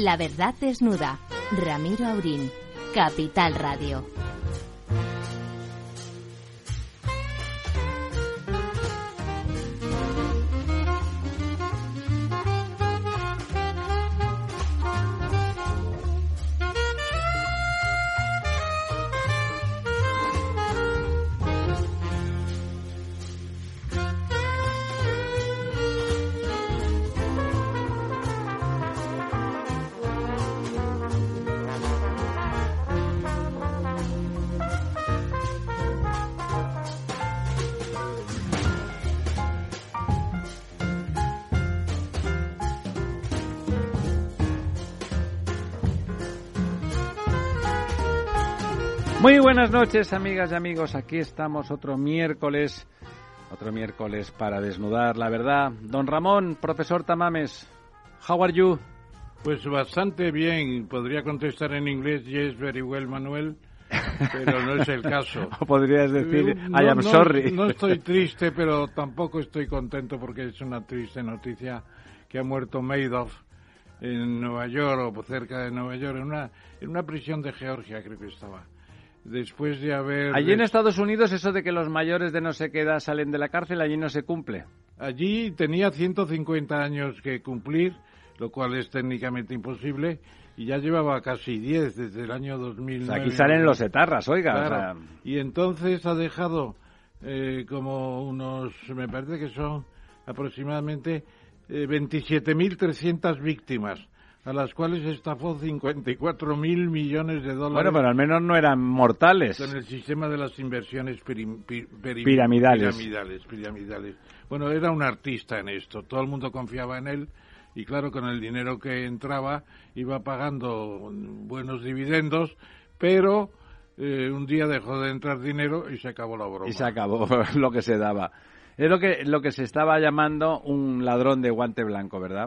La verdad desnuda. Ramiro Aurín, Capital Radio. Muy buenas noches, amigas y amigos. Aquí estamos otro miércoles para desnudar la verdad. Don Ramón, profesor Tamames, how are you? Pues bastante bien. Podría contestar en inglés, yes, very well, Manuel, pero no es el caso. O podrías decir, I am sorry. No estoy triste, pero tampoco estoy contento porque es una triste noticia que ha muerto Madoff en Nueva York o cerca de Nueva York, en una prisión de Georgia, creo que estaba. Después de haber... Allí en Estados Unidos eso de que los mayores de no sé qué edad salen de la cárcel, allí no se cumple. Allí tenía 150 años que cumplir, lo cual es técnicamente imposible, y ya llevaba casi 10 desde el año 2009. O sea, aquí salen los etarras, oiga. Claro. O sea... Y entonces ha dejado como unos, me parece que son aproximadamente 27.300 víctimas, a las cuales estafó 54.000 millones de dólares. Bueno, pero al menos no eran mortales. Con el sistema de las inversiones piramidales. Bueno, era un artista en esto. Todo el mundo confiaba en él. Y claro, con el dinero que entraba, iba pagando buenos dividendos. Pero un día dejó de entrar dinero y se acabó la broma. Y se acabó lo que se daba. Es lo que se estaba llamando un ladrón de guante blanco, ¿verdad?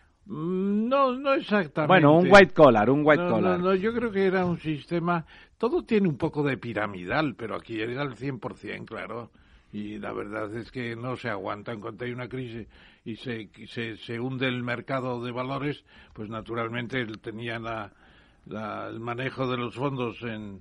No exactamente. Bueno, un white collar. No, yo creo que era un sistema... Todo tiene un poco de piramidal, pero aquí era el 100%, claro. Y la verdad es que no se aguanta. En cuanto hay una crisis y se hunde el mercado de valores, pues naturalmente él tenía el manejo de los fondos en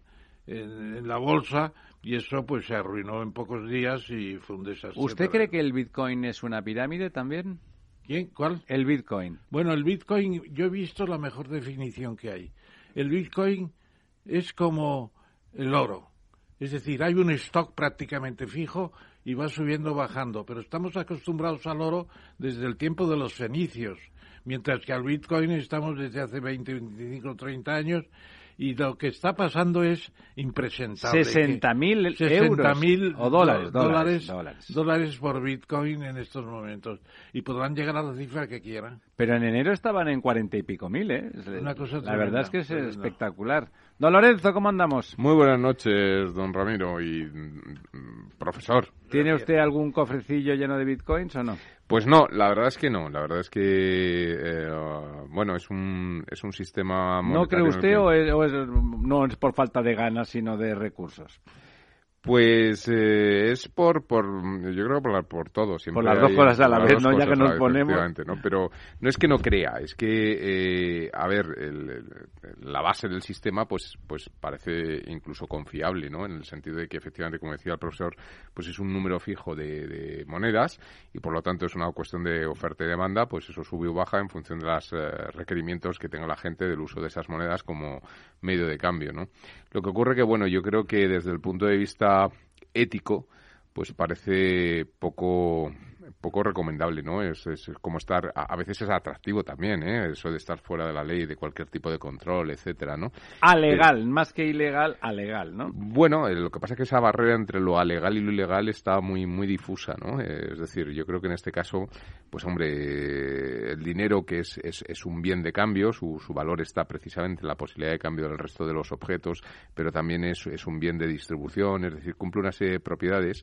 la bolsa, y eso pues se arruinó en pocos días y fue un desastre. ¿Usted cree que el Bitcoin es una pirámide también? ¿Quién? ¿Cuál? El Bitcoin. Bueno, el Bitcoin, yo he visto la mejor definición que hay. El Bitcoin es como el oro. Es decir, hay un stock prácticamente fijo y va subiendo o bajando. Pero estamos acostumbrados al oro desde el tiempo de los fenicios. Mientras que al Bitcoin estamos desde hace 20, 25, 30 años. Y lo que está pasando es impresentable. 60.000 euros o dólares por Bitcoin en estos momentos. Y podrán llegar a la cifra que quieran. Pero en enero estaban en 40 y pico mil, ¿eh? Una cosa la verdad es que es espectacular. Don Lorenzo, ¿cómo andamos? Muy buenas noches, don Ramiro y profesor. ¿Tiene usted algún cofrecillo lleno de Bitcoins o no? Pues no, la verdad es que no. La verdad es que, bueno, es un sistema monetario... ¿No cree usted no es por falta de ganas, sino de recursos? Pues es yo creo por todo. Siempre por las dos cosas a la vez, ¿no? Ya que nos ponemos... ¿no? Pero no es que no crea, es que, a ver, la base del sistema pues parece incluso confiable, ¿no? En el sentido de que efectivamente, como decía el profesor, pues es un número fijo de monedas y por lo tanto es una cuestión de oferta y demanda, pues eso sube o baja en función de los requerimientos que tenga la gente del uso de esas monedas como medio de cambio, ¿no? Lo que ocurre que, bueno, yo creo que desde el punto de vista ético, pues parece poco recomendable, ¿no? Es como estar, a veces es atractivo también, eso de estar fuera de la ley, de cualquier tipo de control, etcétera, ¿no? Alegal, más que ilegal, alegal, ¿no? Bueno, lo que pasa es que esa barrera entre lo alegal y lo ilegal está muy muy difusa, ¿no? Es decir, yo creo que en este caso, pues hombre, el dinero que es un bien de cambio, su valor está precisamente en la posibilidad de cambio del resto de los objetos, pero también es un bien de distribución, es decir, cumple una serie de propiedades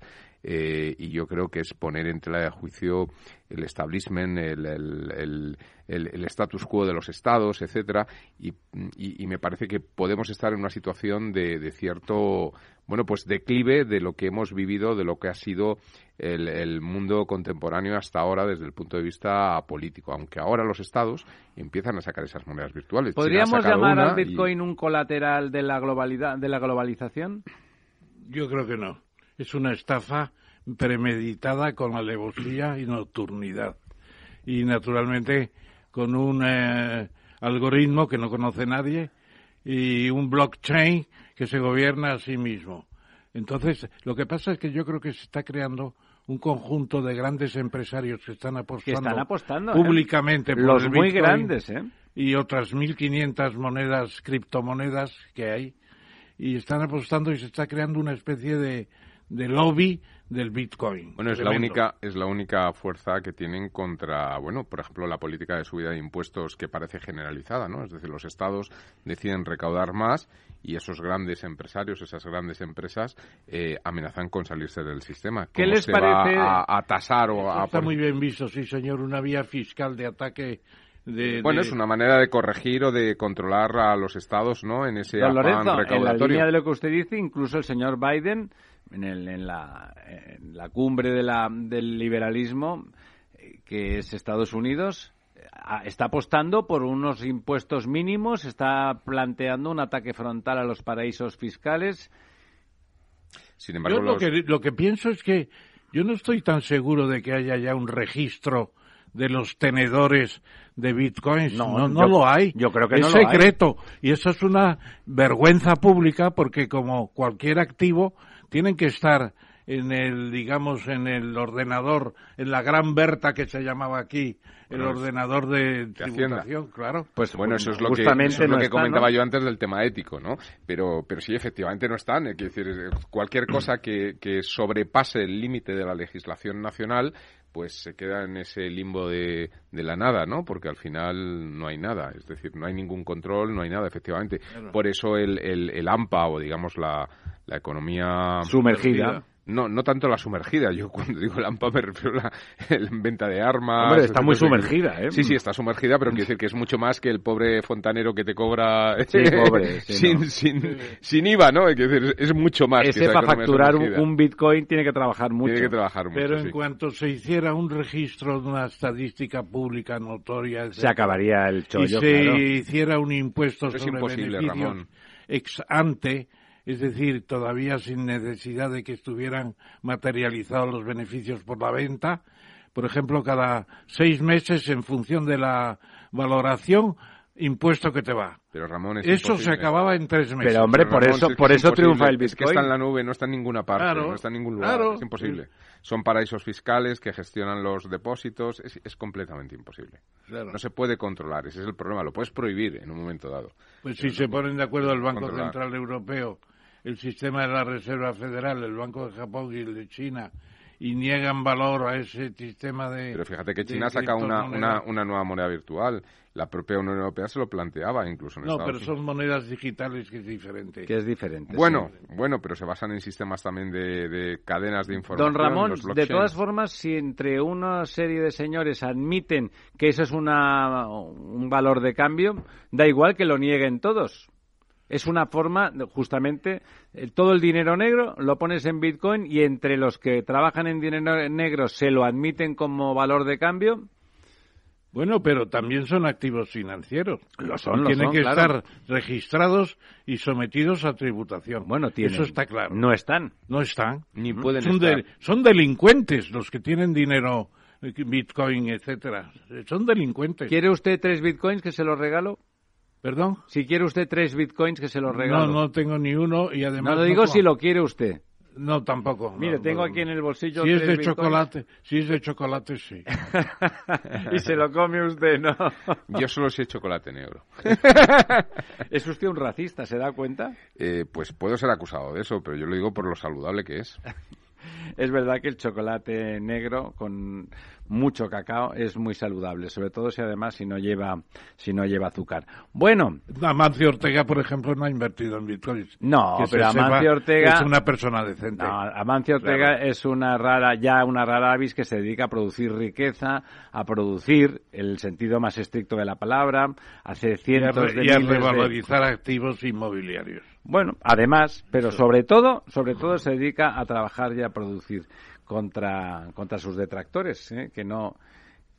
y yo creo que es poner en tela de juicio el establishment, el status quo de los estados, etcétera, y me parece que podemos estar en una situación de cierto, bueno, pues declive de lo que hemos vivido, de lo que ha sido el mundo contemporáneo hasta ahora desde el punto punto de vista político, aunque ahora los estados empiezan a sacar esas monedas virtuales. ¿Podríamos llamar al Bitcoin un colateral de la globalización? Yo creo que no. Es una estafa premeditada con alevosía y nocturnidad. Y naturalmente con un algoritmo que no conoce nadie y un blockchain que se gobierna a sí mismo. Entonces, lo que pasa es que yo creo que se está creando un conjunto de grandes empresarios que están apostando públicamente por los el muy Bitcoin grandes, y otras 1.500 criptomonedas que hay, y están apostando y se está creando una especie de lobby del Bitcoin. Bueno, es la única fuerza que tienen contra, bueno, por ejemplo, la política de subida de impuestos que parece generalizada, ¿no? Es decir, los estados deciden recaudar más y esos grandes empresarios, esas grandes empresas, amenazan con salirse del sistema. ¿Qué les parece? A tasar o a... Está muy bien visto, sí, señor, una vía fiscal de ataque. Es una manera de corregir o de controlar a los estados, ¿no? En ese afán recaudatorio. En la línea de lo que usted dice, incluso el señor Biden, en la cumbre del liberalismo, que es Estados Unidos, está apostando por unos impuestos mínimos, está planteando un ataque frontal a los paraísos fiscales. Sin embargo, yo lo que pienso es que yo no estoy tan seguro de que haya ya un registro de los tenedores de bitcoins. No lo hay. Yo creo que es no lo hay. Es secreto. Y eso es una vergüenza pública porque, como cualquier activo, tienen que estar en el ordenador, en la gran Berta que se llamaba aquí, el ordenador de tributación, claro. Pues bueno, eso es lo que comentaba yo antes del tema ético, ¿no? Pero sí, efectivamente no están. Es decir, cualquier cosa que sobrepase el límite de la legislación nacional, pues se queda en ese limbo de la nada, ¿no? Porque al final no hay nada, es decir, no hay ningún control, no hay nada, efectivamente. Claro. Por eso el AMPA, o digamos la economía sumergida. No tanto la sumergida. Yo cuando digo el AMPA me refiero a la venta de armas. Hombre, está muy sumergida, ¿eh? Sí, está sumergida, pero quiere decir que es mucho más que el pobre fontanero que te cobra sin IVA, ¿no? Quiere decir, es mucho más. Ese para facturar un Bitcoin tiene que trabajar mucho. Pero en cuanto se hiciera un registro de una estadística pública notoria, se acabaría el chollo, y se hiciera un impuesto sobre beneficios Ramón. ex ante, es decir, todavía sin necesidad de que estuvieran materializados los beneficios por la venta. Por ejemplo, cada 6 meses, en función de la valoración, impuesto que te va. Pero Ramón, eso se acababa en 3 meses. Pero hombre, por eso triunfa el Bitcoin. Es que está en la nube, no está en ninguna parte, no está en ningún lugar. Claro. Es imposible. Son paraísos fiscales que gestionan los depósitos. Es completamente imposible. Claro. No se puede controlar, ese es el problema. Lo puedes prohibir en un momento dado. Pues si se ponen de acuerdo el Banco Central Europeo, el sistema de la Reserva Federal, el Banco de Japón y el de China, y niegan valor a ese sistema de... Pero fíjate que China saca una nueva moneda virtual. La propia Unión Europea se lo planteaba incluso en Estados Unidos. No, pero son monedas digitales que es diferente. Bueno, pero se basan en sistemas también de cadenas de información. Don Ramón, de todas formas, si entre una serie de señores admiten que eso es un valor de cambio, da igual que lo nieguen todos. Es una forma, justamente, todo el dinero negro lo pones en Bitcoin y entre los que trabajan en dinero negro se lo admiten como valor de cambio. Bueno, pero también son activos financieros. Tienen que estar registrados y sometidos a tributación. Bueno, eso está claro. No están. Ni pueden estar. Son delincuentes los que tienen dinero, Bitcoin, etcétera. Son delincuentes. ¿Quiere usted 3 Bitcoins que se los regalo? ¿Perdón? Si quiere usted 3 Bitcoins que se los regalo. No tengo ni uno y además... No lo digo si lo quiere usted. No, tampoco. Mire, tengo aquí en el bolsillo si es de chocolate, sí. Y se lo come usted, ¿no? Yo solo sé chocolate negro. ¿Es usted un racista, se da cuenta? Pues puedo ser acusado de eso, pero yo lo digo por lo saludable que es. Es verdad que el chocolate negro con mucho cacao es muy saludable, sobre todo si no lleva azúcar. Bueno, Amancio Ortega, por ejemplo, no ha invertido en bitcoins. No, pero Amancio Ortega es una persona decente. No, Amancio Ortega es una rara avis que se dedica a producir riqueza, a producir el sentido más estricto de la palabra, hace cientos de miles y a revalorizar activos inmobiliarios. Bueno, además, pero sobre todo se dedica a trabajar y a producir contra sus detractores, que no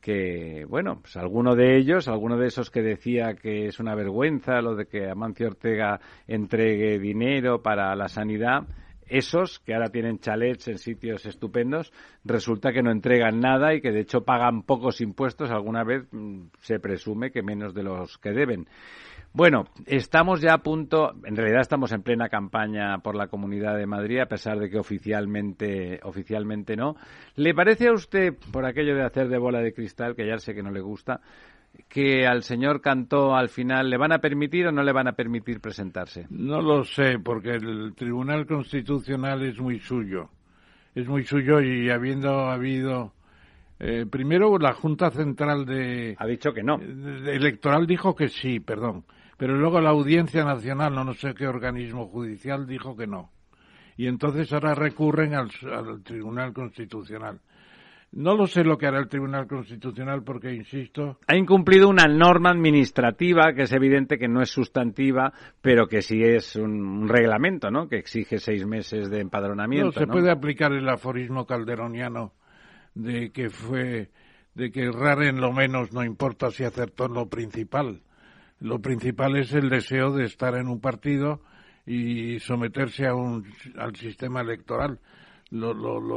que, bueno, pues alguno de esos que decía que es una vergüenza lo de que Amancio Ortega entregue dinero para la sanidad, esos que ahora tienen chalets en sitios estupendos, resulta que no entregan nada y que de hecho pagan pocos impuestos, alguna vez se presume que menos de los que deben. Bueno, estamos ya a punto, en realidad estamos en plena campaña por la Comunidad de Madrid, a pesar de que oficialmente no. ¿Le parece a usted, por aquello de hacer de bola de cristal, que ya sé que no le gusta, que al señor Cantó al final le van a permitir o no le van a permitir presentarse? No lo sé, porque el Tribunal Constitucional es muy suyo y habiendo habido... primero la Junta Central ha dicho que no. Electoral dijo que sí, perdón. Pero luego la Audiencia Nacional, no sé qué organismo judicial, dijo que no. Y entonces ahora recurren al Tribunal Constitucional. No lo sé lo que hará el Tribunal Constitucional porque, insisto... Ha incumplido una norma administrativa que es evidente que no es sustantiva, pero que sí es un reglamento, ¿no? Que exige 6 meses de empadronamiento, No, se puede aplicar el aforismo calderoniano de que errar en lo menos no importa si acertó en lo principal. Lo principal es el deseo de estar en un partido y someterse al sistema electoral. Lo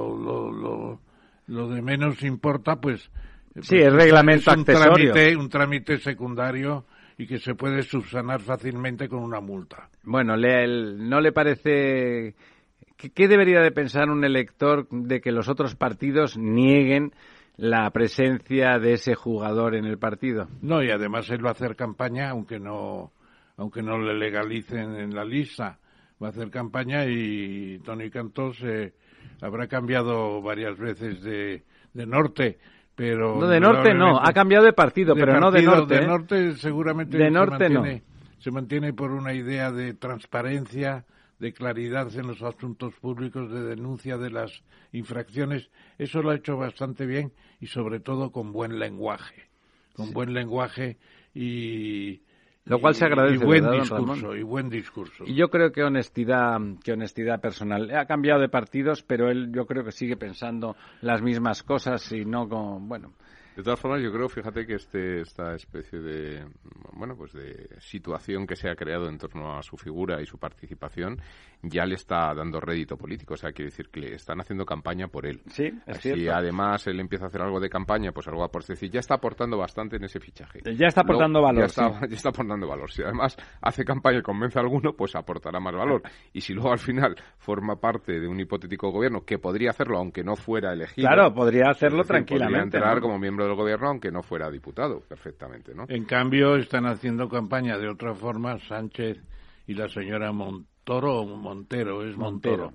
de menos importa, pues... Sí, es reglamento accesorio. Un trámite secundario y que se puede subsanar fácilmente con una multa. Bueno, ¿no le parece... ¿Qué debería de pensar un elector de que los otros partidos nieguen la presencia de ese jugador en el partido? No, y además él va a hacer campaña, aunque no le legalicen en la lista, va a hacer campaña y Toni Cantó habrá cambiado varias veces de norte, pero... No, de norte no, ha cambiado de partido, pero no de norte. De norte seguramente de norte se mantiene por una idea de transparencia, de claridad en los asuntos públicos, de denuncia de las infracciones. Eso lo ha hecho bastante bien y sobre todo con buen lenguaje. Buen lenguaje y... Lo cual se agradece, y buen discurso. Y yo creo que honestidad personal. Ha cambiado de partidos, pero él yo creo que sigue pensando las mismas cosas y no con... Bueno... De todas formas, yo creo, fíjate que esta especie de situación que se ha creado en torno a su figura y su participación ya le está dando rédito político. O sea, quiere decir que le están haciendo campaña por él. Sí, es cierto. Si además él empieza a hacer algo de campaña, pues algo por decir, ya está aportando bastante en ese fichaje. Ya está aportando valor. Ya está aportando valor. Si además hace campaña y convence a alguno, pues aportará más valor. Y si luego al final forma parte de un hipotético gobierno que podría hacerlo aunque no fuera elegido. Claro, podría hacerlo tranquilamente. Podría entrar como miembro del gobierno aunque no fuera diputado, perfectamente, ¿no? En cambio, están haciendo campaña de otra forma Sánchez y la señora Montero, es Montero.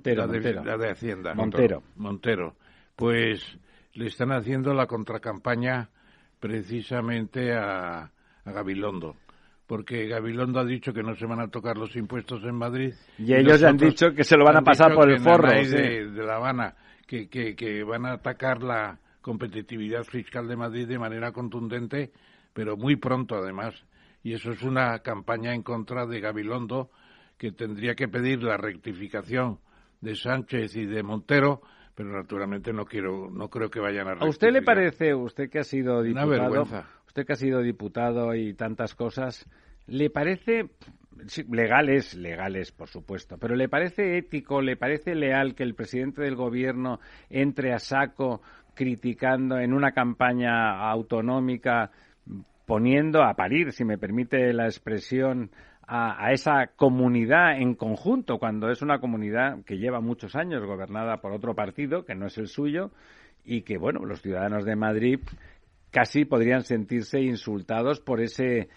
La de Hacienda. Montero. Pues le están haciendo la contracampaña precisamente a Gabilondo. Porque Gabilondo ha dicho que no se van a tocar los impuestos en Madrid. Y ellos ya han dicho que se lo van a pasar por el forro. De La Habana, que van a atacar la competitividad fiscal de Madrid de manera contundente, pero muy pronto además. Y eso es una campaña en contra de Gabilondo, que tendría que pedir la rectificación de Sánchez y de Montero, pero naturalmente no creo que vayan a rectificar. ¿A usted le parece, usted que ha sido diputado, una vergüenza? Usted que ha sido diputado y tantas cosas, ¿le parece, sí, legales, por supuesto, pero le parece ético, le parece leal que el presidente del gobierno entre a saco criticando en una campaña autonómica, poniendo a parir, si me permite la expresión, a esa comunidad en conjunto, cuando es una comunidad que lleva muchos años gobernada por otro partido, que no es el suyo, y que, bueno, los ciudadanos de Madrid casi podrían sentirse insultados por ese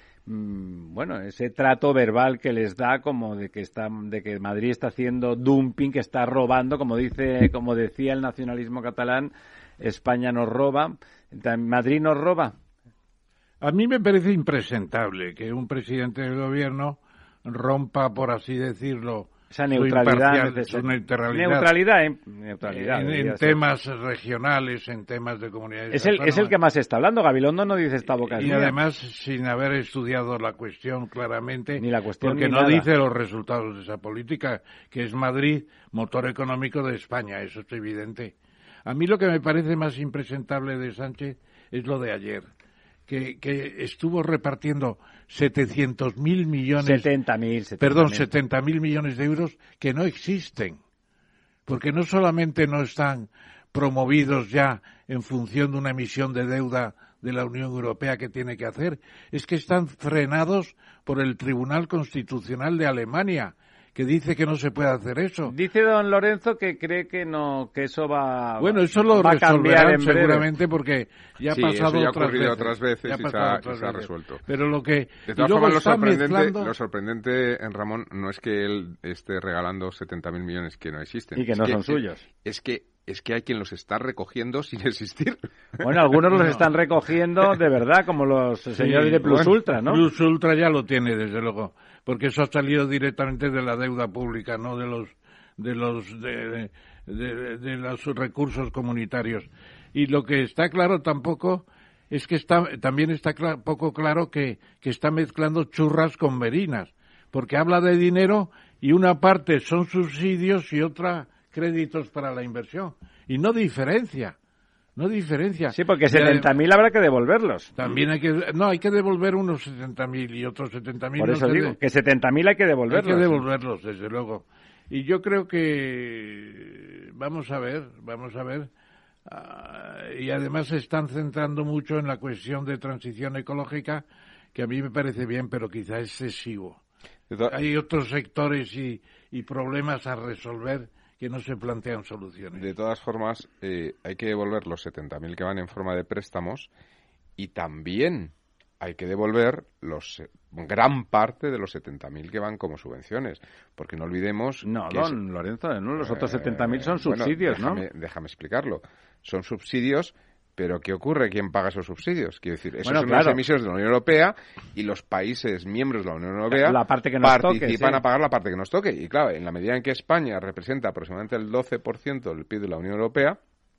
trato verbal que les da, como de que Madrid está haciendo dumping, que está robando, como decía el nacionalismo catalán, España nos roba, Madrid nos roba. A mí me parece impresentable que un presidente del gobierno rompa, por así decirlo, esa neutralidad, su neutralidad en ser. Temas regionales, en temas de comunidades. Es el que más está hablando. Gabilondo no dice esta boca. Y además sin haber estudiado la cuestión claramente, ni la cuestión porque ni no nada. dice los resultados de esa política, que es Madrid motor económico de España, eso es evidente. A mí lo que me parece más impresentable de Sánchez es lo de ayer, que estuvo repartiendo 700.000 millones... 70.000 millones de euros que no existen, porque no solamente no están promovidos ya en función de una emisión de deuda de la Unión Europea que tiene que hacer, es que están frenados por el Tribunal Constitucional de Alemania, que dice que no se puede hacer eso. Dice don Lorenzo que cree que no, que eso va Bueno, eso lo va a cambiar resolverán en breve. seguramente porque ya ha pasado eso ya otras veces. y se ha resuelto. Pero lo que... De todas formas, lo sorprendente, Ramón, no es que él esté regalando 70.000 millones que no existen. Y que no son suyos. Es que hay quien los está recogiendo sin existir. Bueno, algunos los están recogiendo de verdad, como los señores de Plus Ultra, ¿no? Plus Ultra ya lo tiene, desde luego, porque eso ha salido directamente de la deuda pública, no de los recursos comunitarios. Y lo que está claro tampoco es que también está poco claro que está mezclando churras con merinas, porque habla de dinero y una parte son subsidios y otra créditos para la inversión. Y no diferencia. Sí, porque 70.000 habrá que devolverlos. También hay que devolver unos 70.000 y otros 70.000. Por eso digo, que 70.000 hay que devolverlos. Hay que devolverlos, desde luego. Y yo creo que vamos a ver. Y además se están centrando mucho en la cuestión de transición ecológica, que a mí me parece bien, pero quizá excesivo. Hay otros sectores y problemas a resolver que no se plantean soluciones. De todas formas, hay que devolver los 70.000 que van en forma de préstamos y también hay que devolver gran parte de los 70.000 que van como subvenciones, porque no olvidemos... No, don Lorenzo, no, los otros 70.000 son subsidios, ¿no? Déjame explicarlo. Son subsidios, pero ¿qué ocurre? ¿Quién paga esos subsidios? Quiero decir, esos son claro, las emisiones de la Unión Europea y los países miembros de la Unión Europea la parte que nos participan a pagar la parte que nos toque. Y claro, en la medida en que España representa aproximadamente el 12% del PIB de la Unión Europea,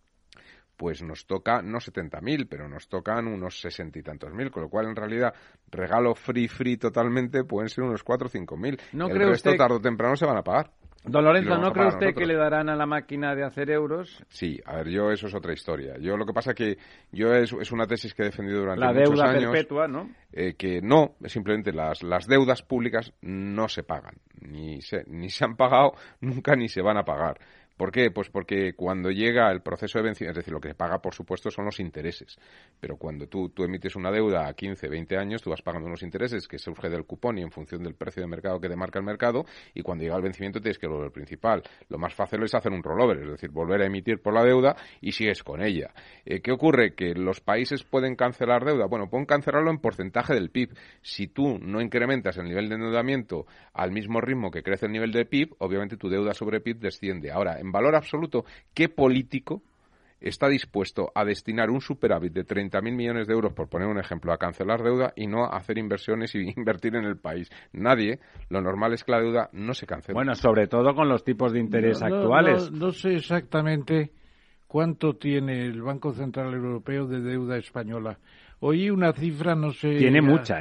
pues nos toca, no 70.000, pero nos tocan unos 60 y tantos mil, con lo cual en realidad regalo free totalmente pueden ser unos 4 o 5.000. El resto tarde o temprano se van a pagar. Don Lorenzo, ¿no cree usted que le darán a la máquina de hacer euros? Sí, a ver, eso es otra historia. Yo lo que pasa que es una tesis que he defendido durante muchos años. La deuda perpetua, ¿no? Que no, simplemente las deudas públicas no se pagan. Ni se han pagado nunca ni se van a pagar. ¿Por qué? Pues porque cuando llega el proceso de vencimiento, es decir, lo que se paga, por supuesto, son los intereses. Pero cuando tú emites una deuda a 15, 20 años, tú vas pagando unos intereses que surge del cupón y en función del precio de mercado que te marca el mercado, y cuando llega el vencimiento tienes que devolver el principal. Lo más fácil es hacer un rollover, es decir, volver a emitir por la deuda y sigues con ella. ¿Qué ocurre? ¿Que los países pueden cancelar deuda? Bueno, pueden cancelarlo en porcentaje del PIB. Si tú no incrementas el nivel de endeudamiento al mismo ritmo que crece el nivel de PIB, obviamente tu deuda sobre PIB desciende. Ahora, en valor absoluto, ¿qué político está dispuesto a destinar un superávit de 30.000 millones de euros, por poner un ejemplo, a cancelar deuda y no a hacer inversiones y invertir en el país? Nadie. Lo normal es que la deuda no se cancele. Bueno, sobre todo con los tipos de interés actuales. No sé exactamente cuánto tiene el Banco Central Europeo de deuda española. Oí una cifra, no sé... Tiene mucha,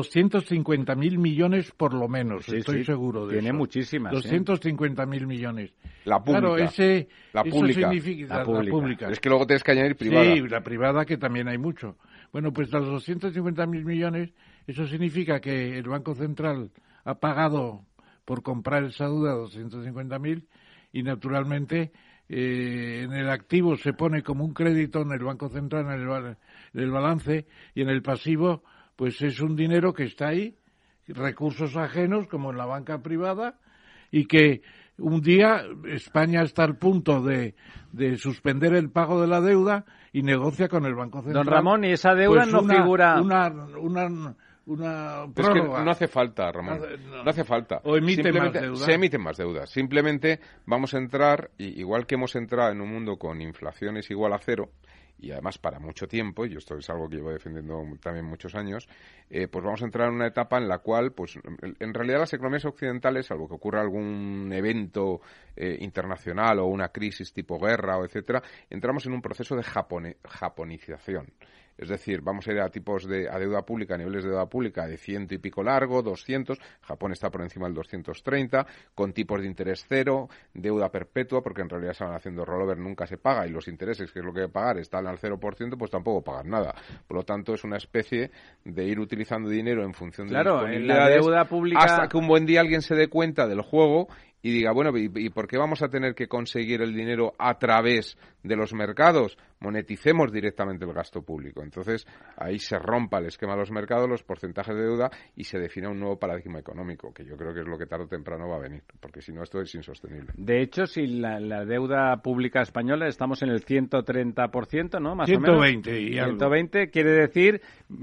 250.000 millones por lo menos, estoy seguro de eso. Tiene muchísimas. 250.000 millones. La pública. Claro, la pública. Significa, la pública. Es que luego tienes que añadir privada. Sí, la privada, que también hay mucho. Bueno, pues los 250.000 millones, eso significa que el Banco Central ha pagado por comprar esa deuda 250.000 y naturalmente... en el activo se pone como un crédito en el Banco Central, en el balance, y en el pasivo pues es un dinero que está ahí, recursos ajenos como en la banca privada, y que un día España está al punto de suspender el pago de la deuda y negocia con el Banco Central. Don Ramón, ¿y esa deuda pues no figura...? Una es prórroga. que no hace falta, Ramón. No hace falta. O emiten más deuda. Se emiten más deudas. Simplemente vamos a entrar, igual que hemos entrado en un mundo con inflaciones igual a cero, y además para mucho tiempo, y esto es algo que llevo defendiendo también muchos años, pues vamos a entrar en una etapa en la cual, pues en realidad las economías occidentales, salvo que ocurra algún evento internacional o una crisis tipo guerra o etcétera, entramos en un proceso de japonización. Es decir, vamos a ir a deuda pública, a niveles de deuda pública de 100 y pico largo, 200, Japón está por encima del 230, con tipos de interés cero, deuda perpetua, porque en realidad se van haciendo rollover, nunca se paga, y los intereses, que es lo que hay que pagar, están al 0%, pues tampoco pagan nada. Por lo tanto, es una especie de ir utilizando dinero en función de en la deuda pública, hasta que un buen día alguien se dé cuenta del juego y diga, bueno, ¿y por qué vamos a tener que conseguir el dinero a través de los mercados? Moneticemos directamente el gasto público. Entonces, ahí se rompa el esquema de los mercados, los porcentajes de deuda, y se define un nuevo paradigma económico, que yo creo que es lo que tarde o temprano va a venir, porque si no, esto es insostenible. De hecho, si la deuda pública española estamos en el 130%, ¿no? Más 120 o menos. Y algo. 120 quiere decir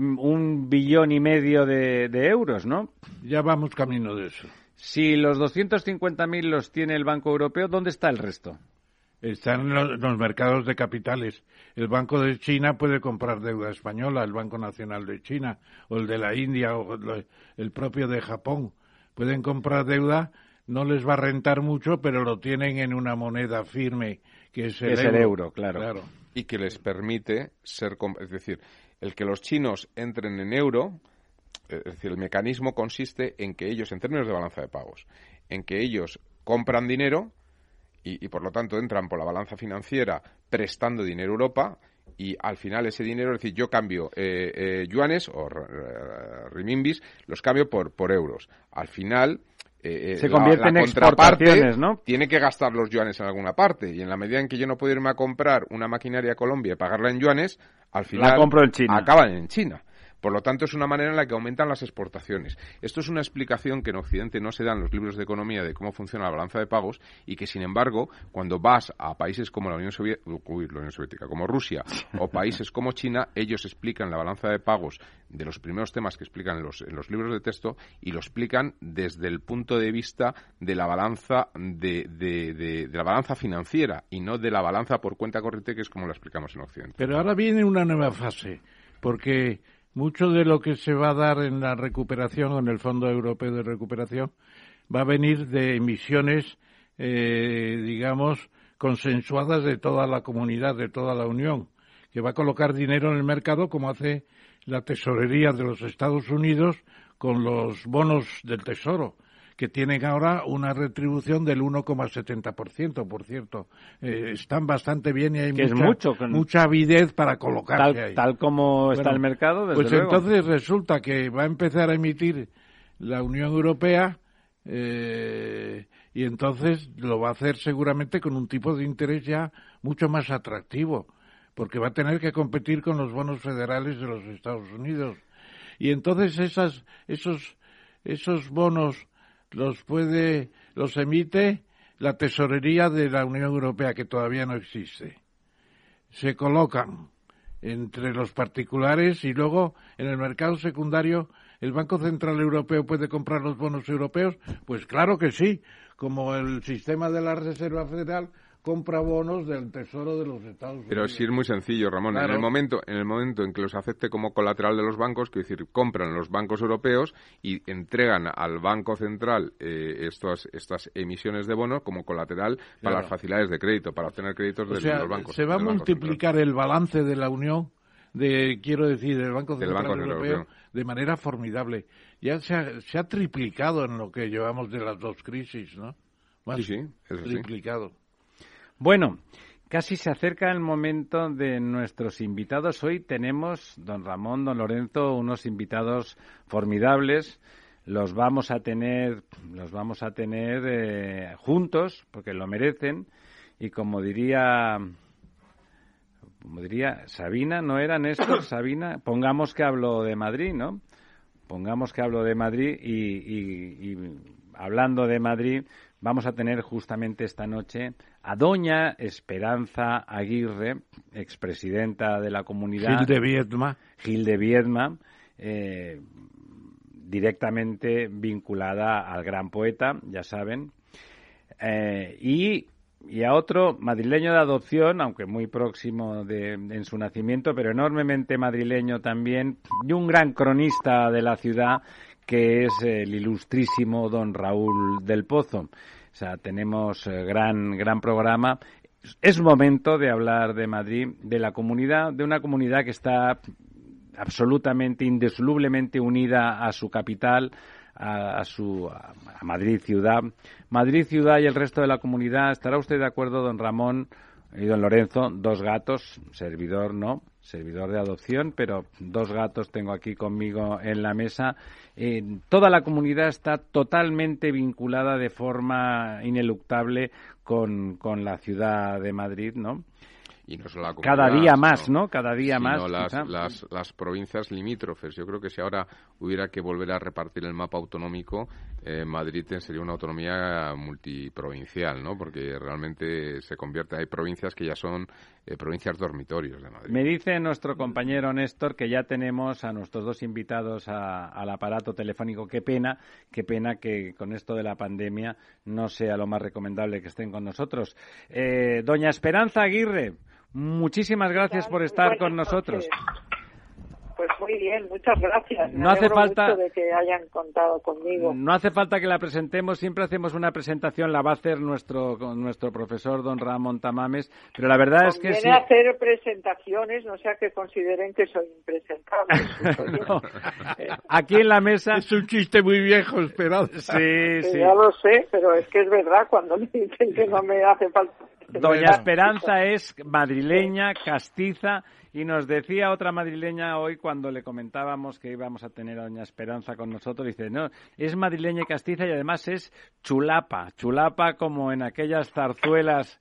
1,5 billones de euros, ¿no? Ya vamos camino de eso. Si los 250.000 los tiene el Banco Europeo, ¿dónde está el resto? Están en los mercados de capitales. El Banco de China puede comprar deuda española, el Banco Nacional de China, o el de la India, o el propio de Japón. Pueden comprar deuda, no les va a rentar mucho, pero lo tienen en una moneda firme, que es el euro, claro. Y que les permite es decir, el que los chinos entren en euro. Es decir, el mecanismo consiste en que ellos, en términos de balanza de pagos, en que ellos compran dinero y por lo tanto entran por la balanza financiera prestando dinero a Europa, y al final ese dinero, es decir, yo cambio yuanes o renminbis, los cambio por euros. Al final se convierte en contraparte, exportaciones, ¿no? Tiene que gastar los yuanes en alguna parte, y en la medida en que yo no puedo irme a comprar una maquinaria a Colombia y pagarla en yuanes, al final la compro en China. Acaban en China. Por lo tanto, es una manera en la que aumentan las exportaciones. Esto es una explicación que en Occidente no se da en los libros de economía de cómo funciona la balanza de pagos, y que, sin embargo, cuando vas a países como la Unión Soviética, como Rusia, o países como China, ellos explican la balanza de pagos, de los primeros temas que explican en los libros de texto, y lo explican desde el punto de vista de la balanza de la balanza financiera, y no de la balanza por cuenta corriente, que es como la explicamos en Occidente. Pero ahora viene una nueva fase, porque mucho de lo que se va a dar en la recuperación, o en el Fondo Europeo de Recuperación, va a venir de emisiones, digamos, consensuadas de toda la comunidad, de toda la Unión, que va a colocar dinero en el mercado, como hace la tesorería de los Estados Unidos con los bonos del Tesoro, que tienen ahora una retribución del 1,70%, por cierto. Están bastante bien y hay mucha avidez para colocarse ahí. Tal como está el mercado, desde pues luego. Entonces resulta que va a empezar a emitir la Unión Europea, y entonces lo va a hacer seguramente con un tipo de interés ya mucho más atractivo, porque va a tener que competir con los bonos federales de los Estados Unidos. Y entonces esos bonos los emite la tesorería de la Unión Europea, que todavía no existe. Se colocan entre los particulares, y luego en el mercado secundario el Banco Central Europeo puede comprar los bonos europeos. Pues claro que sí, como el sistema de la Reserva Federal compra bonos del Tesoro de los Estados Unidos. Pero sí es muy sencillo, Ramón. Claro. En el momento en que los acepte como colateral de los bancos, quiero decir, compran los bancos europeos y entregan al Banco Central estas emisiones de bonos como colateral para las facilidades de crédito, para obtener créditos de los bancos. Se va a multiplicar el balance de la Unión, del Banco Central Europeo, de manera formidable. Ya se ha triplicado en lo que llevamos de las dos crisis, ¿no? Sí, eso triplicado. Sí. Bueno, casi se acerca el momento de nuestros invitados. Hoy tenemos, don Ramón, don Lorenzo, unos invitados formidables. Los vamos a tener juntos, porque lo merecen. Y como diría Sabina, ¿no era, Néstor? Sabina, pongamos que hablo de Madrid, ¿no? Pongamos que hablo de Madrid y hablando de Madrid, vamos a tener justamente esta noche a doña Esperanza Aguirre, expresidenta de la comunidad. Gil de Viedma, directamente vinculada al gran poeta, ya saben. Y a otro madrileño de adopción, aunque muy próximo en su nacimiento, pero enormemente madrileño también, y un gran cronista de la ciudad, que es el ilustrísimo don Raúl del Pozo. O sea, tenemos gran programa. Es momento de hablar de Madrid, de la comunidad, de una comunidad que está absolutamente, indisolublemente unida a su capital, a Madrid ciudad. Madrid ciudad y el resto de la comunidad, ¿estará usted de acuerdo, don Ramón y don Lorenzo? 2 gatos, servidor de adopción, pero 2 gatos tengo aquí conmigo en la mesa. Toda la comunidad está totalmente vinculada de forma ineluctable con la ciudad de Madrid, ¿no? Y no solo la comunidad, cada día más, ¿no? Cada día sino más. las provincias limítrofes. Yo creo que si ahora hubiera que volver a repartir el mapa autonómico, Madrid sería una autonomía multiprovincial, ¿no? Porque realmente hay provincias que ya son provincias dormitorios de Madrid. Me dice nuestro compañero Néstor que ya tenemos a nuestros 2 invitados al aparato telefónico. Qué pena que con esto de la pandemia no sea lo más recomendable que estén con nosotros. Doña Esperanza Aguirre, muchísimas gracias por estar con nosotros. Pues muy bien, muchas gracias. No hace falta mucho de que hayan contado conmigo. No hace falta que la presentemos, siempre hacemos una presentación, la va a hacer nuestro profesor don Ramón Tamames, pero la verdad es que sí. Hacer presentaciones, no sea que consideren que soy impresentable. No. Aquí en la mesa es un chiste muy viejo, Esperanza. Sí. Ya lo sé, pero es que es verdad cuando me dicen que no me hace falta. Doña Esperanza es madrileña, castiza, y nos decía otra madrileña hoy cuando le comentábamos que íbamos a tener a Doña Esperanza con nosotros, dice, no, es madrileña y castiza y además es chulapa como en aquellas zarzuelas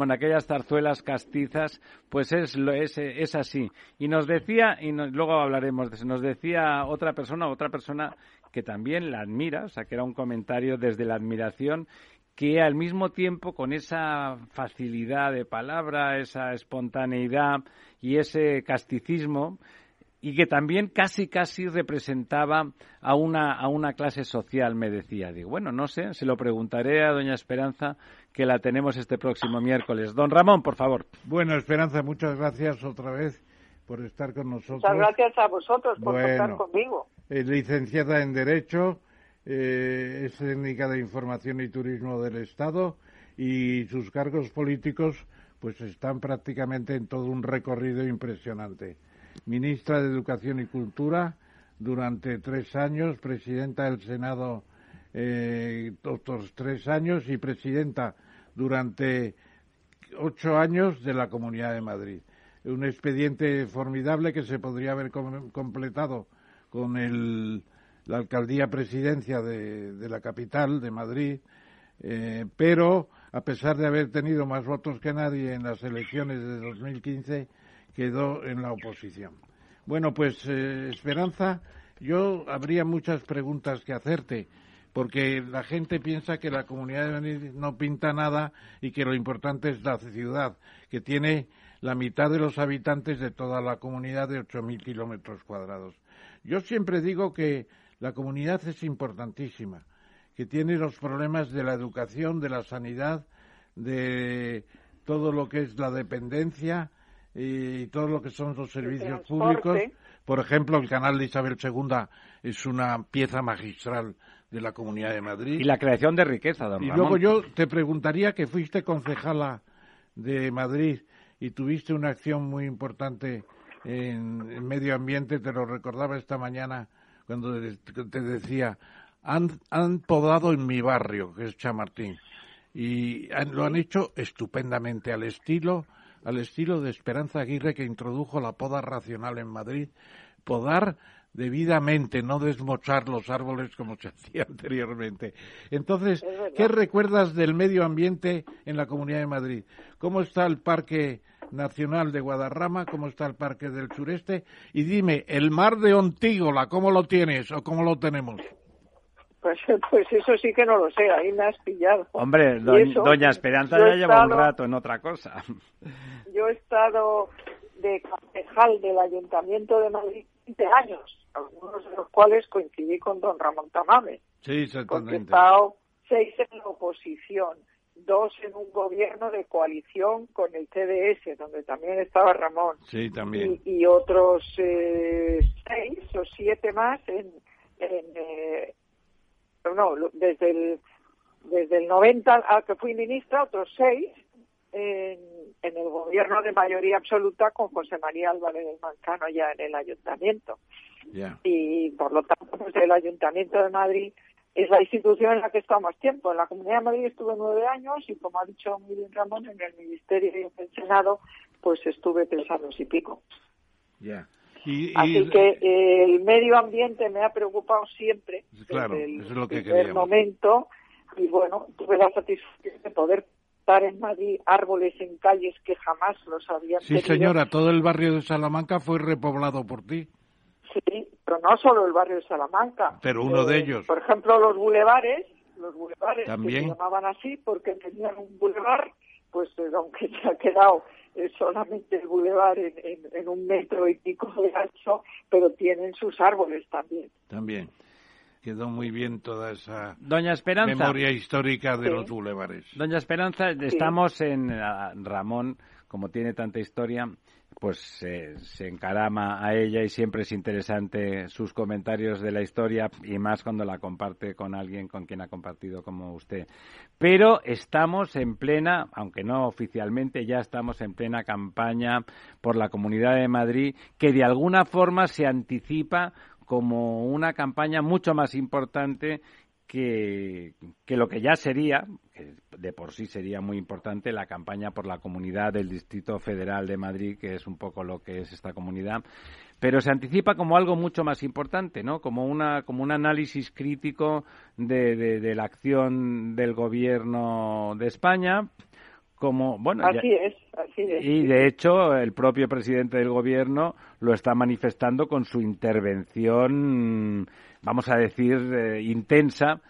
castizas, pues es así. Y nos decía, luego hablaremos de eso, nos decía otra persona que también la admira, o sea, que era un comentario desde la admiración, que al mismo tiempo con esa facilidad de palabra, esa espontaneidad y ese casticismo, y que también casi representaba a una clase social, me decía. Digo, bueno, no sé, se lo preguntaré a doña Esperanza, que la tenemos este próximo miércoles. Don Ramón, por favor. Bueno, Esperanza, muchas gracias otra vez por estar con nosotros. Muchas gracias a vosotros por contar conmigo. Licenciada en Derecho, es técnica de Información y Turismo del Estado, y sus cargos políticos pues están prácticamente en todo un recorrido impresionante. Ministra de Educación y Cultura durante 3 años, presidenta del Senado otros 3 años y presidenta durante 8 años de la Comunidad de Madrid. Un expediente formidable que se podría haber completado con la alcaldía presidencia de la capital, de Madrid, pero a pesar de haber tenido más votos que nadie en las elecciones de 2015, quedó en la oposición. Bueno, pues Esperanza, yo habría muchas preguntas que hacerte, porque la gente piensa que la Comunidad de Madrid no pinta nada y que lo importante es la ciudad, que tiene la mitad de los habitantes de toda la comunidad de 8.000 kilómetros cuadrados. Yo siempre digo que la comunidad es importantísima, que tiene los problemas de la educación, de la sanidad, de todo lo que es la dependencia y todo lo que son los servicios públicos. Por ejemplo, el canal de Isabel II es una pieza magistral de la Comunidad de Madrid. Y la creación de riqueza, don Ramón. Y luego yo te preguntaría, que fuiste concejala de Madrid y tuviste una acción muy importante en medio ambiente, te lo recordaba esta mañana cuando te decía, han podado en mi barrio, que es Chamartín, y lo han hecho estupendamente, al estilo de Esperanza Aguirre, que introdujo la poda racional en Madrid. Podar debidamente, no desmochar los árboles como se hacía anteriormente. Entonces, ¿qué recuerdas del medio ambiente en la Comunidad de Madrid? ¿Cómo está el Parque Nacional de Guadarrama? ¿Cómo está el Parque del Sureste? Y dime, el mar de Ontígola, ¿cómo lo tienes o cómo lo tenemos? Pues eso sí que no lo sé, ahí me has pillado. Hombre, doña Esperanza ya lleva un rato en otra cosa. Yo he estado de concejal del Ayuntamiento de Madrid 20 años, algunos de los cuales coincidí con don Ramón Tamames. Sí, exactamente. Porque he estado 6 en la oposición, 2 en un gobierno de coalición con el CDS, donde también estaba Ramón. Sí, también. Y otros 6 o 7 más desde el 90 a que fui ministra, otros 6 en en el gobierno de mayoría absoluta con José María Álvarez del Manzano ya en el ayuntamiento. Yeah. Y por lo tanto, pues el Ayuntamiento de Madrid es la institución en la que he estado más tiempo. En la Comunidad de Madrid estuve 9 años y, como ha dicho muy bien Ramón, en el Ministerio y en el Senado pues estuve 3 años y pico. Yeah. Así que el medio ambiente me ha preocupado siempre, claro, desde el eso es lo que primer momento, y bueno, tuve la satisfacción de poder estar en Madrid árboles en calles que jamás los habían tenido. Sí, señora, todo el barrio de Salamanca fue repoblado por ti. Sí, pero no solo el barrio de Salamanca. Pero uno de ellos. Por ejemplo, los bulevares ¿también? que se llamaban así porque tenían un bulevar, pues aunque se ha quedado solamente el bulevar en 1 metro y pico de ancho, pero tienen sus árboles también. También. Quedó muy bien toda esa Doña Esperanza, memoria histórica de sí. los bulevares. Doña Esperanza, estamos en Ramón, como tiene tanta historia, pues se encarama a ella y siempre es interesante sus comentarios de la historia y más cuando la comparte con alguien con quien ha compartido como usted. Pero estamos en plena, aunque no oficialmente, ya estamos en plena campaña por la Comunidad de Madrid que de alguna forma se anticipa como una campaña mucho más importante que lo que ya sería, que de por sí sería muy importante, la campaña por la comunidad del Distrito Federal de Madrid, que es un poco lo que es esta comunidad, pero se anticipa como algo mucho más importante, ¿no? Como un análisis crítico de la acción del Gobierno de España. Así es. Y de hecho el propio presidente del gobierno lo está manifestando con su intervención, vamos a decir intensa,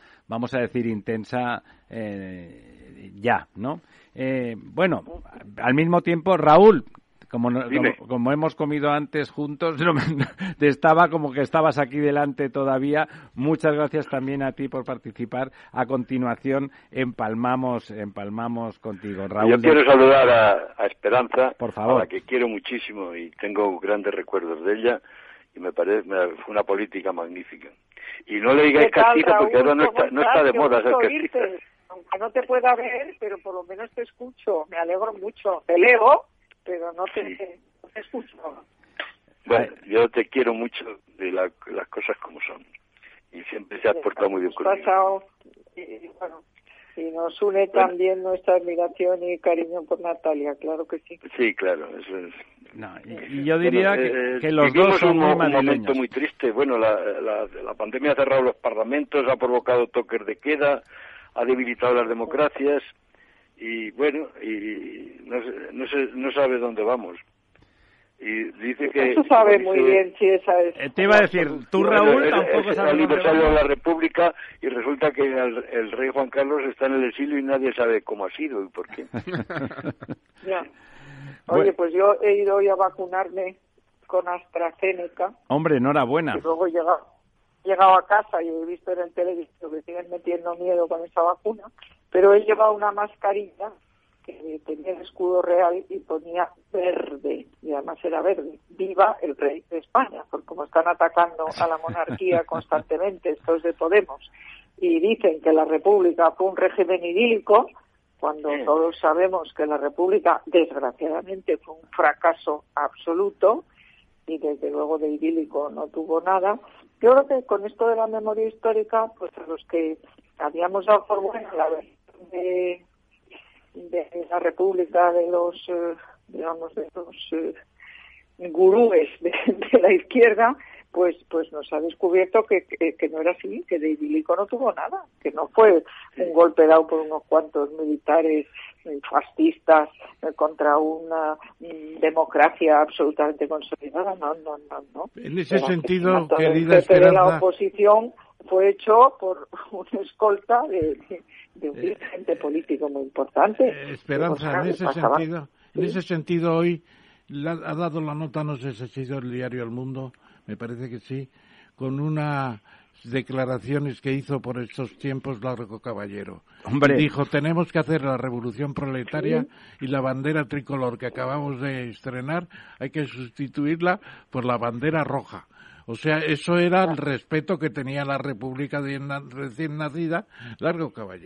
ya, ¿no? Al mismo tiempo, Raúl, como hemos comido antes juntos, estaba como que estabas aquí delante todavía. Muchas gracias también a ti por participar. A continuación empalmamos contigo, Raúl. Yo quiero saludar a Esperanza, por favor, a la que quiero muchísimo y tengo grandes recuerdos de ella, y me parece fue una política magnífica. Y no le digáis castiza porque ahora no está de moda ser castiza. Aunque no te pueda ver, pero por lo menos te escucho. Me alegro mucho. Te leo, pero no te escucho. Bueno, yo te quiero mucho de las cosas como son. Y siempre se has portado muy bien conmigo. Y nos une también nuestra admiración y cariño por Natalia, claro que sí. Sí, claro, eso es. No, y yo diría que los dos son muy madrileños. Un momento muy triste. Bueno, la pandemia ha cerrado los parlamentos, ha provocado toques de queda, ha debilitado las democracias y bueno, y no sabe dónde vamos. Y dice que eso sabe muy bien si esa es. Te iba a decir, tú, Raúl, tampoco sabes. Es el aniversario de la República y resulta que el rey Juan Carlos está en el exilio y nadie sabe cómo ha sido y por qué. Ya. Oye, pues yo he ido hoy a vacunarme con AstraZeneca. Hombre, enhorabuena. Y luego he llegado a casa y he visto en el televisor que siguen metiendo miedo con esa vacuna, pero he llevado una mascarilla que tenía el escudo real y ponía verde, y además era verde, viva el rey de España, porque como están atacando a la monarquía constantemente estos de Podemos, y dicen que la República fue un régimen idílico, cuando todos sabemos que la República, desgraciadamente, fue un fracaso absoluto, y desde luego de idílico no tuvo nada. Yo creo que con esto de la memoria histórica, pues a los que habíamos dado por buena la versión de la República de los gurúes de la izquierda, pues nos ha descubierto que no era así, que de idílico no tuvo nada, que no fue un golpe dado por unos cuantos militares fascistas contra una democracia absolutamente consolidada, no. En ese sentido, el querida jefe Esperanza, de la oposición fue hecho por una escolta de un dirigente político muy importante. Esperanza, en ese sentido hoy ha dado la nota, no sé si ha sido el diario El Mundo, me parece que sí, con unas declaraciones que hizo por estos tiempos Largo Caballero. Hombre. Dijo, tenemos que hacer la revolución proletaria y la bandera tricolor que acabamos de estrenar hay que sustituirla por la bandera roja. O sea, eso era el respeto que tenía la República recién nacida, Largo Caballero.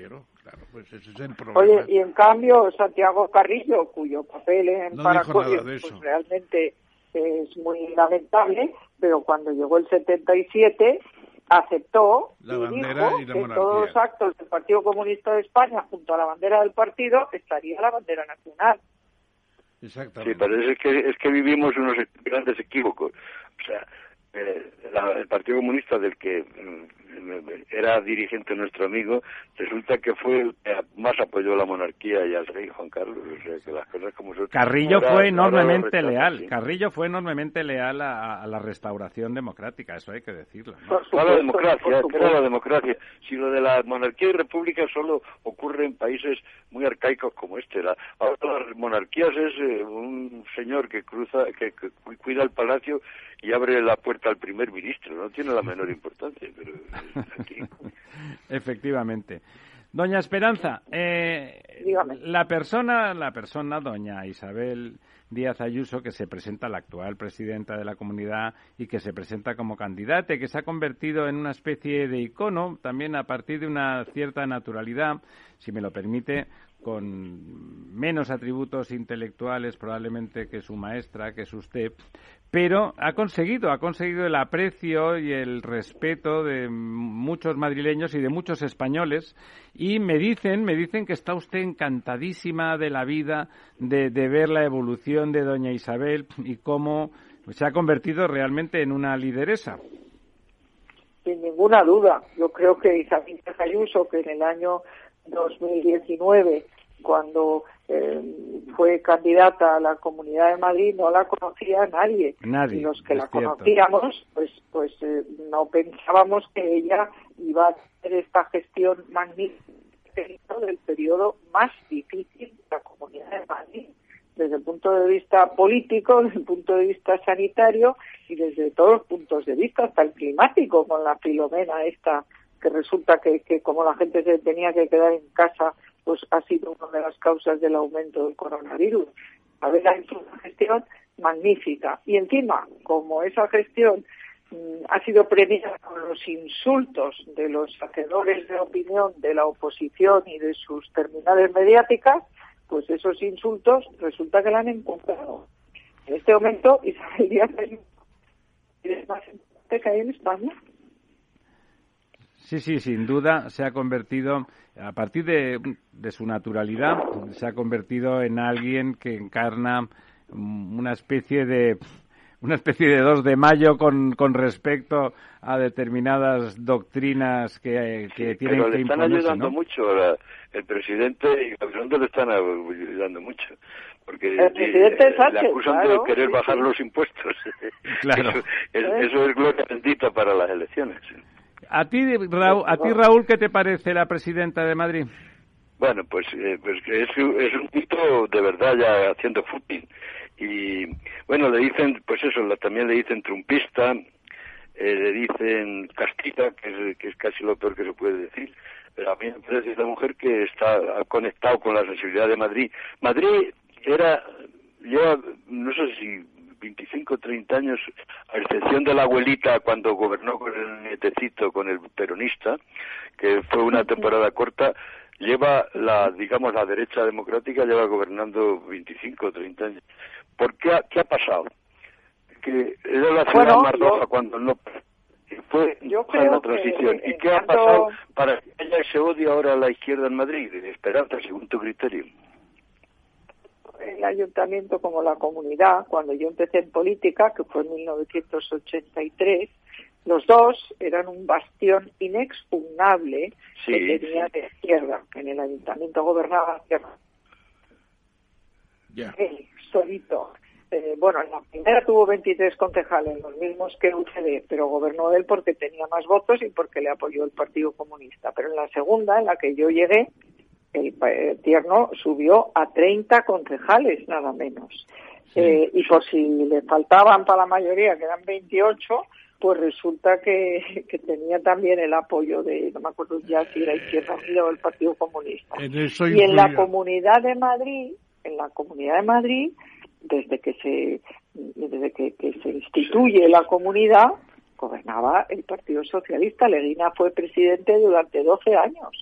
claro, pues ese es el problema. Oye, y en cambio Santiago Carrillo, cuyo papel en No Paracuellos dijo nada de eso. pues realmente es muy lamentable, pero cuando llegó el 77 aceptó La y bandera dijo y la que en monarquía. todos los actos del Partido Comunista de España, junto a la bandera del partido, estaría la bandera nacional. Exactamente. Sí, pero es que vivimos unos grandes equívocos. O sea, el Partido Comunista del que era dirigente nuestro amigo, resulta que fue el que más apoyó a la monarquía y al rey Juan Carlos. O sea, que las cosas como son. Carrillo Ahora- fue ahora enormemente lo rechazan, leal. sí. Carrillo fue enormemente leal a la restauración democrática, eso hay que decirlo, ¿no? Por A la supuesto, democracia, por que era la supuesto. democracia. Si lo de la monarquía y república solo ocurre en países muy arcaicos como este. Ahora las monarquías es un señor que cuida el palacio y abre la puerta al primer ministro. No tiene la menor importancia, pero aquí... Efectivamente. Doña Esperanza, Dígame. la persona, doña Isabel Díaz Ayuso, que se presenta la actual presidenta de la comunidad y que se presenta como candidata, y que se ha convertido en una especie de icono, también a partir de una cierta naturalidad, si me lo permite, con menos atributos intelectuales probablemente que su maestra, que es usted, pero ha conseguido el aprecio y el respeto de muchos madrileños y de muchos españoles, y me dicen que está usted encantadísima de la vida, de ver la evolución de doña Isabel y cómo se ha convertido realmente en una lideresa. Sin ninguna duda. Yo creo que Isabel Díaz Ayuso, que en el año 2019, cuando fue candidata a la Comunidad de Madrid, no la conocía nadie. Nadie, Y los que es la cierto. conocíamos, pues no pensábamos que ella iba a hacer esta gestión magnífica del periodo más difícil de la Comunidad de Madrid, desde el punto de vista político, desde el punto de vista sanitario y desde todos los puntos de vista, hasta el climático, con la Filomena esta, que resulta que como la gente se tenía que quedar en casa, pues ha sido una de las causas del aumento del coronavirus. A ver, ha hecho una gestión magnífica. Y encima, como esa gestión ha sido premiada con los insultos de los hacedores de opinión de la oposición y de sus terminales mediáticas, pues esos insultos resulta que la han encontrado. En este momento, Isabel Díaz es más importante que hay en España. Sí, sin duda se ha convertido, a partir de su naturalidad, se ha convertido en alguien que encarna una especie de 2 de mayo con respecto a determinadas doctrinas que tienen que imponerse, pero le están ayudando ¿no? mucho el presidente y Gabilondo le están ayudando mucho, porque el presidente le Sánchez, acusan claro, de querer sí, bajar sí. los impuestos. Claro. Eso es gloria bendita para las elecciones. ¿A ti, Raúl, qué te parece la presidenta de Madrid? Bueno, pues que es un tipo de verdad ya haciendo footing. Y bueno, le dicen, pues eso, también le dicen trumpista, le dicen castrita, que es casi lo peor que se puede decir. Pero a mí me parece esta mujer que ha conectado con la sensibilidad de Madrid. Madrid lleva, no sé si 25 o 30 años, a excepción de la abuelita cuando gobernó con el nietecito, con el peronista, que fue una temporada corta, lleva la derecha democrática lleva gobernando 25 o 30 años. ¿Por qué? ¿Qué ha pasado? Que era la ciudad más roja cuando no fue la transición. ¿Y qué ha pasado para que haya ese odio ahora a la izquierda en Madrid? De esperanza, según tu criterio. El ayuntamiento como la comunidad, cuando yo empecé en política, que fue en 1983, los dos eran un bastión inexpugnable que tenía de izquierda. En el ayuntamiento gobernaba izquierda. Él solito. Bueno, en la primera tuvo 23 concejales, los mismos que UCD, pero gobernó él porque tenía más votos y porque le apoyó el Partido Comunista. Pero en la segunda, en la que yo llegué, el Tierno subió a 30 concejales, nada menos. Y por si le faltaban para la mayoría, que eran 28, pues resulta que tenía también el apoyo de, no me acuerdo ya si era Izquierda Unida o el Partido Comunista. Y en la Comunidad de Madrid, desde que se instituye la comunidad, gobernaba el Partido Socialista. Leguina fue presidente durante 12 años.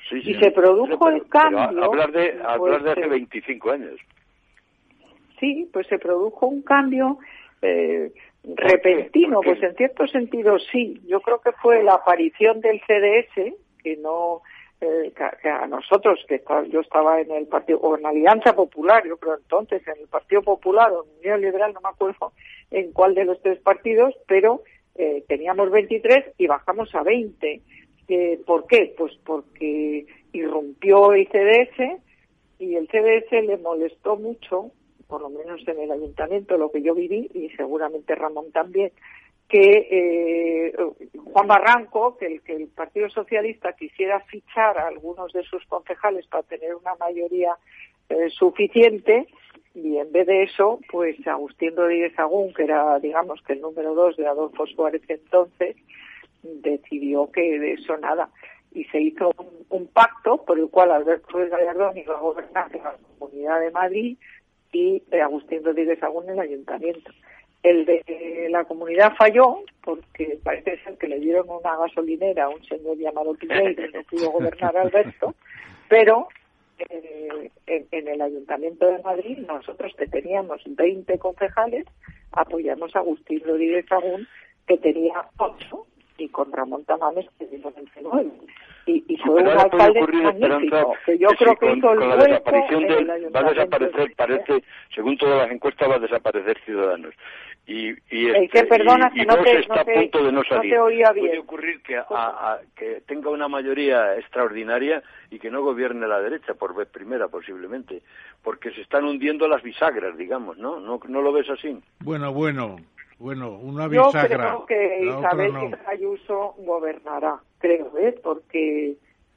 Sí, y se produjo el cambio. Pero hablar de hace 25 años. Sí, pues se produjo un cambio repentino, ¿Por qué? pues en cierto sentido sí. Yo creo que fue la aparición del CDS, que no, que a nosotros, yo estaba en el partido, o en Alianza Popular, yo creo entonces, en el Partido Popular o en Unión Liberal, no me acuerdo en cuál de los 3 partidos, pero teníamos 23 y bajamos a 20. ¿Por qué? Pues porque irrumpió el CDS y el CDS le molestó mucho, por lo menos en el ayuntamiento, lo que yo viví, y seguramente Ramón también, que Juan Barranco, que el Partido Socialista quisiera fichar a algunos de sus concejales para tener una mayoría suficiente, y en vez de eso, pues Agustín Rodríguez Agún, que era, digamos, que el número 2 de Adolfo Suárez entonces, decidió que de eso nada. Y se hizo un pacto por el cual Alberto Gallardón iba a gobernar la Comunidad de Madrid y Agustín Rodríguez Agún en el ayuntamiento. El de la comunidad falló porque parece ser que le dieron una gasolinera a un señor llamado Piñeiro y no pudo gobernar Alberto, pero en el Ayuntamiento de Madrid nosotros, que teníamos 20 concejales, apoyamos a Agustín Rodríguez Agún, que tenía 8, y con Ramón Tamames, que tenía 29. Y fue un alcalde magnífico, que yo creo que hizo el con la vuelco desaparición en el Ayuntamiento. va a desaparecer, parece, según todas las encuestas, va a desaparecer Ciudadanos. Y perdona, que no Vox está a punto de no salir. No te oía bien. Puede ocurrir que tenga una mayoría extraordinaria y que no gobierne la derecha por vez primera, posiblemente, porque se están hundiendo las bisagras, digamos, ¿no? ¿No lo ves así? Bueno, una bisagra. Yo creo que Isabel Ayuso gobernará, creo, porque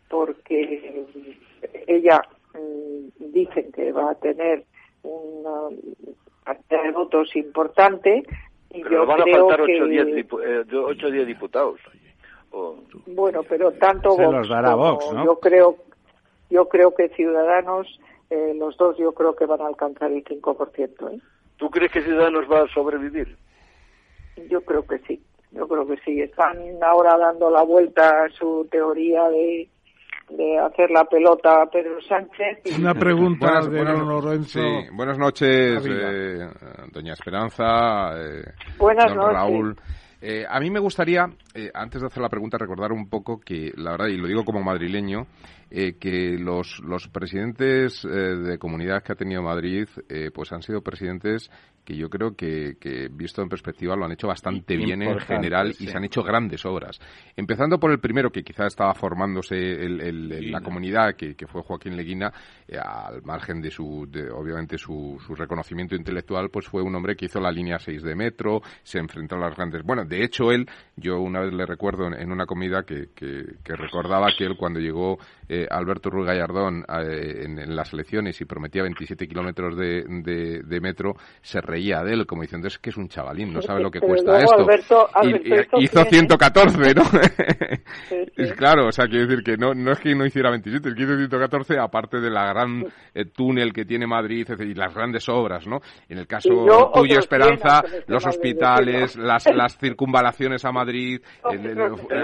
ella dicen que va a tener una cantidad de votos importante, y pero yo van a creo faltar que 8 o 10 diputados. Bueno, pero tanto se Vox los dará como Vox, ¿no? yo creo que Ciudadanos, los dos, yo creo que van a alcanzar el 5%. ¿Tú crees que Ciudadanos va a sobrevivir? Yo creo que sí. Están ahora dando la vuelta a su teoría de hacer la pelota a Pedro Sánchez. Una pregunta de don Lorenzo. Sí, buenas noches, doña Esperanza, Buenas don noches. Raúl. A mí me gustaría, antes de hacer la pregunta, recordar un poco que, la verdad, y lo digo como madrileño, que los presidentes de comunidades que ha tenido Madrid, pues han sido presidentes que yo creo que visto en perspectiva lo han hecho bastante bien en general, sí. Y se han hecho grandes obras. Empezando por el primero, que quizá estaba formándose la comunidad, que fue Joaquín Leguina, al margen de obviamente su reconocimiento intelectual, pues fue un hombre que hizo la línea 6 de metro, se enfrentó a las grandes... Bueno, de hecho yo una vez le recuerdo en una comida que recordaba que él, cuando llegó Alberto Ruiz Gallardón en las elecciones y prometía 27 kilómetros de metro, se reía de él como diciendo, es que es un chavalín, no sabe lo que cuesta esto. Alberto hizo 114, ¿no? Sí. Claro, o sea, quiero decir que no es que no hiciera 27, es que hizo 114, aparte de la gran túnel que tiene Madrid y las grandes obras, ¿no? En el caso tuyo, Esperanza, los hospitales, las circunvalaciones a Madrid... El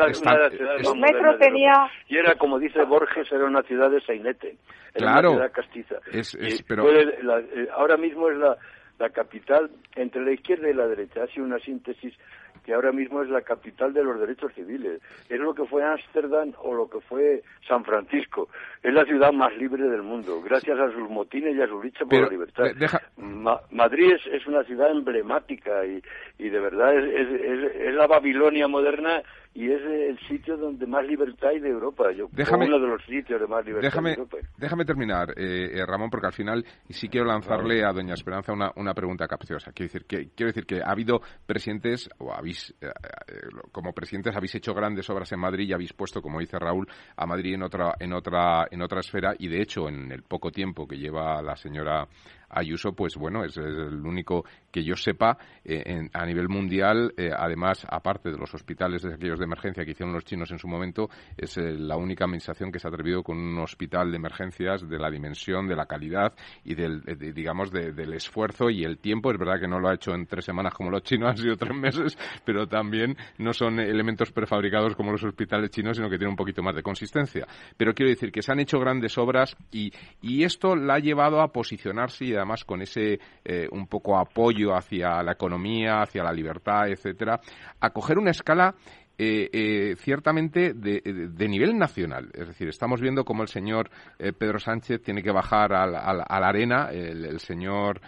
metro tenía... Y era, como dice Borges, era una ciudad de sainete, era claro, una ciudad castiza. Pero... ahora mismo es la capital, entre la izquierda y la derecha, ha sido una síntesis que ahora mismo es la capital de los derechos civiles. Es lo que fue Ámsterdam o lo que fue San Francisco. Es la ciudad más libre del mundo, gracias a sus motines y a su lucha por la libertad. Madrid es una ciudad emblemática y de verdad es la Babilonia moderna, y es el sitio donde más libertad hay de Europa. Uno de los sitios de más libertad de Europa. Déjame terminar, Ramón, porque al final sí quiero lanzarle a doña Esperanza una pregunta capciosa. Quiero decir que ha habido presidentes, o como presidentes habéis hecho grandes obras en Madrid y habéis puesto, como dice Raúl, a Madrid en otra esfera, y de hecho en el poco tiempo que lleva la señora Ayuso, pues bueno, es el único que yo sepa a nivel mundial, además, aparte de los hospitales de aquellos de emergencia que hicieron los chinos en su momento, es la única administración que se ha atrevido con un hospital de emergencias de la dimensión, de la calidad y del esfuerzo y el tiempo. Es verdad que no lo ha hecho en 3 semanas como los chinos, han sido 3 meses, pero también no son elementos prefabricados como los hospitales chinos, sino que tienen un poquito más de consistencia. Pero quiero decir que se han hecho grandes obras y esto la ha llevado a posicionarse, y además con ese un poco apoyo hacia la economía, hacia la libertad, etcétera, a coger una escala ciertamente de nivel nacional. Es decir, estamos viendo cómo el señor Pedro Sánchez tiene que bajar a la arena, el señor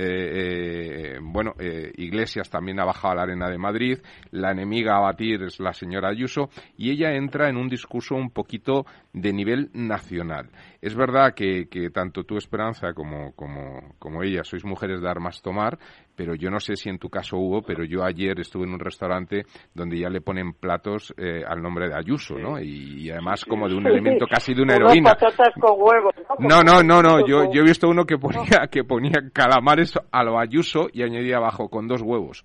Iglesias también ha bajado a la arena de Madrid, la enemiga a batir es la señora Ayuso, y ella entra en un discurso un poquito de nivel nacional. Es verdad que tanto tú, Esperanza, como ella sois mujeres de armas tomar, pero yo no sé si en tu caso hubo, pero yo ayer estuve en un restaurante donde ya le ponen platos al nombre de Ayuso, ¿no? Y además como de un elemento casi de una heroína. Patatas con huevos, ¿no? No. Yo he visto uno que ponía calamares a lo Ayuso y añadía abajo con 2 huevos.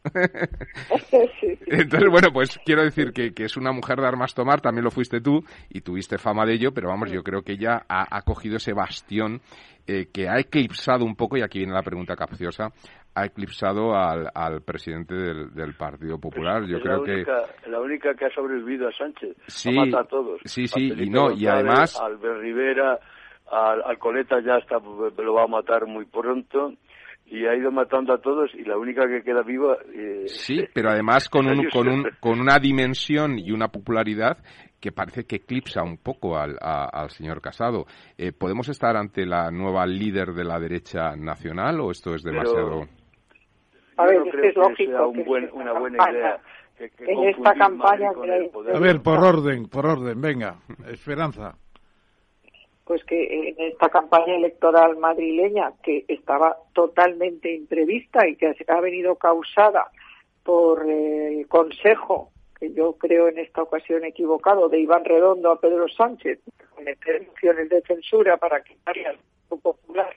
Entonces, bueno, pues quiero decir que es una mujer de armas tomar, también lo fuiste tú y tuviste fama de ello, pero vamos, yo creo que ella ha cogido ese bastión que ha eclipsado un poco, y aquí viene la pregunta capciosa, ha eclipsado al presidente del Partido Popular. Yo creo que la única que ha sobrevivido a Sánchez. Sí, ha matado a todos. Sí, y además a Albert Rivera, al Coleta ya lo va a matar muy pronto. Y ha ido matando a todos, y la única que queda viva... sí, pero además con una dimensión y una popularidad que parece que eclipsa un poco al señor Casado. ¿Podemos estar ante la nueva líder de la derecha nacional o esto es demasiado...? A ver, no creo es lógico sea que una buena idea. En esta campaña... A ver, por orden, venga, Esperanza. Pues que en esta campaña electoral madrileña, que estaba totalmente imprevista y que ha venido causada por el consejo, que yo creo en esta ocasión equivocado, de Iván Redondo a Pedro Sánchez, meter mociones de censura para quitarle al Grupo Popular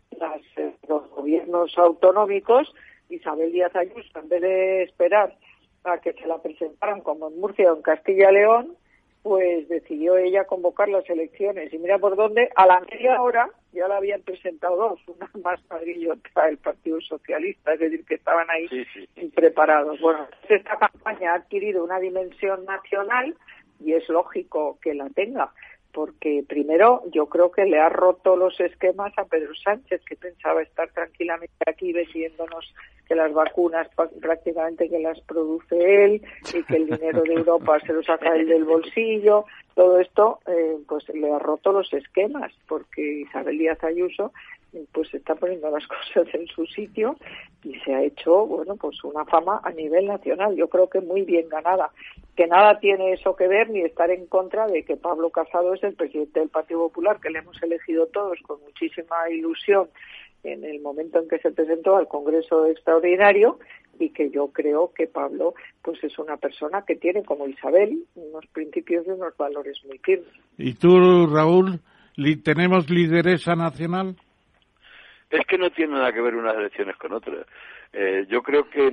los gobiernos autonómicos, Isabel Díaz Ayuso, en vez de esperar a que se la presentaran como en Murcia o en Castilla y León, pues decidió ella convocar las elecciones. Y mira por dónde, a la media hora ya la habían presentado 2, una más Madrid y otra el Partido Socialista, es decir, que estaban ahí preparados. Bueno, esta campaña ha adquirido una dimensión nacional y es lógico que la tenga, porque primero yo creo que le ha roto los esquemas a Pedro Sánchez, que pensaba estar tranquilamente aquí vendiéndonos que las vacunas prácticamente que las produce él y que el dinero de Europa se lo saca él del bolsillo. Todo esto pues le ha roto los esquemas, porque Isabel Díaz Ayuso pues está poniendo las cosas en su sitio y se ha hecho, bueno, pues una fama a nivel nacional. Yo creo que muy bien ganada, que nada tiene eso que ver ni estar en contra de que Pablo Casado es el presidente del Partido Popular, que le hemos elegido todos con muchísima ilusión en el momento en que se presentó al Congreso Extraordinario, y que yo creo que Pablo pues es una persona que tiene, como Isabel, unos principios y unos valores muy firmes. ¿Y tú, Raúl, tenemos lideresa nacional? Es que no tiene nada que ver unas elecciones con otras. Yo creo que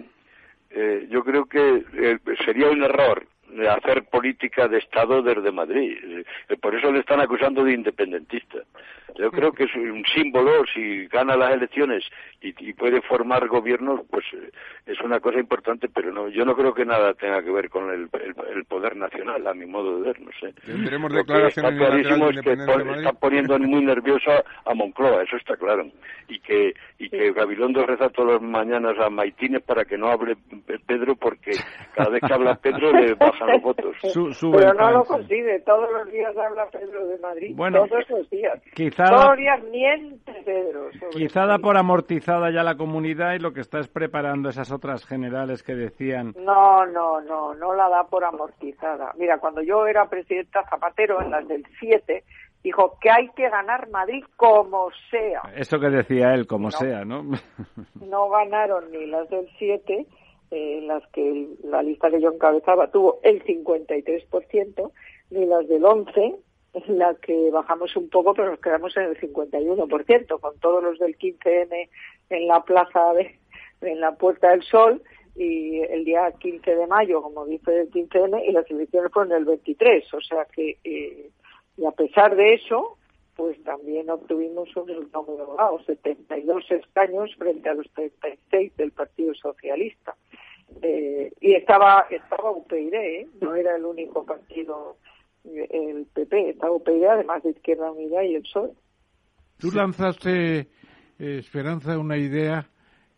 sería un error de hacer política de Estado desde Madrid. Por eso le están acusando de independentista. Yo creo que es un símbolo, si gana las elecciones y puede formar gobiernos, pues es una cosa importante, pero no, yo no creo que nada tenga que ver con el poder nacional, a mi modo de ver, no sé. Tendremos declaraciones está clarísimo es que está poniendo muy nerviosa a Moncloa, eso está claro. Y que Gabilondo reza todas las mañanas a maitines para que no hable Pedro, porque cada vez que habla Pedro le bajan los votos. Pero no lo consigue, todos los días habla Pedro de Madrid, todos los días. Todos los días miente Pedro. Quizá da por amortizada ya la comunidad y lo que está es preparando esas otras generales que decían... No la da por amortizada. Mira, cuando yo era presidenta, Zapatero, en las del 7, dijo que hay que ganar Madrid como sea. Eso que decía él, como sea, ¿no? No ganaron ni las del 7, en las que la lista que yo encabezaba tuvo el 53%, ni las del 11, en la que bajamos un poco, pero nos quedamos en el 51%, con todos los del 15M en la plaza en la Puerta del Sol, y el día 15 de mayo, como dice el 15M, y las elecciones fueron el 23, o sea que, y a pesar de eso, pues también obtuvimos un número bajo, 72 escaños frente a los 36 del Partido Socialista. Y estaba UPyD, no era el único partido, el PP, estaba UPyD, además de Izquierda Unida y el PSOE. Tú lanzaste, Esperanza, una idea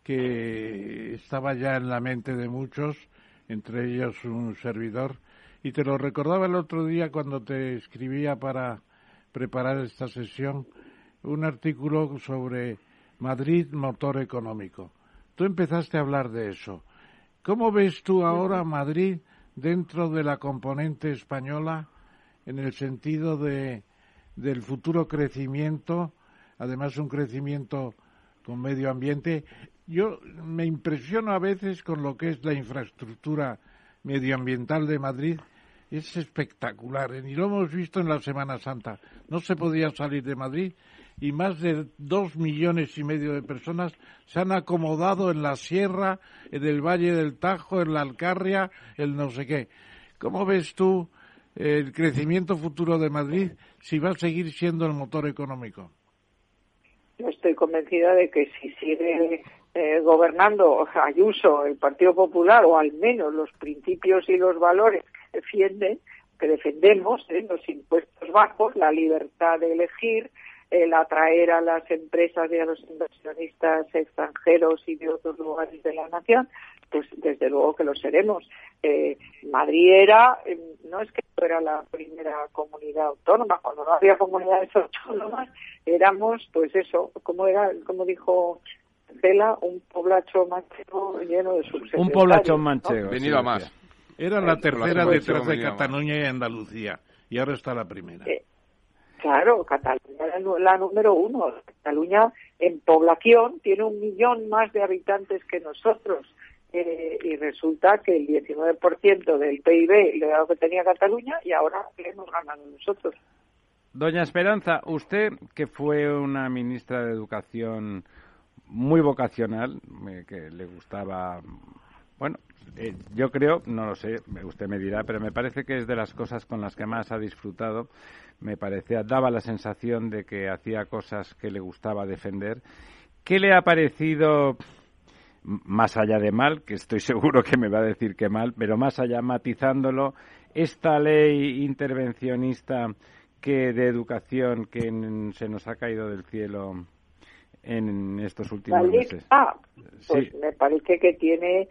que estaba ya en la mente de muchos, entre ellos un servidor, y te lo recordaba el otro día cuando te escribía para preparar esta sesión, un artículo sobre Madrid, motor económico. Tú empezaste a hablar de eso. ¿Cómo ves tú ahora Madrid dentro de la componente española en el sentido del futuro crecimiento, además un crecimiento con medio ambiente? Yo me impresiono a veces con lo que es la infraestructura medioambiental de Madrid. Es espectacular, y lo hemos visto en la Semana Santa. No se podía salir de Madrid y más de 2,5 millones de personas se han acomodado en la sierra, en el Valle del Tajo, en la Alcarria, el no sé qué. ¿Cómo ves tú el crecimiento futuro de Madrid si va a seguir siendo el motor económico? Yo estoy convencida de que si sigue gobernando Ayuso, el Partido Popular, o al menos los principios y los valores que defendemos, los impuestos bajos, la libertad de elegir, el atraer a las empresas y a los inversionistas extranjeros y de otros lugares de la nación, pues desde luego que lo seremos. Madrid era, no es que fuera la primera comunidad autónoma, cuando no había comunidades autónomas, éramos, pues eso, como dijo Cela, un poblacho manchego lleno de subsecretarios. Un poblacho manchego. ¿No? Venido a más. Era la tercera detrás de Cataluña y Andalucía, y ahora está la primera. Claro, Cataluña era la número 1. Cataluña en población tiene 1 millón más de habitantes que nosotros. Y resulta que el 19% del PIB era lo que tenía Cataluña y ahora le hemos ganado nosotros. Doña Esperanza, usted que fue una ministra de Educación muy vocacional, que le gustaba, bueno, yo creo, no lo sé, usted me dirá, pero me parece que es de las cosas con las que más ha disfrutado. Me parecía, daba la sensación de que hacía cosas que le gustaba defender. ¿Qué le ha parecido, más allá de mal, que estoy seguro que me va a decir que mal, pero más allá, matizándolo, esta ley intervencionista de educación que se nos ha caído del cielo en estos últimos meses? Pues sí. Me parece que tiene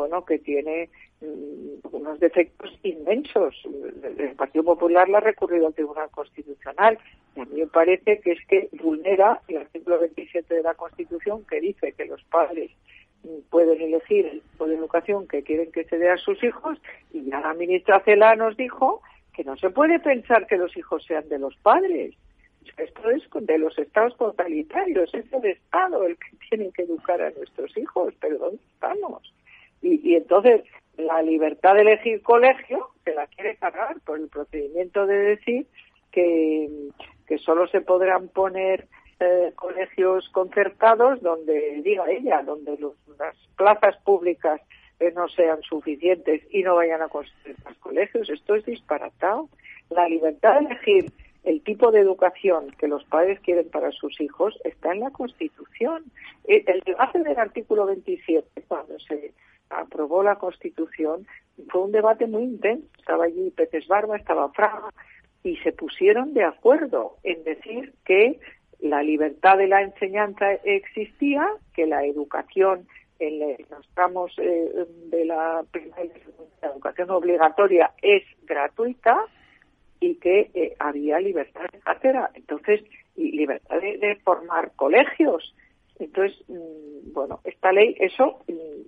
unos defectos inmensos. El Partido Popular la ha recurrido al Tribunal Constitucional y a mí me parece que es que vulnera el artículo 27 de la Constitución, que dice que los padres pueden elegir el tipo de educación que quieren que se dé a sus hijos, y ya la ministra Cela nos dijo que no se puede pensar que los hijos sean de los padres. Esto es de los estados totalitarios, es el Estado el que tiene que educar a nuestros hijos, pero ¿dónde estamos? Y entonces la libertad de elegir colegio se la quiere cargar por el procedimiento de decir que solo se podrán poner colegios concertados donde, diga ella, donde las plazas públicas no sean suficientes y no vayan a construir más colegios. Esto es disparatado. La libertad de elegir el tipo de educación que los padres quieren para sus hijos está en la Constitución. El debate del artículo 27, cuando se aprobó la Constitución, fue un debate muy intenso. Estaba allí Peces Barba, estaba Fraga, y se pusieron de acuerdo en decir que la libertad de la enseñanza existía, que la educación en los tramos de la primera y segunda educación obligatoria es gratuita y que había libertad de cátedra, entonces, y libertad de formar colegios. Entonces, esta ley eso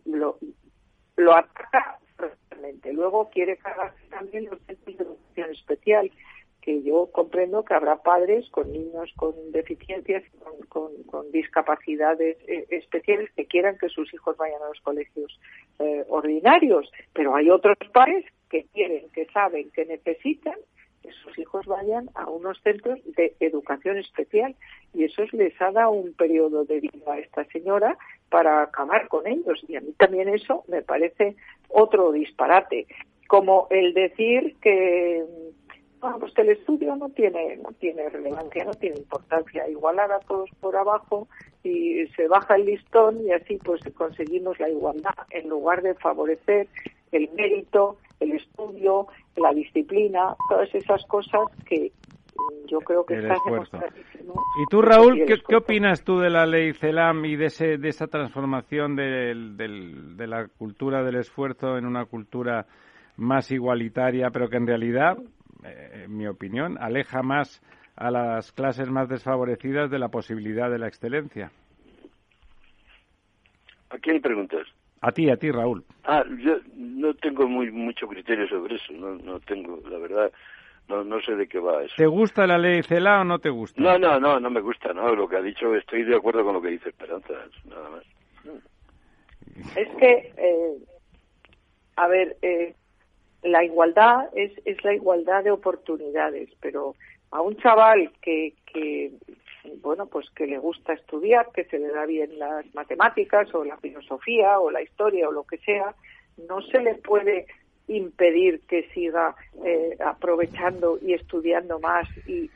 lo ataca fuertemente. Luego quiere cargarse también los centros de educación especial, que yo comprendo que habrá padres con niños con deficiencias, con discapacidades especiales que quieran que sus hijos vayan a los colegios ordinarios, pero hay otros padres que quieren, que saben, que necesitan que sus hijos vayan a unos centros de educación especial, y eso les ha dado un periodo de vida a esta señora para acabar con ellos, y a mí también eso me parece otro disparate, como el decir que pues que el estudio no tiene relevancia, no tiene importancia, igualar a todos por abajo y se baja el listón y así pues conseguimos la igualdad en lugar de favorecer el mérito, el estudio, la disciplina, todas esas cosas que yo creo que está demostradísimo. ¿Y tú, Raúl, qué opinas tú de la ley CELAM y de esa transformación de la cultura del esfuerzo en una cultura más igualitaria, pero que en realidad, en mi opinión, aleja más a las clases más desfavorecidas de la posibilidad de la excelencia? ¿A quién preguntas? A ti, Raúl. Yo no tengo mucho criterio sobre eso, no tengo, la verdad, no sé de qué va eso. ¿Te gusta la ley CELA o no te gusta? No me gusta, no, lo que ha dicho, estoy de acuerdo con lo que dice Esperanza, nada más. Es que, la igualdad es la igualdad de oportunidades, pero a un chaval que bueno, pues que le gusta estudiar, que se le da bien las matemáticas o la filosofía o la historia o lo que sea, no se le puede impedir que siga aprovechando y estudiando más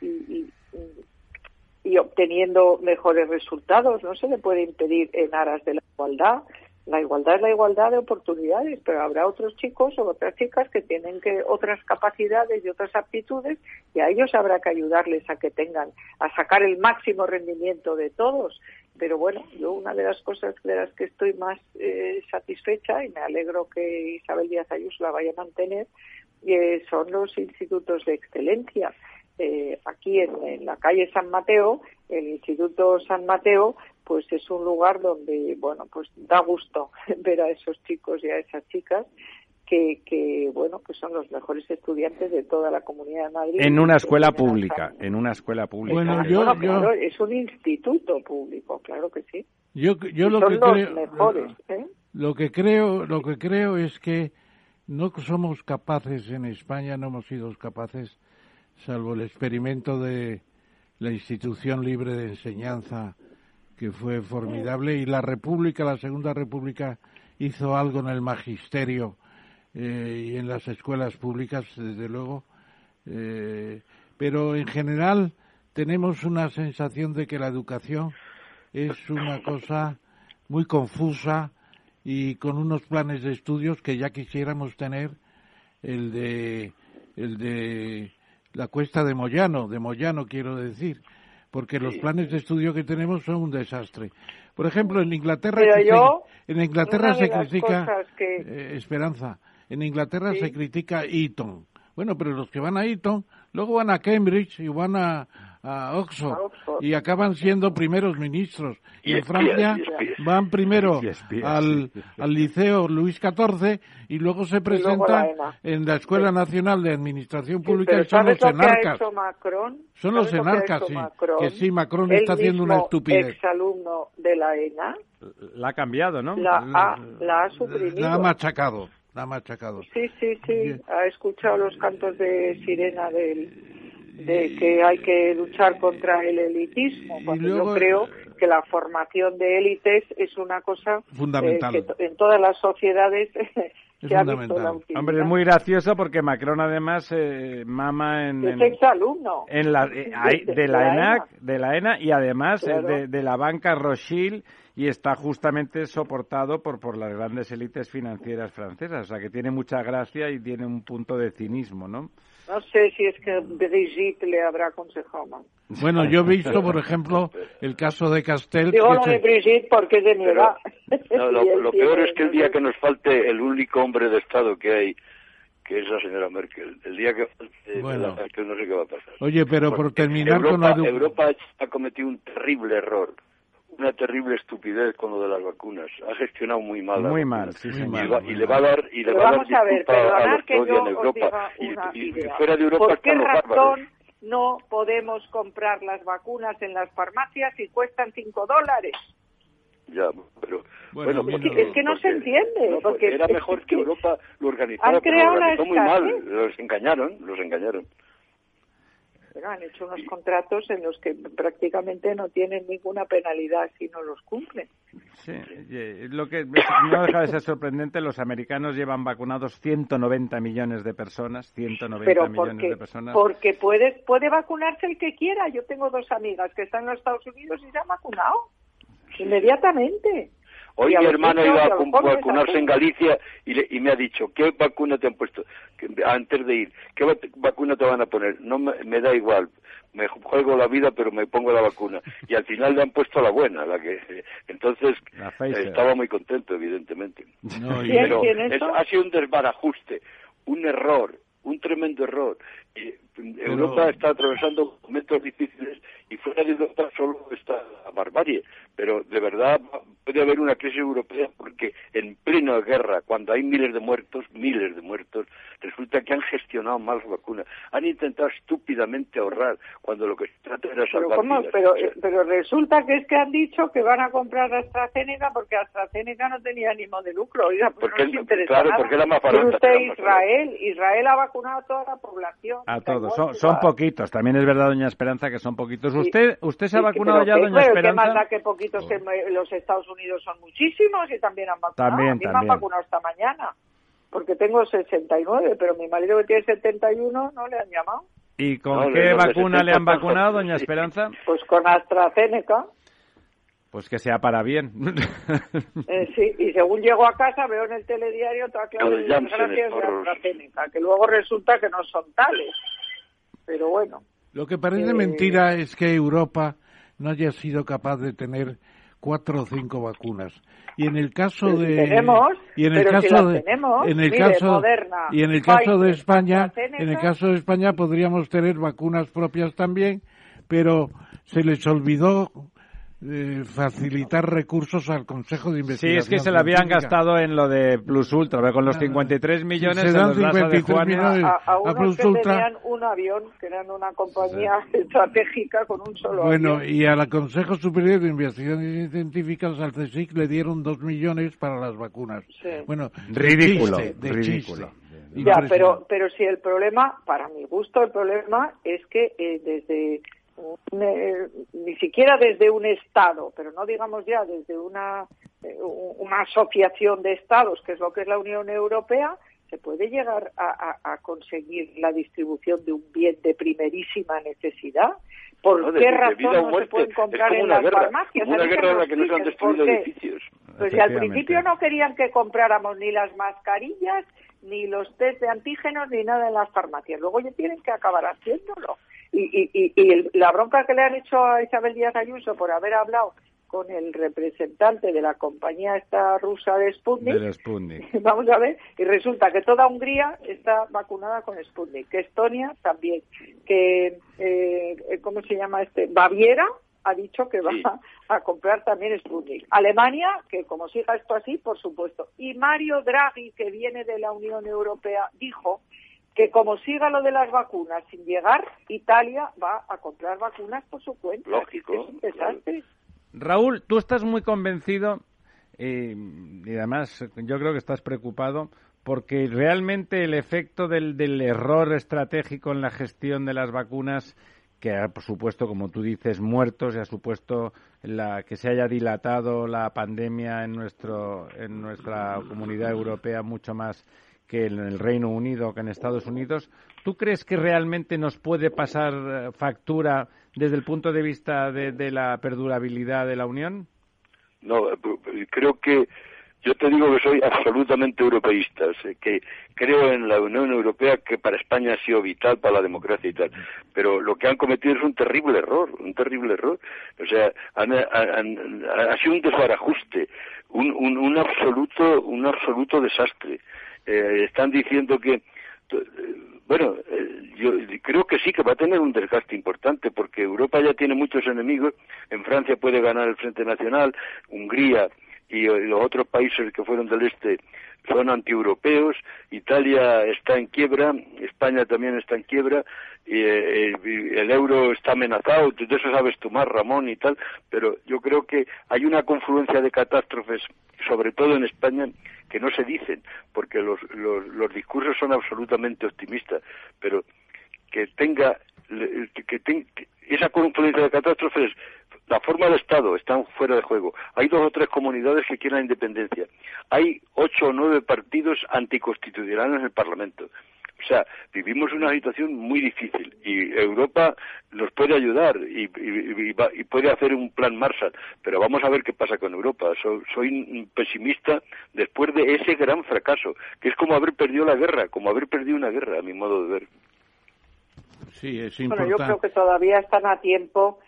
y obteniendo mejores resultados. No se le puede impedir en aras de la igualdad. La igualdad es la igualdad de oportunidades, pero habrá otros chicos o otras chicas que tienen otras capacidades y otras aptitudes, y a ellos habrá que ayudarles a que a sacar el máximo rendimiento de todos. Pero bueno, yo una de las cosas de las que estoy más satisfecha, y me alegro que Isabel Díaz Ayuso la vaya a mantener, son los institutos de excelencia. Aquí en la calle San Mateo, el Instituto San Mateo, pues es un lugar donde, bueno, pues da gusto ver a esos chicos y a esas chicas que son los mejores estudiantes de toda la Comunidad de Madrid. En una escuela pública, Bueno, claro, es un instituto público, claro que sí. Yo lo son que los creo, mejores, Lo que creo es que no somos capaces en España, no hemos sido capaces, salvo el experimento de la institución libre de enseñanza, que fue formidable, y la Segunda República, hizo algo en el magisterio y en las escuelas públicas, desde luego, pero en general tenemos una sensación de que la educación es una cosa muy confusa y con unos planes de estudios que ya quisiéramos tener el de la Cuesta de Moyano quiero decir, porque los planes de estudio que tenemos son un desastre. Por ejemplo, en Inglaterra se critica Esperanza. En Inglaterra se critica Eton. Bueno, pero los que van a Eton luego van a Cambridge y van a Oxford y acaban siendo primeros ministros. Y en Francia van primero al Liceo Luis XIV y luego se presentan en la Escuela Nacional de Administración Pública, y son los enarcas. Son los enarcas, sí. Que sí, Macron está haciendo una estupidez. Exalumno de la ENA. La ha cambiado, ¿no? La ha suprimido. La ha machacado. Sí. Ha escuchado los cantos de sirena de que hay que luchar contra el elitismo. Cuando yo creo que la formación de élites es una cosa fundamental que en todas las sociedades se ha visto la utilidad. Hombre, es muy gracioso porque Macron además mama es exalumno de la ENA y además de la banca Rothschild, y está justamente soportado por las grandes élites financieras francesas, o sea que tiene mucha gracia y tiene un punto de cinismo, ¿no? No sé si es que Brigitte le habrá aconsejado mal. Bueno, yo he visto, por ejemplo, el caso de Castel. Digo lo de Brigitte porque es de mi edad. No, lo peor es que el día que nos falte el único hombre de Estado que hay, que es la señora Merkel, el día que falte la Merkel no sé qué va a pasar. Oye, pero por terminar con la educación... Europa ha cometido un terrible error, una terrible estupidez con lo de las vacunas. Ha gestionado muy mal. Muy mal, sí, señor. Y le va a dar disculpa a los que odian Europa. Y fuera de Europa ¿por qué razón no podemos comprar las vacunas en las farmacias si cuestan $5? Ya, pero bueno, es que no se entiende. No, porque era mejor que Europa lo organizara, pero lo organizó muy mal. Los engañaron. Pero han hecho unos contratos en los que prácticamente no tienen ninguna penalidad si no los cumplen. Sí, lo que no deja de ser sorprendente, los americanos llevan vacunados 190 millones de personas, 190 millones de personas. Porque puede vacunarse el que quiera. Yo tengo 2 amigas que están en los Estados Unidos y se han vacunado. Inmediatamente. Hoy mi hermana iba a vacunarse en Galicia y me ha dicho, ¿qué vacuna te han puesto? Antes de ir, ¿qué vacuna te van a poner? No me da igual, me juego la vida, pero me pongo la vacuna. Y al final le han puesto la buena, entonces estaba muy contento, evidentemente. No, pero ha sido un desbarajuste, un error, un tremendo error. Europa está atravesando momentos difíciles y fuera de Europa solo está la barbarie, pero de verdad puede haber una crisis europea porque en plena guerra, cuando hay miles de muertos, resulta que han gestionado mal las vacunas, han intentado estúpidamente ahorrar cuando lo que se trata era salvar vidas. Pero resulta que es que han dicho que van a comprar AstraZeneca porque AstraZeneca no tenía ánimo de lucro, oiga, pues porque, no les interesa claro, nada. Porque era más barata. Pero usted, Israel ha vacunado a toda la población. A todos, son poquitos, también es verdad, doña Esperanza, que son poquitos. ¿Usted se ha vacunado ya, doña Esperanza? ¿Qué más da que poquitos? Que los Estados Unidos son muchísimos y también han vacunado. También. Me han vacunado esta mañana, porque tengo 69, pero mi marido que tiene 71 no le han llamado. ¿Y con qué vacuna le han vacunado, doña Esperanza? Pues con AstraZeneca. Pues que sea para bien. Sí, y según llego a casa veo en el telediario toda clase de desgracias de AstraZeneca, que luego resulta que no son tales. Pero bueno. Lo que parece mentira es que Europa no haya sido capaz de tener 4 o 5 vacunas. Y en el caso de España podríamos tener vacunas propias también, pero se les olvidó facilitar recursos al Consejo de Investigación. Sí, es que se le habían gastado en lo de Plus Ultra, pero con los 53 millones se dan 53 millones a unos que tenían un avión, que eran una compañía estratégica con un solo avión. Bueno, y al Consejo Superior de Investigaciones Científicas, al CSIC, le dieron 2 millones para las vacunas. Sí. Bueno, ridículo. Ya, pero si el problema, para mi gusto, el problema es que desde ni siquiera desde un Estado, pero no digamos ya desde una asociación de Estados, que es lo que es la Unión Europea, se puede llegar a conseguir la distribución de un bien de primerísima necesidad. ¿Por qué razón no se pueden comprar en las farmacias? Una guerra en la que no se han destruido edificios. Pues si al principio no querían que compráramos ni las mascarillas, ni los test de antígenos, ni nada en las farmacias. Luego ya tienen que acabar haciéndolo. Y la bronca que le han hecho a Isabel Díaz Ayuso por haber hablado con el representante de la compañía esta rusa de Sputnik. Vamos a ver, y resulta que toda Hungría está vacunada con Sputnik, que Estonia también, que ¿cómo se llama Baviera ha dicho que va a comprar también Sputnik. Alemania, que como siga esto así, por supuesto. Y Mario Draghi, que viene de la Unión Europea, dijo que como siga lo de las vacunas sin llegar, Italia va a comprar vacunas por su cuenta. Lógico. Es un desastre. Claro. Raúl, tú estás muy convencido y además yo creo que estás preocupado porque realmente el efecto del error estratégico en la gestión de las vacunas, que ha, por supuesto, como tú dices, muertos, y ha supuesto que se haya dilatado la pandemia en nuestra comunidad europea mucho más que en el Reino Unido, que en Estados Unidos. ¿Tú crees que realmente nos puede pasar factura desde el punto de vista de la perdurabilidad de la Unión? No, creo que yo te digo que soy absolutamente europeísta, que creo en la Unión Europea, que para España ha sido vital para la democracia y tal, pero lo que han cometido es un terrible error. O sea, ha sido un desbarajuste, un absoluto desastre. Están diciendo que yo creo que sí, que va a tener un desgaste importante, porque Europa ya tiene muchos enemigos. En Francia puede ganar el Frente Nacional, Hungría y los otros países que fueron del este son antieuropeos, Italia está en quiebra, España también está en quiebra, y el euro está amenazado, de eso sabes tú más, Ramón, y tal, pero yo creo que hay una confluencia de catástrofes, sobre todo en España, que no se dicen, porque los discursos son absolutamente optimistas, pero que tenga esa confluencia de catástrofes, la forma de Estado está fuera de juego. Hay 2 o 3 comunidades que quieren la independencia. Hay 8 o 9 partidos anticonstitucionales en el Parlamento. O sea, vivimos una situación muy difícil y Europa nos puede ayudar y puede hacer un plan Marshall, pero vamos a ver qué pasa con Europa. Soy pesimista después de ese gran fracaso, que es como haber perdido la guerra, como haber perdido una guerra, a mi modo de ver. Sí, es importante. Bueno, yo creo que todavía están a tiempo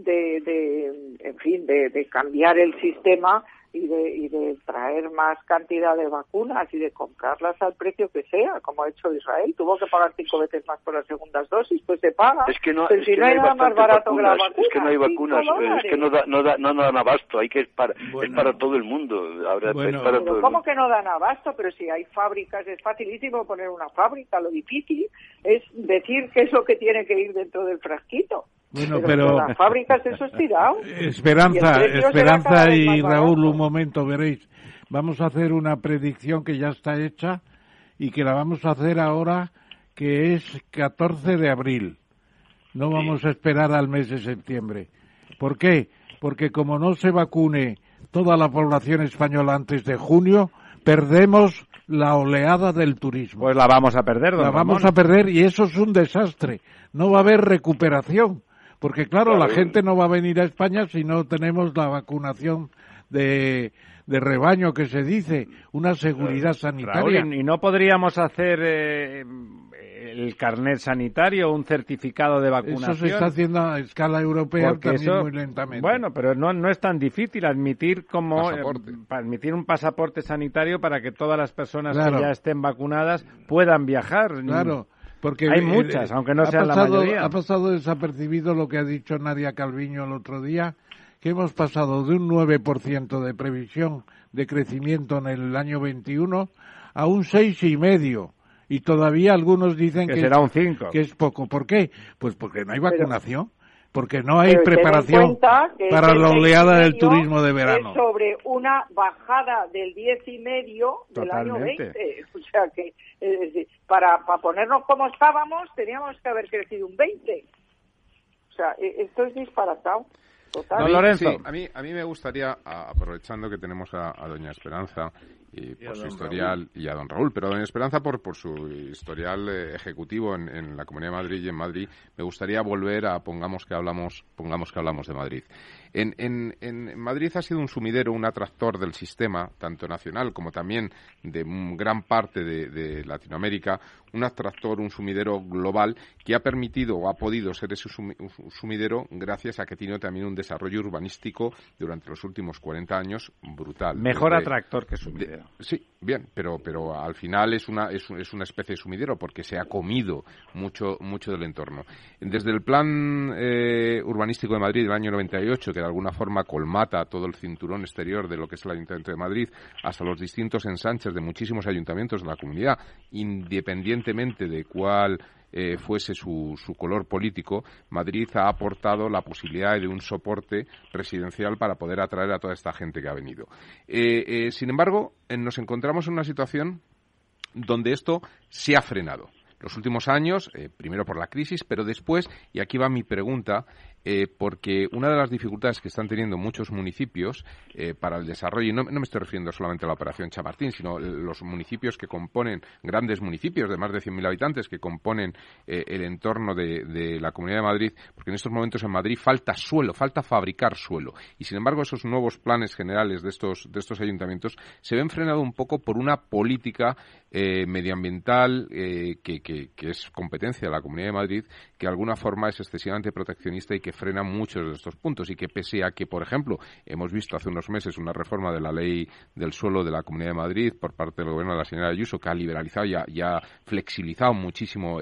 de cambiar el sistema y de traer más cantidad de vacunas y de comprarlas al precio que sea, como ha hecho Israel. Tuvo que pagar 5 veces más por las segundas dosis, pues se paga. Es que no, pero si no hay nada más barato que la vacuna. Es que no hay vacunas, es que no dan abasto, es para todo el mundo. Ahora bueno, es para pero todo ¿cómo el mundo. que no dan abasto? Pero si hay fábricas, es facilísimo poner una fábrica. Lo difícil es decir qué es lo que tiene que ir dentro del frasquito. Bueno, pero las fábricas eso es tirado. Esperanza y Raúl, un momento, veréis. Vamos a hacer una predicción que ya está hecha y que la vamos a hacer ahora, que es 14 de abril. No vamos a esperar al mes de septiembre. ¿Por qué? Porque como no se vacune toda la población española antes de junio, perdemos la oleada del turismo. Pues la vamos a perder, don Ramón. Vamos a perder y eso es un desastre. No va a haber recuperación. Porque, claro, la gente no va a venir a España si no tenemos la vacunación de rebaño, que se dice, una seguridad sanitaria. Raúl, ¿y no podríamos hacer el carnet sanitario, un certificado de vacunación? Eso se está haciendo a escala europea. Porque también muy lentamente. Bueno, pero no es tan difícil admitir admitir un pasaporte sanitario para que todas las personas que ya estén vacunadas puedan viajar. Claro. Porque hay muchas, aunque no sean la mayoría. Ha pasado desapercibido lo que ha dicho Nadia Calviño el otro día, que hemos pasado de un 9% de previsión de crecimiento en el año 21 a un 6,5%. Y todavía algunos dicen que será un 5%. Que es poco. ¿Por qué? Pues porque no hay vacunación. Porque no hay preparación para la oleada del turismo de verano. Es sobre una bajada del 10,5% del año 20. O sea que para ponernos como estábamos teníamos que haber crecido un 20%. O sea, esto es disparatado. Don Lorenzo. Sí, a mí me gustaría, aprovechando que tenemos a doña Esperanza y por su historial, Raúl. Y a don Raúl, pero a doña Esperanza por su historial ejecutivo en la Comunidad de Madrid y en Madrid, me gustaría volver a pongamos que hablamos de Madrid. En Madrid ha sido un sumidero, un atractor del sistema, tanto nacional como también de gran parte de Latinoamérica, un atractor, un sumidero global que ha permitido o ha podido ser ese sumidero gracias a que tiene también un desarrollo urbanístico durante los últimos 40 años brutal. Mejor atractor que sumidero. Sí, bien, pero al final es una especie de sumidero porque se ha comido mucho del entorno. Desde el plan urbanístico de Madrid del año 98, que de alguna forma colmata todo el cinturón exterior de lo que es el Ayuntamiento de Madrid, hasta los distintos ensanches de muchísimos ayuntamientos de la comunidad, independientemente de cuál fuese su color político, Madrid ha aportado la posibilidad de un soporte residencial para poder atraer a toda esta gente que ha venido. Sin embargo, nos encontramos en una situación donde esto se ha frenado. Los últimos años, primero por la crisis, pero después, y aquí va mi pregunta, porque una de las dificultades que están teniendo muchos municipios para el desarrollo, y no me estoy refiriendo solamente a la operación Chamartín, sino los municipios que componen, grandes municipios de más de 100.000 habitantes que componen el entorno de la Comunidad de Madrid, porque en estos momentos en Madrid falta suelo, falta fabricar suelo, y sin embargo esos nuevos planes generales de estos ayuntamientos se ven frenados un poco por una política medioambiental que es competencia de la Comunidad de Madrid, que de alguna forma es excesivamente proteccionista y que frena muchos de estos puntos, y que pese a que, por ejemplo, hemos visto hace unos meses una reforma de la ley del suelo de la Comunidad de Madrid por parte del gobierno de la señora Ayuso, que ha liberalizado y ha flexibilizado muchísimo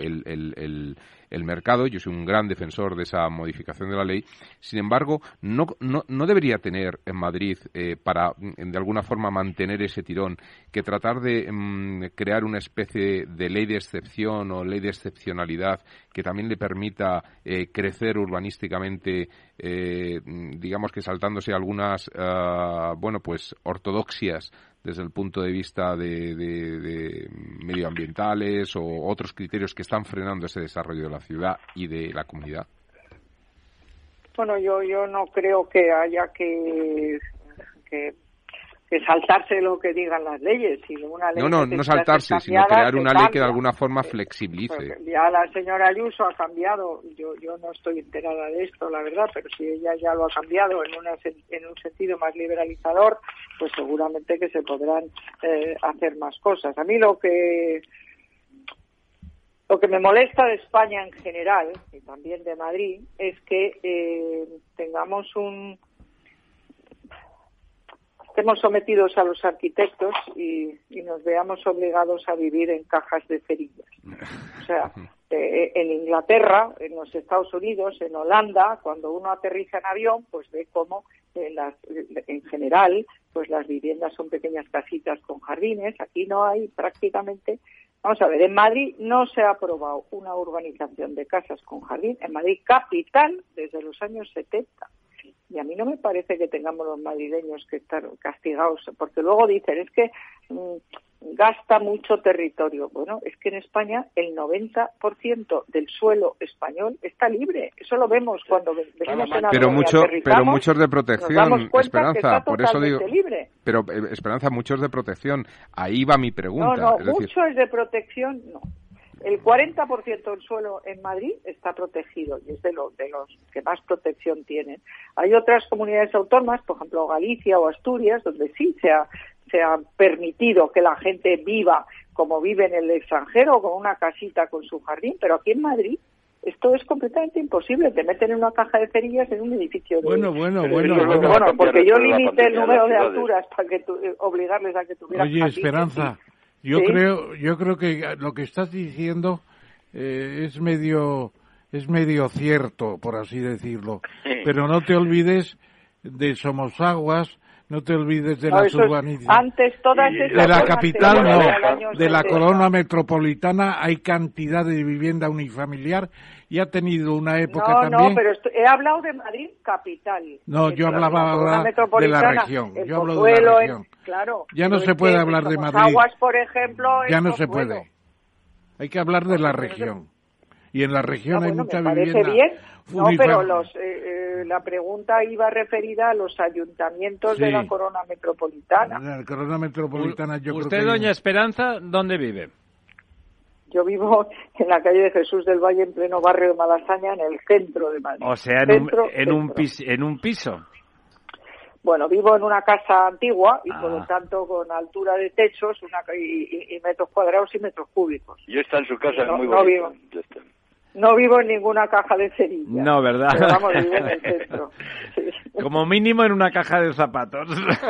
el mercado. Yo soy un gran defensor de esa modificación de la ley. Sin embargo, no debería tener en Madrid, para de alguna forma mantener ese tirón, que tratar de crear una especie de ley de excepción o ley de excepcionalidad que también le permita crecer urbanísticamente, digamos que saltándose algunas ortodoxias desde el punto de vista de medioambientales o otros criterios que están frenando ese desarrollo de la ciudad y de la comunidad? Bueno, yo no creo que haya que saltarse lo que digan las leyes. Si una ley no saltarse, sino crear una ley que de alguna forma flexibilice. Ya la señora Ayuso ha cambiado, yo no estoy enterada de esto, la verdad, pero si ella ya lo ha cambiado en un sentido más liberalizador, pues seguramente que se podrán hacer más cosas. A mí lo que me molesta de España en general, y también de Madrid, es que tengamos estemos sometidos a los arquitectos y nos veamos obligados a vivir en cajas de cerillas. O sea, en Inglaterra, en los Estados Unidos, en Holanda, cuando uno aterriza en avión, pues ve cómo en general pues las viviendas son pequeñas casitas con jardines. Aquí no hay prácticamente. Vamos a ver, en Madrid no se ha aprobado una urbanización de casas con jardín, en Madrid capital desde los años 70. Y a mí no me parece que tengamos los madrileños que estar castigados, porque luego dicen, es que gasta mucho territorio. Bueno, es que en España el 90% del suelo español está libre. Eso lo vemos cuando venimos en avión y aterrizamos. Pero muchos de protección, Esperanza, por eso digo. Libre. Pero, Esperanza, muchos de protección. Ahí va mi pregunta. No, mucho es de protección, no. El 40% del suelo en Madrid está protegido y es de los que más protección tienen. Hay otras comunidades autónomas, por ejemplo Galicia o Asturias, donde sí se ha permitido que la gente viva como vive en el extranjero, con una casita con su jardín, pero aquí en Madrid esto es completamente imposible. Te meten en una caja de cerillas en un edificio de... Bueno, porque yo limité el número de alturas para que obligarles a que tuvieran... Oye, Esperanza... Yo creo que lo que estás diciendo es medio cierto, por así decirlo. Pero no te olvides de Somosaguas, no te olvides de las urbanizaciones. Antes todas esas de la capital no, de la corona metropolitana hay cantidad de vivienda unifamiliar y ha tenido una época también. No, pero he hablado de Madrid capital. No, yo hablaba ahora de la región. Yo hablo de la región. Claro. Ya no se puede hablar de Madrid. Aguas, por ejemplo. Ya no se puede. Hay que hablar de la región. Y en la región hay mucha vivienda. Bien. No, pero la pregunta iba referida a los ayuntamientos de la corona metropolitana. La corona metropolitana, yo creo que... ¿Usted, doña Esperanza, dónde vive? Yo vivo en la calle de Jesús del Valle, en pleno barrio de Malasaña, en el centro de Madrid. O sea, en un piso. Bueno, vivo en una casa antigua y por lo tanto con altura de techos y metros cuadrados y metros cúbicos. Y está en su casa muy bonito. No vivo en ninguna caja de cerillas. No, ¿verdad? Pero vamos, vivo en el centro. Sí. Como mínimo en una caja de zapatos.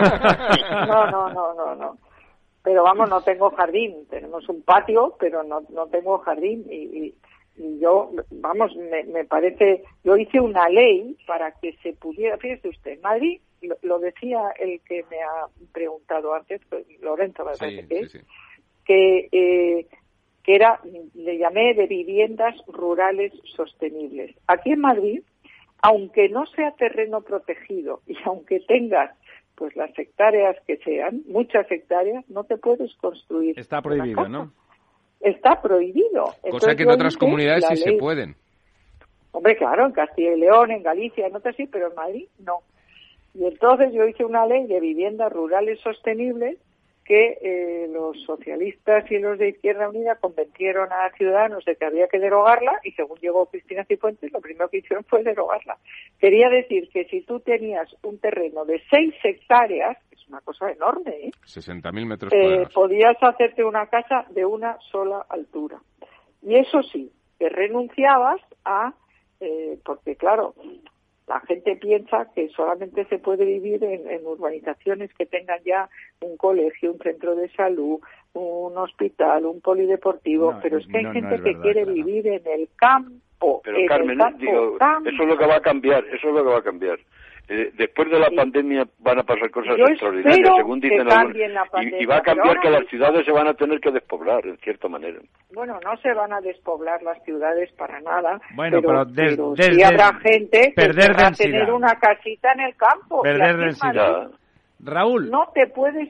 No. Pero vamos, no tengo jardín. Tenemos un patio, pero no tengo jardín. Y yo, vamos, me parece... Yo hice una ley para que se pudiera... Fíjese usted, Madrid, lo decía el que me ha preguntado antes, Lorenzo, me parece que es, que era, le llamé de viviendas rurales sostenibles. Aquí en Madrid, aunque no sea terreno protegido y aunque tengas pues las hectáreas que sean, muchas hectáreas, no te puedes construir. Está prohibido, ¿no? Está prohibido. Cosa entonces, que en otras comunidades sí se pueden. Hombre, claro, en Castilla y León, en Galicia, en otras sí, pero en Madrid no. Y entonces yo hice una ley de viviendas rurales sostenibles que los socialistas y los de Izquierda Unida convencieron a Ciudadanos de que había que derogarla y según llegó Cristina Cifuentes lo primero que hicieron fue derogarla. Quería decir que si tú tenías un terreno de 6 hectáreas, es una cosa enorme, 60.000 metros cuadrados, podías hacerte una casa de una sola altura. Y eso sí, que renunciabas a, porque claro, la gente piensa que solamente se puede vivir en urbanizaciones que tengan ya un colegio, un centro de salud, un hospital, un polideportivo, pero es que hay gente que quiere vivir en el campo. Pero Carmen, eso es lo que va a cambiar, después de la pandemia van a pasar cosas extraordinarias, según dicen algunos, y va a cambiar que las ciudades se van a tener que despoblar, en cierta manera. Bueno, no se van a despoblar las ciudades para nada, bueno, pero sí habrá gente que va a tener una casita en el campo. Perder densidad. Raúl. No te puedes...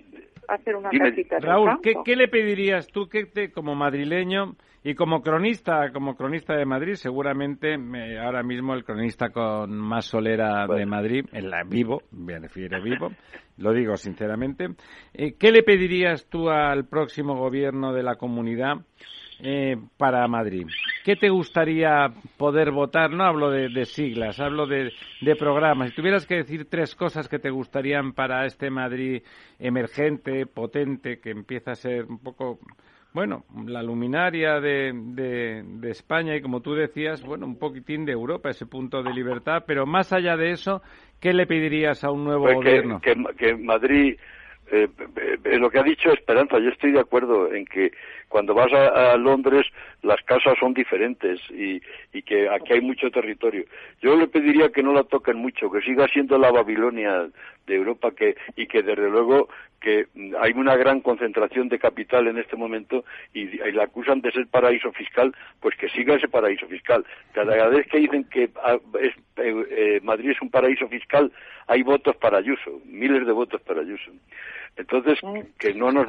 hacer una Dime, casita en el Raúl, campo. ¿qué le pedirías tú como madrileño y como cronista de Madrid? Seguramente ahora mismo el cronista con más solera de Madrid, me refiero vivo, lo digo sinceramente. ¿Qué le pedirías tú al próximo gobierno de la comunidad para Madrid? ¿Qué te gustaría poder votar? No hablo de siglas, hablo de programas. Si tuvieras que decir 3 cosas que te gustarían para este Madrid emergente, potente, que empieza a ser un poco, bueno, la luminaria de España y, como tú decías, bueno, un poquitín de Europa, ese punto de libertad, pero más allá de eso, ¿qué le pedirías a un nuevo gobierno? Que Madrid... lo que ha dicho Esperanza, yo estoy de acuerdo en que cuando vas a Londres las casas son diferentes y que aquí hay mucho territorio. Yo le pediría que no la toquen mucho, que siga siendo la Babilonia de Europa, y que desde luego que hay una gran concentración de capital en este momento y la acusan de ser paraíso fiscal, pues que siga ese paraíso fiscal. Cada vez que dicen que Madrid es un paraíso fiscal, hay votos para Ayuso, miles de votos para Ayuso. Entonces, que no nos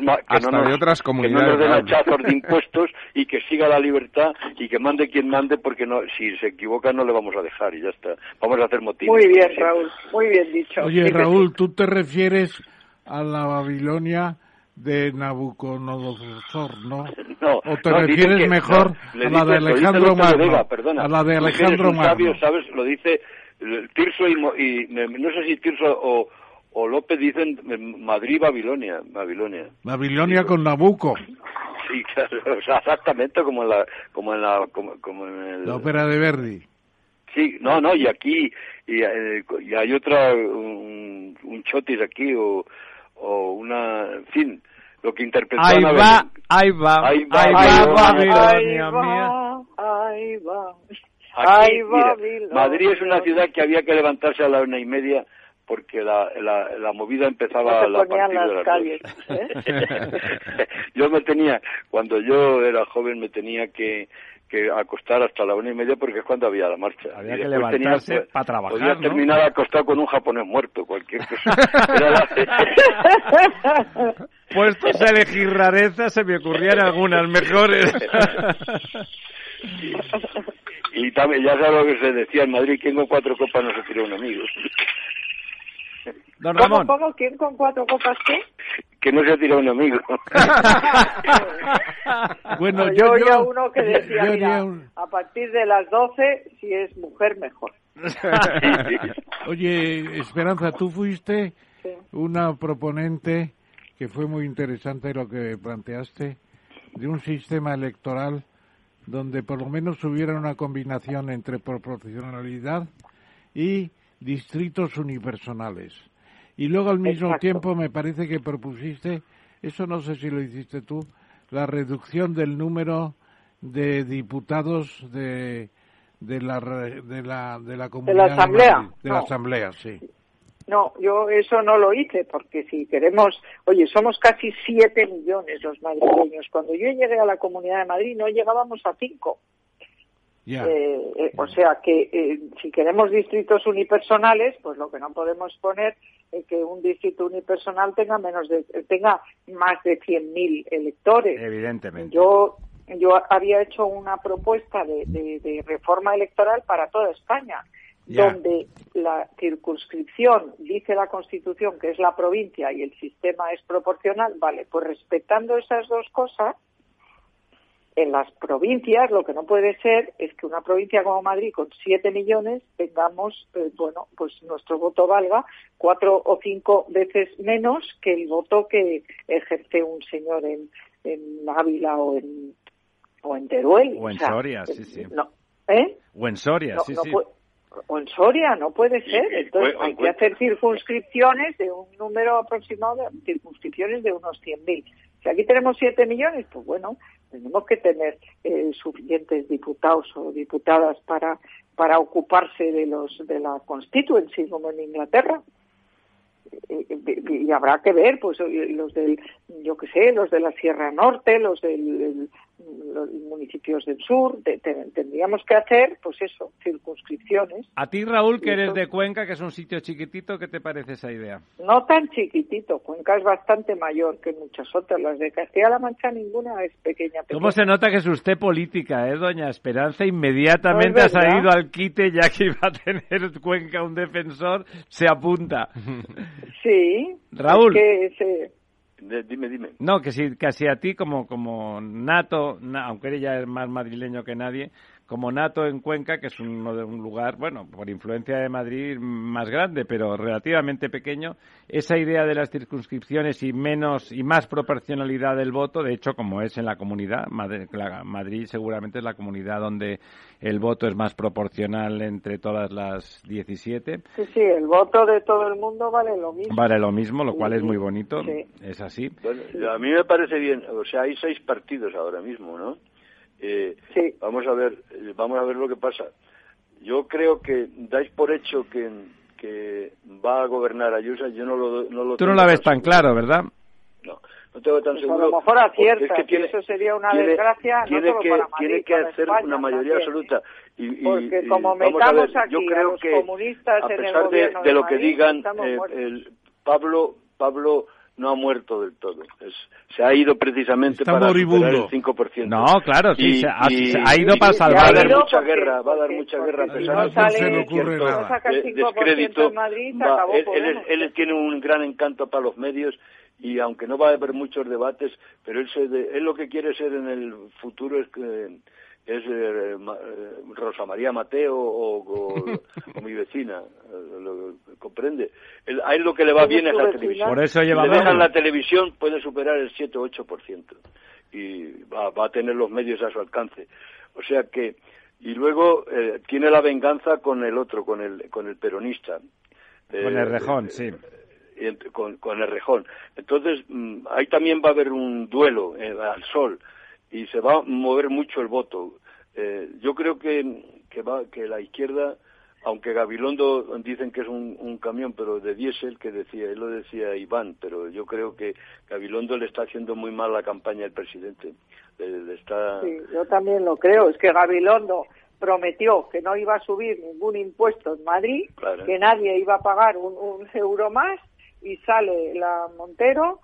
den hachazos de impuestos y que siga la libertad y que mande quien mande, porque si se equivoca no le vamos a dejar y ya está. Vamos a hacer motines. Muy bien, Raúl, muy bien dicho. Oye, Raúl, tú te refieres a la Babilonia de Nabucodonosor, ¿no? No. ¿O te refieres mejor a la de Alejandro Magno? Perdona. A la de Alejandro Magno. Sabio, ¿sabes? Lo dice Tirso y no sé si Tirso o López dicen Madrid, Babilonia. Babilonia con Nabucco. Sí, claro, o sea, exactamente como en la ópera de Verdi. Sí, no, y aquí y hay otra un chotis aquí o una, en fin, lo que interpretó Ahí va, Babilonia mía. Ahí va. Aquí, mira, Madrid es una ciudad que había que levantarse a la 1:30 porque la movida empezaba a partir de las calles, 2. Yo cuando yo era joven me tenía que acostar hasta la 1:30 porque es cuando había la marcha. Había que levantarse para trabajar, podía terminar acostado con un japonés muerto, cualquier cosa. Puestos a elegir rarezas, se me ocurrían algunas mejores. Y también, ya sabes lo que se decía en Madrid, quien con 4 copas no se tira un amigo. Don Ramón. ¿Cómo? ¿Quién con 4 copas qué? Que no se tira un amigo. Bueno, yo oía uno que decía, a partir de las 12, si es mujer, mejor. Oye, Esperanza, tú fuiste una proponente que fue muy interesante lo que planteaste, de un sistema electoral donde por lo menos hubiera una combinación entre proporcionalidad y distritos unipersonales. Y luego al mismo tiempo me parece que propusiste, eso no sé si lo hiciste tú, la reducción del número de diputados de la comunidad de la asamblea. La asamblea, sí. No, yo eso no lo hice, porque si queremos... Oye, somos casi 7 millones los madrileños. Cuando yo llegué a la Comunidad de Madrid no llegábamos a 5. Yeah. O sea que si queremos distritos unipersonales, pues lo que no podemos poner es que un distrito unipersonal tenga más de 100.000 electores. Evidentemente. Yo había hecho una propuesta de reforma electoral para toda España, donde la circunscripción, dice la Constitución, que es la provincia y el sistema es proporcional. Vale, pues respetando esas dos cosas, en las provincias lo que no puede ser es que una provincia como Madrid con 7 millones tengamos, pues nuestro voto valga 4 o 5 veces menos que el voto que ejerce un señor en Ávila o en Teruel. O en Soria, sí. No, O en Soria, sí. O en Soria, no puede ser. Entonces hay que hacer circunscripciones de un número aproximado, circunscripciones de unos 100.000. Si aquí tenemos 7 millones, pues bueno, tenemos que tener suficientes diputados o diputadas para ocuparse de la constituency, como en Inglaterra. y habrá que ver, pues los del, yo qué sé, los de la Sierra Norte, los municipios del sur, tendríamos que hacer, pues eso, circunscripciones. A ti, Raúl, que eres de Cuenca, que es un sitio chiquitito, ¿qué te parece esa idea? No tan chiquitito, Cuenca es bastante mayor que muchas otras, las de Castilla-La Mancha ninguna es pequeña. ¿Cómo se nota que es usted política, doña Esperanza? Inmediatamente ha salido al quite, ya que iba a tener Cuenca un defensor, se apunta. Sí. Raúl. Dime. No, que si casi a ti como nato, aunque él ya es más madrileño que nadie, como nato en Cuenca, que es un lugar, bueno, por influencia de Madrid más grande, pero relativamente pequeño, esa idea de las circunscripciones y más proporcionalidad del voto, de hecho, como es en la comunidad, Madrid seguramente es la comunidad donde el voto es más proporcional entre todas las 17. Sí, el voto de todo el mundo vale lo mismo. Vale lo mismo, lo cual es muy bonito, es así. Bueno, a mí me parece bien, o sea, hay 6 partidos ahora mismo, ¿no? Sí. Vamos a ver lo que pasa. Yo creo que dais por hecho que va a gobernar Ayuso. Yo no lo Tú no la ves tan claro, ¿verdad? No tengo tan seguro. A lo mejor acierta, es que eso sería una desgracia. Tiene que hacer una mayoría absoluta. Porque como metamos aquí yo creo a los comunistas a en el pesar gobierno de lo Madrid, que digan, Pablo no ha muerto del todo. Se ha ido precisamente Está para moribundo. superar el 5%. No, claro, sí, se ha ido para salvar. Va a dar mucha guerra, a pesar de descrédito. En Madrid, él tiene un gran encanto para los medios y aunque no va a haber muchos debates, pero él lo que quiere ser en el futuro es Rosa María Mateo o mi vecina, ¿comprende? A él lo que le va bien es la televisión. Por eso si le dejan la televisión puede superar el 7 o 8% y va a tener los medios a su alcance. O sea que, y luego tiene la venganza con el otro, con el peronista. Con el Rejón, sí. Con el Rejón. Entonces, ahí también va a haber un duelo al sol y se va a mover mucho el voto. Yo creo que la izquierda, aunque Gabilondo dicen que es un camión, pero de diésel, él lo decía Iván, pero yo creo que Gabilondo le está haciendo muy mal la campaña al presidente. Sí, yo también lo creo. Es que Gabilondo prometió que no iba a subir ningún impuesto en Madrid, claro, que nadie iba a pagar un euro más, y sale la Montero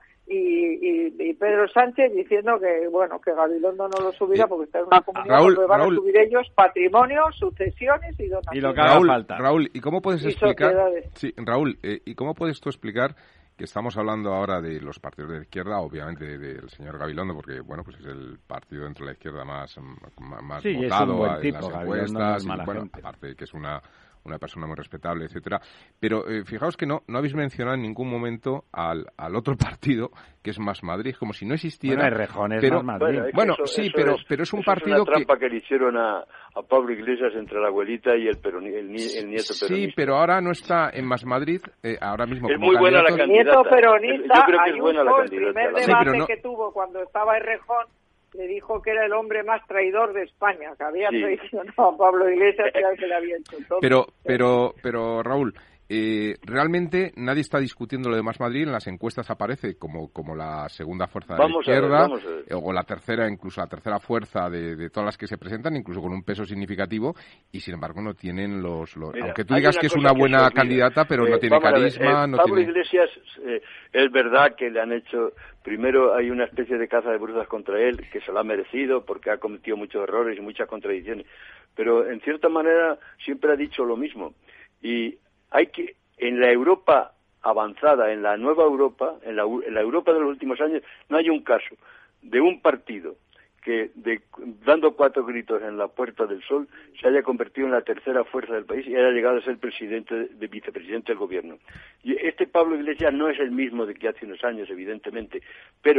y Pedro Sánchez diciendo que Gabilondo no lo subirá porque está en una comunidad donde van a subir ellos patrimonio, sucesiones y donaciones. Y lo que haga falta. Raúl, ¿y cómo puedes explicar? Sí, Raúl, ¿y cómo puedes tú explicar que estamos hablando ahora de los partidos de la izquierda, obviamente del señor Gabilondo, porque bueno, pues es el partido dentro de la izquierda más votado en las encuestas, aparte de que es una persona muy respetable, etcétera, pero fijaos que no habéis mencionado en ningún momento al otro partido que es Más Madrid, como si no existiera. Bueno, Rejón es Más Madrid. Bueno, pero es un partido es una trampa que le hicieron a Pablo Iglesias entre la abuelita y el nieto peronista. Sí, pero ahora no está en Más Madrid, ahora mismo es como muy buena candidato. la candidata. El nieto peronista, yo creo que es buena la candidata. El primer debate que tuvo cuando estaba en Rejón, le dijo que era el hombre más traidor de España, que había traicionado a Pablo Iglesias, que se le había hecho todo. Pero Raúl, realmente nadie está discutiendo lo de Más Madrid. En las encuestas aparece como la segunda fuerza de la izquierda, o la tercera, incluso la tercera fuerza de todas las que se presentan, incluso con un peso significativo, y sin embargo no tienen Mira, aunque tú digas que es una buena candidata, pero no tiene carisma. Pablo Iglesias, es verdad que le han hecho. Primero hay una especie de caza de bruzas contra él, que se lo ha merecido porque ha cometido muchos errores y muchas contradicciones. Pero en cierta manera siempre ha dicho lo mismo. Y hay que, en la Europa avanzada, en la nueva Europa, en la Europa de los últimos años, no hay un caso de un partido que dando 4 gritos en la Puerta del Sol se haya convertido en la tercera fuerza del país y haya llegado a ser vicepresidente del gobierno. Y este Pablo Iglesias no es el mismo de que hace unos años, evidentemente, pero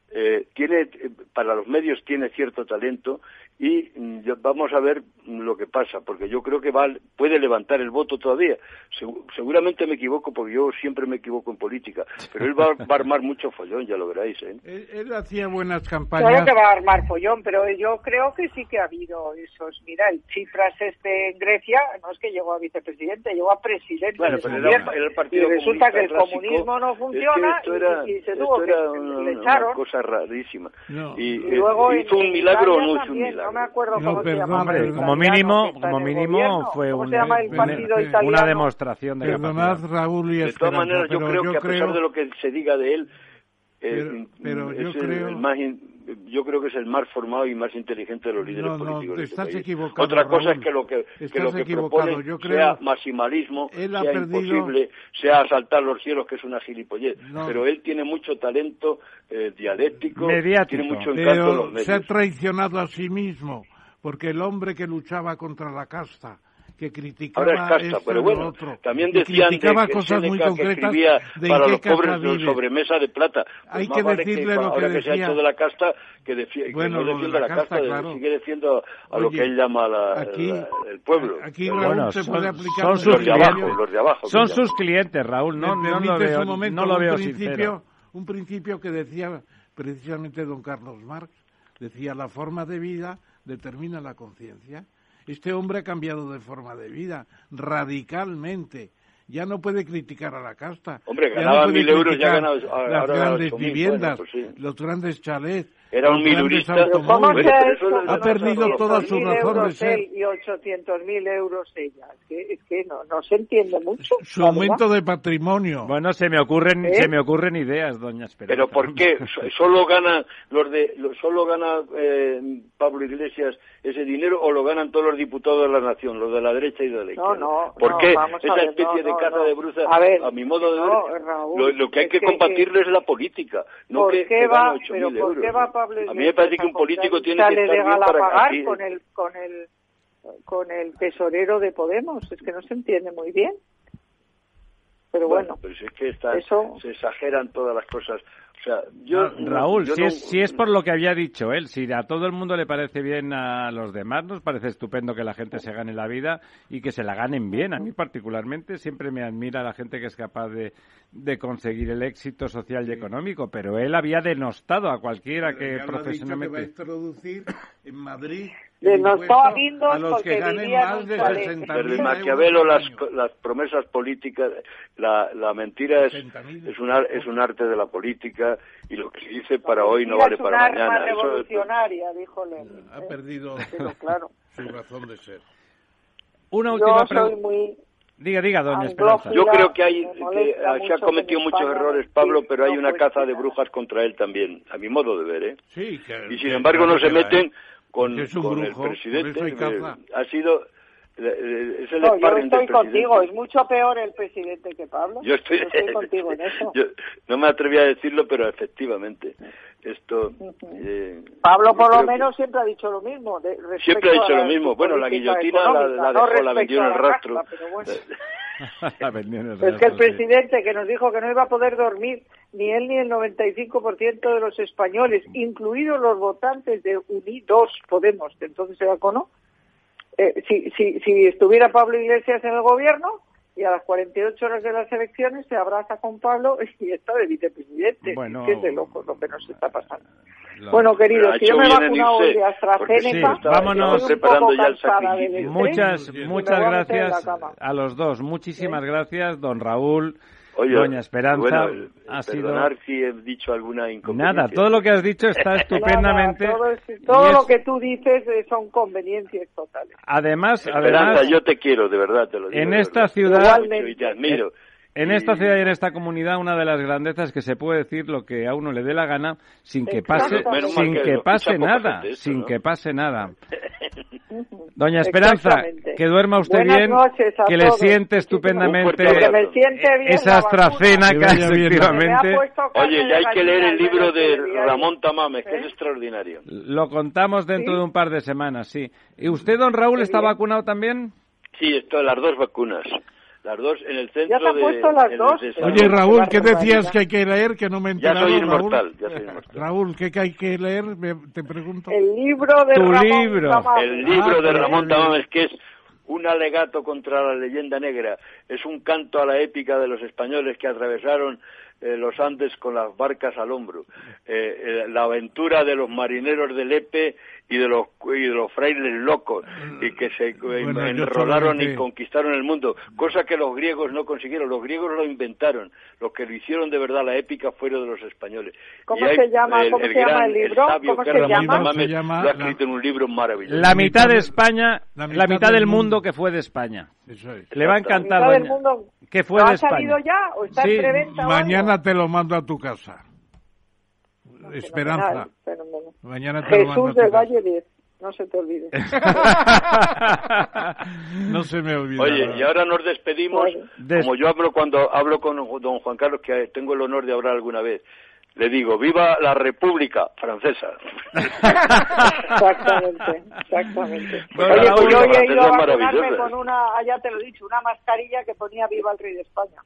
tiene, para los medios tiene cierto talento y vamos a ver lo que pasa, porque yo creo que puede levantar el voto todavía. Seguramente me equivoco, porque yo siempre me equivoco en política, pero él va a armar mucho follón, ya lo veréis, ¿eh? Él hacía buenas campañas. Claro que va a armar follón, pero yo creo que sí que ha habido esos. Mira, el Tsipras en Grecia, no es que llegó a vicepresidente, llegó a presidente. Bueno, pero era el partido y resulta que el clásico, comunismo no funciona, y se tuvo que le echaron. Una cosa rarísima. No. Y luego ¿hizo un milagro o no hizo un también, milagro? No me acuerdo cómo se llamaba. Hombre, como mínimo fue una demostración de Perdonad, Raúl y de todas maneras, yo creo que a pesar de lo que se diga de él, yo creo que es el más formado y más inteligente de los líderes políticos. Te estás país. equivocado, Otra cosa Raúl. es que lo que propone yo creo, sea maximalismo, sea imposible, sea asaltar los cielos, que es una gilipollez. Pero él tiene mucho talento dialéctico, mediático. tiene mucho encanto en los medios. Se ha traicionado a sí mismo, porque el hombre que luchaba contra la casta, que criticaba ahora es casta, pero bueno, también decían criticaba que cosas muy Séneca, concretas, que escribía de para en los qué casa pobres vive. sobre mesa de plata. Pues hay más que vale decirle que lo que ahora que se ha decía. hecho de la casta, que Bueno, no lo de defienda la la casta, casta, claro. sigue defiendo a lo Oye, que él llama el pueblo. Aquí Raúl se puede aplicar son sus clientes. Los de abajo. Son sus clientes, Raúl. No lo veo sincero. Un principio que decía precisamente don Carlos Marx, decía: la forma de vida determina la conciencia. Este hombre ha cambiado de forma de vida radicalmente. Ya no puede criticar a la casta. Hombre, ganaba 1.000 euros, ya gana las grandes 8.000, viviendas, bueno, pues sí. los grandes chalets. Era un milurista. Ha perdido toda su razón de ser. Y 800.000 euros ella. Es que no se entiende mucho. Su aumento de patrimonio. Bueno, se me ocurren ideas, doña Esperanza. Pero ¿por qué? ¿Solo gana Pablo Iglesias ese dinero o lo ganan todos los diputados de la nación, los de la derecha y de la izquierda? ¿Por qué esa especie de caza de brujas? A mi modo de ver, Raúl, lo que hay que combatirle es la política, no que gane 8.000 euros. A mí me parece que un político tiene que estar bien para pagar con el tesorero de Podemos. Es que no se entiende muy bien. Pero bueno. Pero si es que se exageran todas las cosas. O sea, Raúl, si es por lo que había dicho él, si a todo el mundo le parece bien, a los demás nos parece estupendo que la gente se gane la vida y que se la ganen bien. A mí particularmente siempre me admira la gente que es capaz de conseguir el éxito social y económico, pero él había denostado a cualquiera que profesionalmente... Ha dicho que va a introducir en Madrid denostó a Guindos a los que ganen más de 60.000 Desde Maquiavelo las promesas políticas, la mentira es un arte de la política y lo que se dice para hoy no vale para mañana. Es una arma revolucionaria, dijo Lenin. Ha perdido su razón de ser. Una última pregunta. Diga, doña Esperanza. Yo creo que se ha cometido muchos errores, Pablo, pero hay una caza de brujas contra él también, a mi modo de ver, ¿eh? Sí, y sin embargo no se meten con el presidente. Ha sido... yo estoy contigo, es mucho peor el presidente que Pablo. Yo estoy contigo en eso. Yo no me atreví a decirlo, pero efectivamente esto... Pablo por lo menos siempre ha dicho lo mismo. Siempre ha dicho lo mismo. Bueno, la guillotina la vendió en el rastro. Es que el presidente que nos dijo que no iba a poder dormir ni él ni el 95% de los españoles, incluidos los votantes de Unidos Podemos, que entonces era Cono, si estuviera Pablo Iglesias en el gobierno y a las 48 horas de las elecciones se abraza con Pablo y está de vicepresidente. Bueno, que es de locos lo que nos está pasando. Bueno, queridos, si yo me he vacunado hoy de AstraZeneca, vámonos preparando ya el sacrificio. Muchas gracias a los dos. Muchísimas gracias, don Raúl. Oye, doña Esperanza, ha sido... si he dicho alguna inconveniencia. Nada, todo lo que has dicho está estupendamente. Todo lo que tú dices son conveniencias totales. Además, Esperanza, yo te quiero, de verdad, te lo digo. En esta ciudad, y te admiro. En esta ciudad y en esta comunidad, una de las grandezas es que se puede decir lo que a uno le dé la gana sin que pase nada. Doña Esperanza, que duerma usted bien, que le siente estupendamente esa AstraZeneca, efectivamente. Oye, ya hay que leer el libro de Ramón Tamames, que es extraordinario. Lo contamos dentro de un par de semanas, sí. ¿Y usted, don Raúl, está vacunado también? Sí, las dos vacunas. Las dos en el centro Ya te han puesto las dos. Oye, Raúl, ¿qué decías que hay que leer? Que no me he enterado, ya soy Raúl. inmortal. Raúl, ¿qué hay que leer? Te pregunto. El libro de Ramón Tamames. El libro de Ramón Tamames, que es un alegato contra la leyenda negra. Es un canto a la épica de los españoles que atravesaron los Andes con las barcas al hombro. La aventura de los marineros de Lepe y de los frailes locos y que se enrolaron y conquistaron el mundo, cosa que los griegos no consiguieron. Los griegos lo inventaron. Los que lo hicieron de verdad la épica fueron de los españoles. ¿Cómo se llama el libro? ¿Cómo se llama? Lo ha escrito en un libro maravilloso. La mitad de España, la mitad del mundo que fue de España. Eso es. Le va a encantar. La mitad del mundo que fue de España. ¿Ha salido ya o está en preventa? Mañana te lo mando a tu casa. Esperanza. Fenomenal. Mañana te lo mando a Jesús tu del casa. Valle 10. No se te olvide. No se me olvida. Oye, y ahora nos despedimos. Como yo cuando hablo con don Juan Carlos, que tengo el honor de hablar alguna vez, le digo, ¡viva la República Francesa! Exactamente. Bueno, oye, pues yo he ido a es vacunarme con ya te lo he dicho, una mascarilla que ponía viva el rey de España.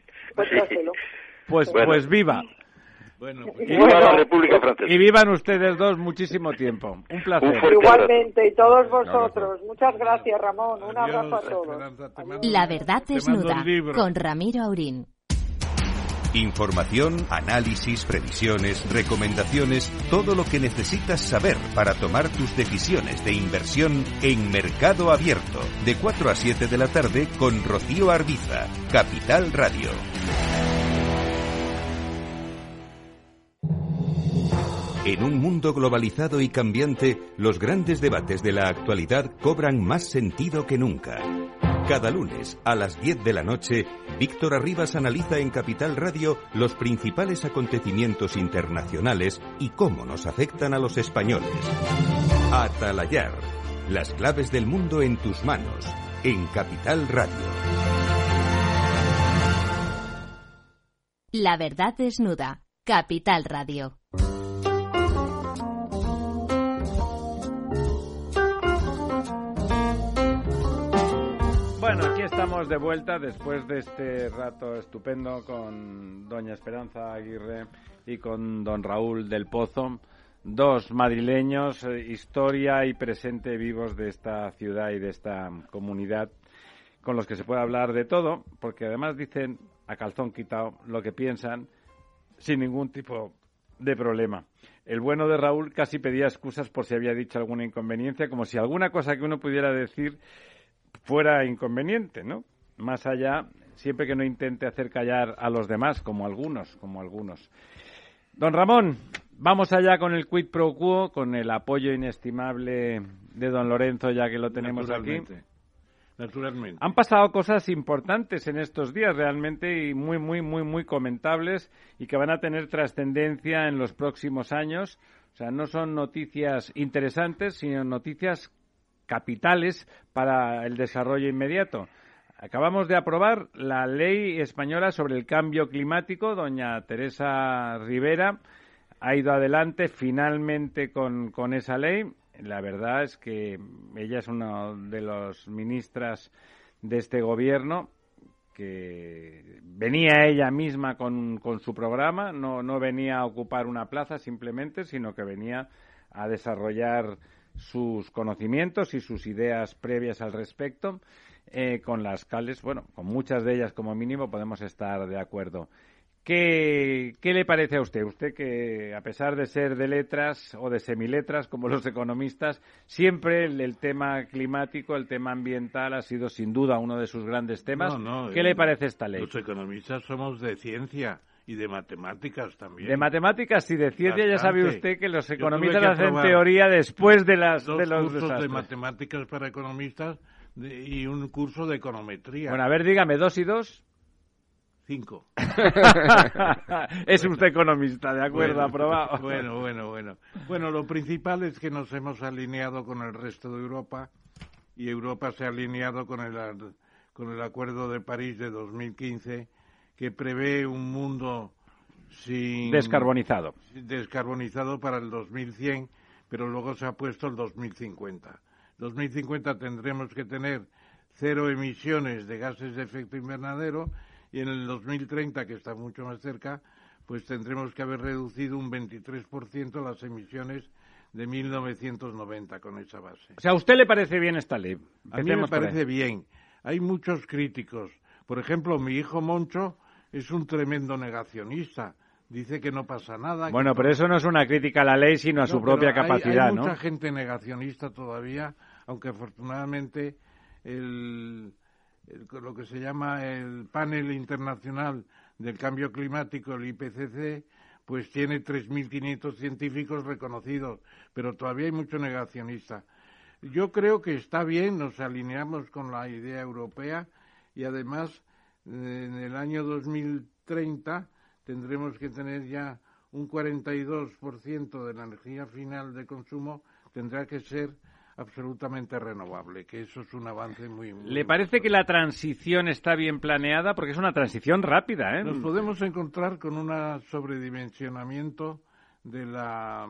Pues viva. Bueno, y viva la República Francesa. Y vivan ustedes dos muchísimo tiempo. Un placer. Igualmente, y todos vosotros. Muchas gracias, Ramón. Un abrazo a todos. La verdad desnuda, con Ramiro Aurín. Información, análisis, previsiones, recomendaciones, todo lo que necesitas saber para tomar tus decisiones de inversión en Mercado Abierto, de 4 a 7 de la tarde con Rocío Arbiza, Capital Radio. En un mundo globalizado y cambiante, los grandes debates de la actualidad cobran más sentido que nunca. Cada lunes, a las 10 de la noche, Víctor Arribas analiza en Capital Radio los principales acontecimientos internacionales y cómo nos afectan a los españoles. Atalayar, las claves del mundo en tus manos, en Capital Radio. La verdad desnuda, Capital Radio. Bueno, aquí estamos de vuelta después de este rato estupendo con doña Esperanza Aguirre y con don Raúl del Pozo, dos madrileños, historia y presente vivos de esta ciudad y de esta comunidad, con los que se puede hablar de todo, porque además dicen a calzón quitado lo que piensan sin ningún tipo de problema. El bueno de Raúl casi pedía excusas por si había dicho alguna inconveniencia, como si alguna cosa que uno pudiera decir fuera inconveniente, ¿no? Más allá, siempre que no intente hacer callar a los demás, como algunos. Don Ramón, vamos allá con el quid pro quo, con el apoyo inestimable de don Lorenzo, ya que lo tenemos aquí. Naturalmente. Han pasado cosas importantes en estos días, realmente, y muy comentables, y que van a tener trascendencia en los próximos años. O sea, no son noticias interesantes, sino noticias capitales para el desarrollo inmediato. Acabamos de aprobar la ley española sobre el cambio climático. Doña Teresa Rivera ha ido adelante finalmente con esa ley. La verdad es que ella es una de las ministras de este gobierno que venía ella misma con su programa, no venía a ocupar una plaza simplemente, sino que venía a desarrollar sus conocimientos y sus ideas previas al respecto, con las cuales, bueno, con muchas de ellas como mínimo podemos estar de acuerdo. ¿Qué le parece a usted? Usted que, a pesar de ser de letras o de semiletras, como los economistas, siempre el tema climático, el tema ambiental ha sido sin duda uno de sus grandes temas. ¿Qué le parece esta ley? Los economistas somos de ciencia y de matemáticas también. De matemáticas y de ciencia. Bastante. Ya sabe usted que los economistas hacen teoría después de los cursos desastres. de matemáticas para economistas y un curso de econometría. Bueno, a ver, dígame, 2 y 2. 5. Es usted economista, de acuerdo, aprobado. Bueno, lo principal es que nos hemos alineado con el resto de Europa y Europa se ha alineado con el Acuerdo de París de 2015, que prevé un mundo descarbonizado para el 2100, pero luego se ha puesto el 2050. 2050 tendremos que tener cero emisiones de gases de efecto invernadero, y en el 2030, que está mucho más cerca, pues tendremos que haber reducido un 23% las emisiones de 1990 con esa base. O sea, ¿a usted le parece bien esta ley? A mí me parece bien. Hay muchos críticos. Por ejemplo, mi hijo Moncho es un tremendo negacionista. Dice que no pasa nada. Bueno, pero eso no es una crítica a la ley, sino a su propia capacidad, ¿no? Hay mucha gente negacionista todavía, aunque afortunadamente lo que se llama el panel internacional del cambio climático, el IPCC, pues tiene 3.500 científicos reconocidos, pero todavía hay mucho negacionista. Yo creo que está bien, nos alineamos con la idea europea y además en el año 2030 tendremos que tener ya un 42% de la energía final de consumo tendrá que ser absolutamente renovable, que eso es un avance muy ¿Le parece que la transición está bien planeada? Porque es una transición rápida, ¿eh? Nos podemos encontrar con un sobredimensionamiento de la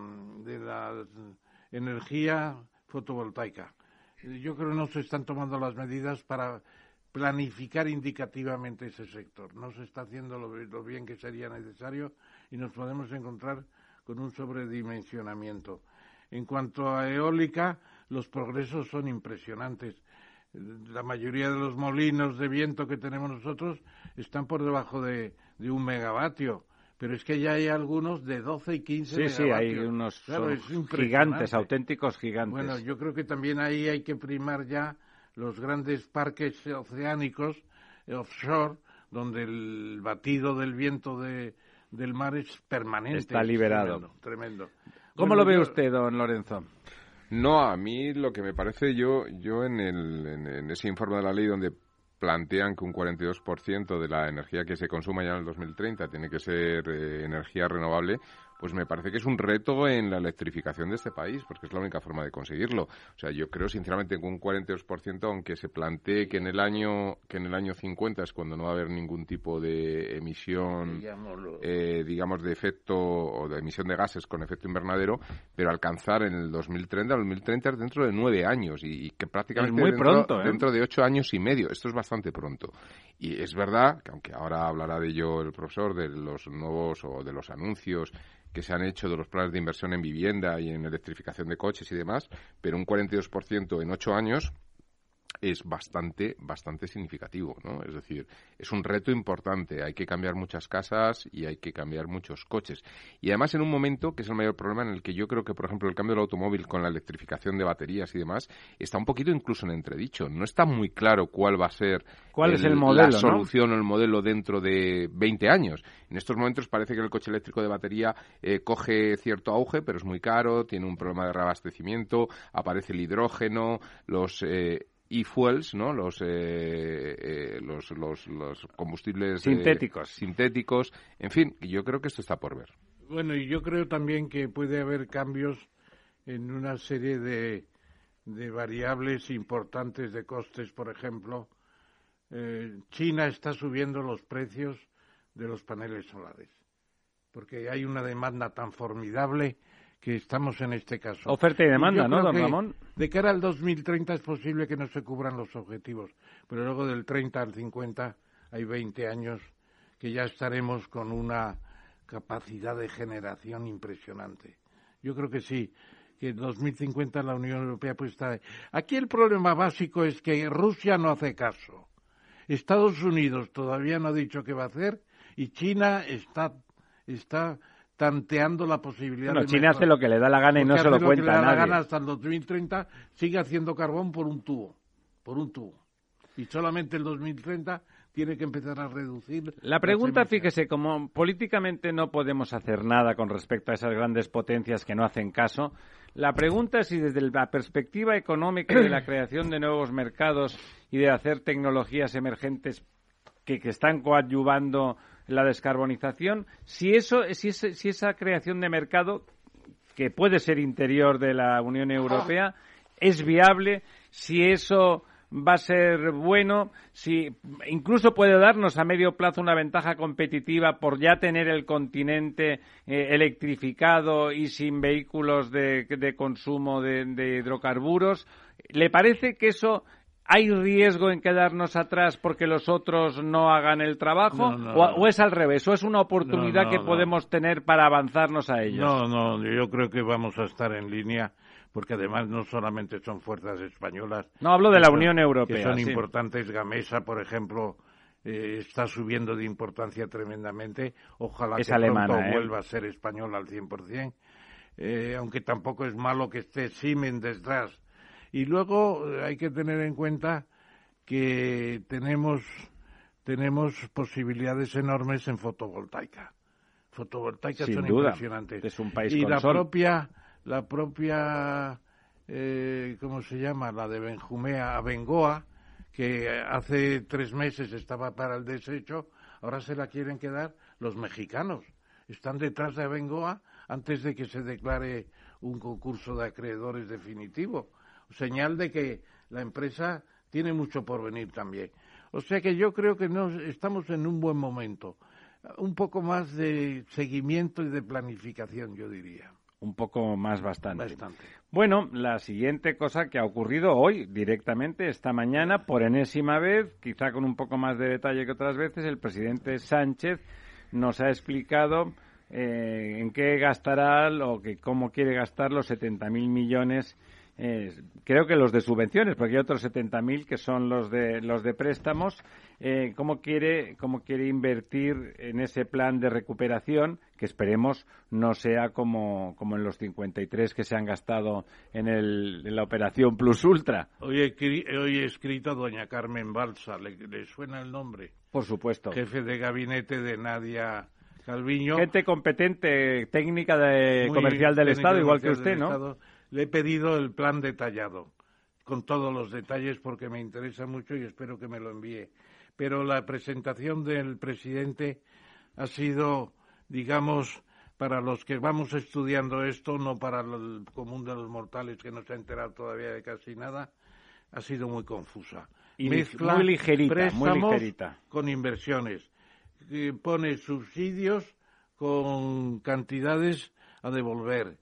energía fotovoltaica. Yo creo que no se están tomando las medidas para planificar indicativamente ese sector. No se está haciendo lo bien que sería necesario y nos podemos encontrar con un sobredimensionamiento. En cuanto a eólica, los progresos son impresionantes. La mayoría de los molinos de viento que tenemos nosotros están por debajo de 1 megavatio, pero es que ya hay algunos de 12 y 15 megavatios. Sí, hay unos gigantes, auténticos gigantes. Bueno, yo creo que también ahí hay que primar ya los grandes parques oceánicos offshore, donde el batido del viento del mar es permanente. Está liberado. Tremendo. ¿Cómo lo ve usted, don Lorenzo? No, a mí lo que me parece, yo en ese informe de la ley donde plantean que un 42% de la energía que se consuma ya en el 2030 tiene que ser energía renovable, pues me parece que es un reto en la electrificación de este país, porque es la única forma de conseguirlo. O sea, yo creo sinceramente que un 42%, aunque se plantee que en el año 50 es cuando no va a haber ningún tipo de emisión, digamos, de efecto o de emisión de gases con efecto invernadero, pero alcanzar en el 2030 es dentro de 9 años y que prácticamente es muy pronto, dentro de 8 años y medio. Esto es bastante pronto. Y es verdad que, aunque ahora hablará de ello el profesor, de los nuevos o de los anuncios que se han hecho de los planes de inversión en vivienda y en electrificación de coches y demás, pero un 42% en 8 años es bastante significativo, ¿no? Es decir, es un reto importante, hay que cambiar muchas casas y hay que cambiar muchos coches. Y además en un momento que es el mayor problema en el que yo creo que, por ejemplo, el cambio del automóvil con la electrificación de baterías y demás está un poquito incluso en entredicho. No está muy claro cuál va a ser el modelo, la solución, ¿no? O el modelo dentro de 20 años. En estos momentos parece que el coche eléctrico de batería coge cierto auge, pero es muy caro, tiene un problema de reabastecimiento, aparece el hidrógeno, los e-fuels, ¿no? Los combustibles sintéticos. En fin, yo creo que esto está por ver. Bueno, y yo creo también que puede haber cambios en una serie de variables importantes de costes. Por ejemplo, China está subiendo los precios de los paneles solares, porque hay una demanda tan formidable que estamos en este caso. Oferta y demanda, ¿no, don Ramón? De cara al 2030 es posible que no se cubran los objetivos, pero luego del 30 al 50 hay 20 años que ya estaremos con una capacidad de generación impresionante. Yo creo que sí, que en 2050 la Unión Europea puede estar. Aquí el problema básico es que Rusia no hace caso. Estados Unidos todavía no ha dicho qué va a hacer y China está tanteando la posibilidad de China hace lo que le da la gana y no se lo cuenta a nadie. Lo que le da la gana hasta el 2030 sigue haciendo carbón por un tubo. Y solamente el 2030 tiene que empezar a reducir. La pregunta, fíjese, como políticamente no podemos hacer nada con respecto a esas grandes potencias que no hacen caso, la pregunta es si desde la perspectiva económica y de la creación de nuevos mercados y de hacer tecnologías emergentes que están coadyuvando la descarbonización, si esa creación de mercado, que puede ser interior de la Unión Europea, es viable, si eso va a ser bueno, si incluso puede darnos a medio plazo una ventaja competitiva por ya tener el continente electrificado y sin vehículos de consumo de hidrocarburos. ¿Le parece que eso ¿Hay riesgo en quedarnos atrás porque los otros no hagan el trabajo? ¿O es al revés? ¿O es una oportunidad que podemos tener para avanzarnos a ellos? No, yo creo que vamos a estar en línea, porque además no solamente son fuerzas españolas. No, hablo de la Unión Europea. Que son sí. importantes. Gamesa, por ejemplo, está subiendo de importancia tremendamente. Ojalá es que alemana, pronto vuelva a ser española al 100%. Aunque tampoco es malo que esté Siemens detrás. Y luego hay que tener en cuenta que tenemos posibilidades enormes en fotovoltaica. Fotovoltaicas son impresionantes. Es un país y con la sol. propia ¿cómo se llama? La de Benjumea, Abengoa, que hace 3 meses estaba para el desecho, ahora se la quieren quedar los mexicanos. Están detrás de Abengoa antes de que se declare un concurso de acreedores definitivo. Señal de que la empresa tiene mucho por venir también. O sea que yo creo que estamos en un buen momento. Un poco más de seguimiento y de planificación, yo diría. Un poco más bastante. Bueno, la siguiente cosa que ha ocurrido hoy, directamente, esta mañana, por enésima vez, quizá con un poco más de detalle que otras veces, el presidente Sánchez nos ha explicado en qué gastará o cómo quiere gastar los 70.000 millones. Creo que los de subvenciones, porque hay otros 70.000 que son los de préstamos. ¿Cómo quiere invertir en ese plan de recuperación, que esperemos no sea como en los 53 que se han gastado en la operación Plus Ultra? Hoy he escrito a doña Carmen Balsa, ¿le suena el nombre? Por supuesto. Jefe de gabinete de Nadia Calviño. Gente competente, técnica comercial del Estado, igual que usted, ¿no? Estado. Le he pedido el plan detallado, con todos los detalles, porque me interesa mucho y espero que me lo envíe. Pero la presentación del presidente ha sido, digamos, para los que vamos estudiando esto, no para el común de los mortales que no se ha enterado todavía de casi nada, ha sido muy confusa. Y mezcla muy ligerita. Con inversiones. Pone subsidios con cantidades a devolver.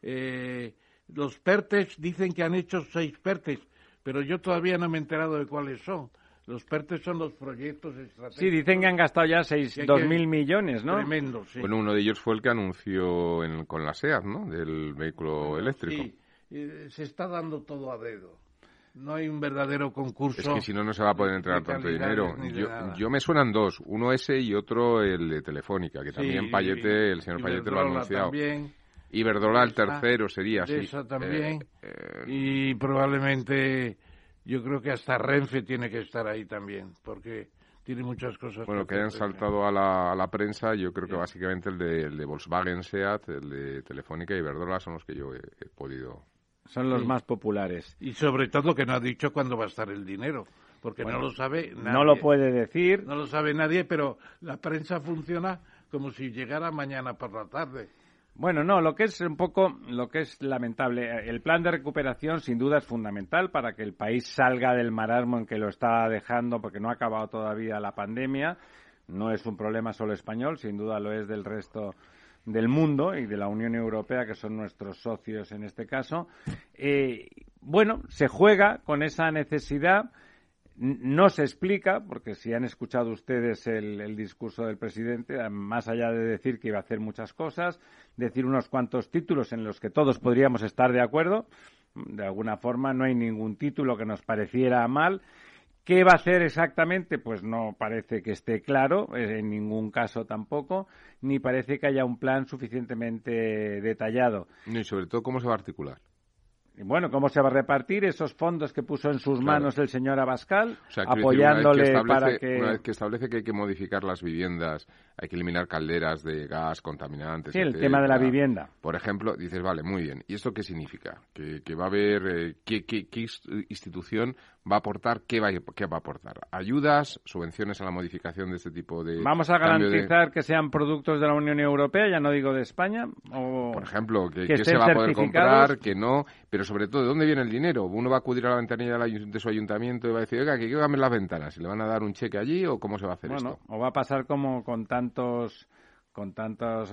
Los PERTES dicen que han hecho 6 PERTES, pero yo todavía no me he enterado de cuáles son. Los PERTES son los proyectos estratégicos. Sí, dicen que han gastado ya 2.000 millones, ¿no? Tremendo, sí. Bueno, uno de ellos fue el que anunció con la SEAT, ¿no? Del vehículo eléctrico. Sí, se está dando todo a dedo. No hay un verdadero concurso. Es que si no, no se va a poder entregar tanto dinero. Yo me suenan 2, uno ese y otro el de Telefónica, que también el señor Payete lo ha anunciado. También. Iberdrola el tercero sería, sí. Esa también. Y probablemente yo creo que hasta Renfe tiene que estar ahí también, porque tiene muchas cosas. Bueno, que hayan saltado a la prensa, yo creo que básicamente el de Volkswagen, SEAT, el de Telefónica y Iberdrola son los que yo he podido. Son los más populares. Y sobre todo que no ha dicho cuándo va a estar el dinero, porque no lo sabe nadie. No lo puede decir. No lo sabe nadie, pero la prensa funciona como si llegara mañana por la tarde. Bueno, no, lo que es lamentable, el plan de recuperación sin duda es fundamental para que el país salga del marasmo en que lo está dejando, porque no ha acabado todavía la pandemia. No es un problema solo español, sin duda lo es del resto del mundo y de la Unión Europea, que son nuestros socios en este caso. Bueno, se juega con esa necesidad. No se explica, porque si han escuchado ustedes el discurso del presidente, más allá de decir que iba a hacer muchas cosas, decir unos cuantos títulos en los que todos podríamos estar de acuerdo, de alguna forma no hay ningún título que nos pareciera mal. ¿Qué va a hacer exactamente? Pues no parece que esté claro, en ningún caso tampoco, ni parece que haya un plan suficientemente detallado. Y sobre todo, ¿cómo se va a articular? Bueno, ¿cómo se va a repartir esos fondos que puso en sus manos el señor Abascal, o sea, apoyándole para que... Una vez que establece que hay que modificar las viviendas, hay que eliminar calderas de gas, contaminantes... Sí, el tema de la vivienda. Por ejemplo, dices, vale, muy bien. ¿Y esto qué significa? Que va a haber... ¿qué institución va a aportar? ¿Qué va a aportar? ¿Ayudas? ¿Subvenciones a la modificación de este tipo de... ¿Vamos a garantizar que sean productos de la Unión Europea, ya no digo de España? O por ejemplo, que se va a poder comprar, que no... Pero sobre todo, ¿de dónde viene el dinero? Uno va a acudir a la ventanilla de su ayuntamiento y va a decir, oiga, que quiero cambiar las ventanas. ¿Y le van a dar un cheque allí o cómo se va a hacer esto? O va a pasar como con tantos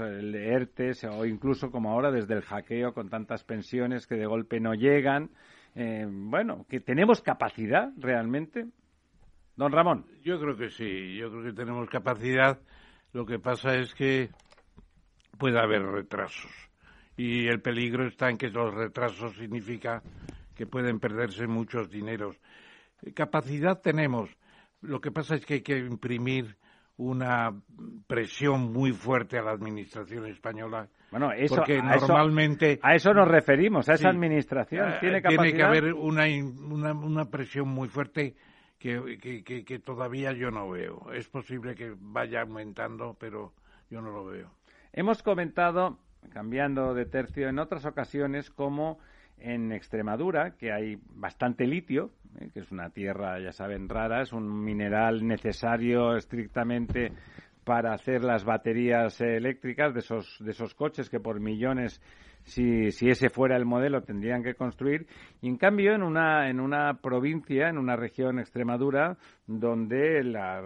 ERTES o incluso como ahora desde el hackeo con tantas pensiones que de golpe no llegan. bueno, que tenemos capacidad realmente. Don Ramón. Yo creo que sí, yo creo que tenemos capacidad. Lo que pasa es que puede haber retrasos. Y el peligro está en que los retrasos significa que pueden perderse muchos dineros. Capacidad tenemos. Lo que pasa es que hay que imprimir una presión muy fuerte a la administración española. Bueno, eso, porque normalmente a eso nos referimos, a esa sí, administración. ¿Tiene capacidad? Tiene que haber una presión muy fuerte que todavía yo no veo. Es posible que vaya aumentando, pero yo no lo veo. Hemos comentado, cambiando de tercio, en otras ocasiones, como en Extremadura, que hay bastante litio, que es una tierra, ya saben, rara, es un mineral necesario estrictamente para hacer las baterías eléctricas de esos coches que por millones, si ese fuera el modelo, tendrían que construir. Y en cambio, en una provincia, en una región, Extremadura, donde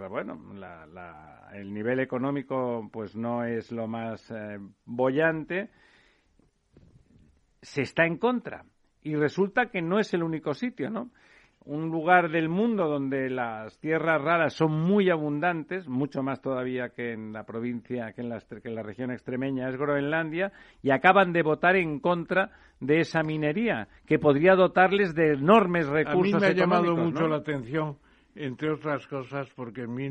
el nivel económico pues no es lo más boyante, se está en contra. Y resulta que no es el único sitio, ¿no? Un lugar del mundo donde las tierras raras son muy abundantes, mucho más todavía que en la provincia, que en la región extremeña, es Groenlandia, y acaban de votar en contra de esa minería, que podría dotarles de enormes recursos económicos. A mí me ha llamado mucho ¿no? la atención, entre otras cosas, porque en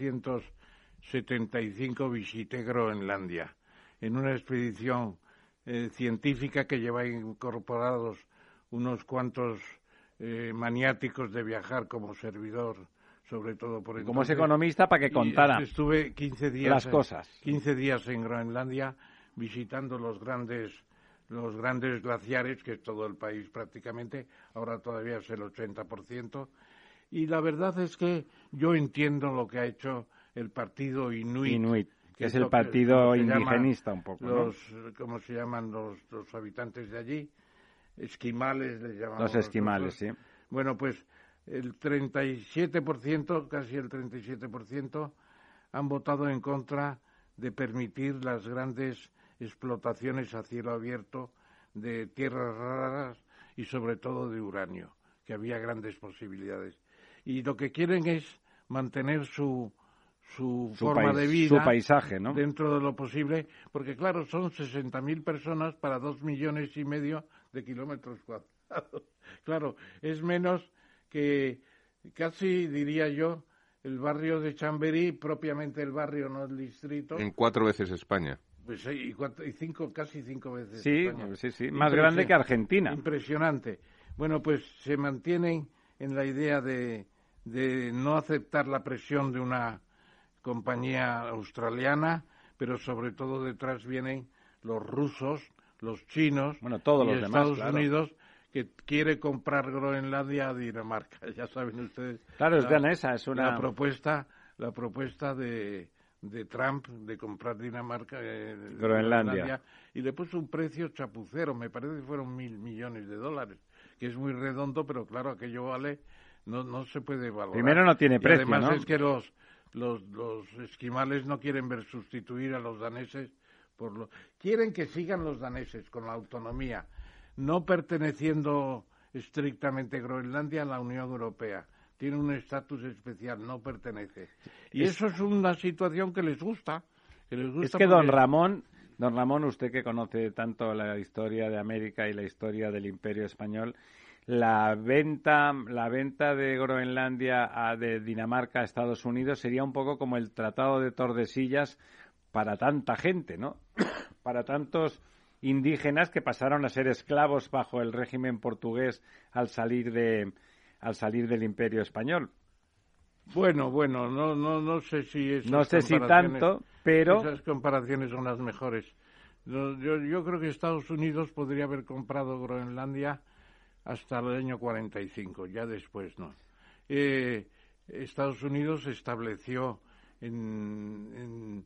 1975 visité Groenlandia en una expedición científica que lleva incorporados unos cuantos maniáticos de viajar como servidor, sobre todo por entonces. Como es economista, para que contara estuve 15 días las cosas. 15 días en Groenlandia visitando los grandes glaciares, que es todo el país prácticamente, ahora todavía es el 80%, y la verdad es que yo entiendo lo que ha hecho el partido Inuit, que es el partido indigenista un poco, ¿cómo se llaman los habitantes de allí? Esquimales les llamamos. Los esquimales, sí. Bueno, pues el 37%, casi el 37%, han votado en contra de permitir las grandes explotaciones a cielo abierto de tierras raras y sobre todo de uranio, que había grandes posibilidades. Y lo que quieren es mantener su forma de vida, su paisaje, ¿no? Dentro de lo posible, porque claro, son 60.000 personas para 2,5 millones de kilómetros cuadrados. Claro, es menos que casi, diría yo, el barrio de Chamberí, propiamente el barrio, no el distrito. En 4 veces España. Pues casi 5 veces sí, España. Sí, más grande que Argentina. Impresionante. Bueno, pues se mantienen en la idea de no aceptar la presión de una compañía australiana, pero sobre todo detrás vienen los rusos, los chinos, todos y los demás, Estados Unidos, que quiere comprar Groenlandia a Dinamarca. Ya saben ustedes. Claro, es danesa, es una... La propuesta de Trump de comprar Dinamarca, Groenlandia, y le puso un precio chapucero, me parece que fueron $1.000 millones, que es muy redondo, pero claro, aquello vale, no se puede valorar. Primero no tiene precio, y además ¿no? es que los esquimales no quieren ver sustituir a los daneses quieren que sigan los daneses con la autonomía, no perteneciendo estrictamente Groenlandia a la Unión Europea. Tiene un estatus especial, no pertenece. Y eso es una situación que les gusta. Es que don Ramón, usted que conoce tanto la historia de América y la historia del Imperio Español, la venta de Groenlandia de Dinamarca a Estados Unidos sería un poco como el Tratado de Tordesillas para tanta gente, ¿no? Para tantos indígenas que pasaron a ser esclavos bajo el régimen portugués al salir del Imperio Español. Bueno, no sé si tanto, pero esas comparaciones son las mejores. Yo creo que Estados Unidos podría haber comprado Groenlandia hasta el año 45, ya después no. Estados Unidos estableció en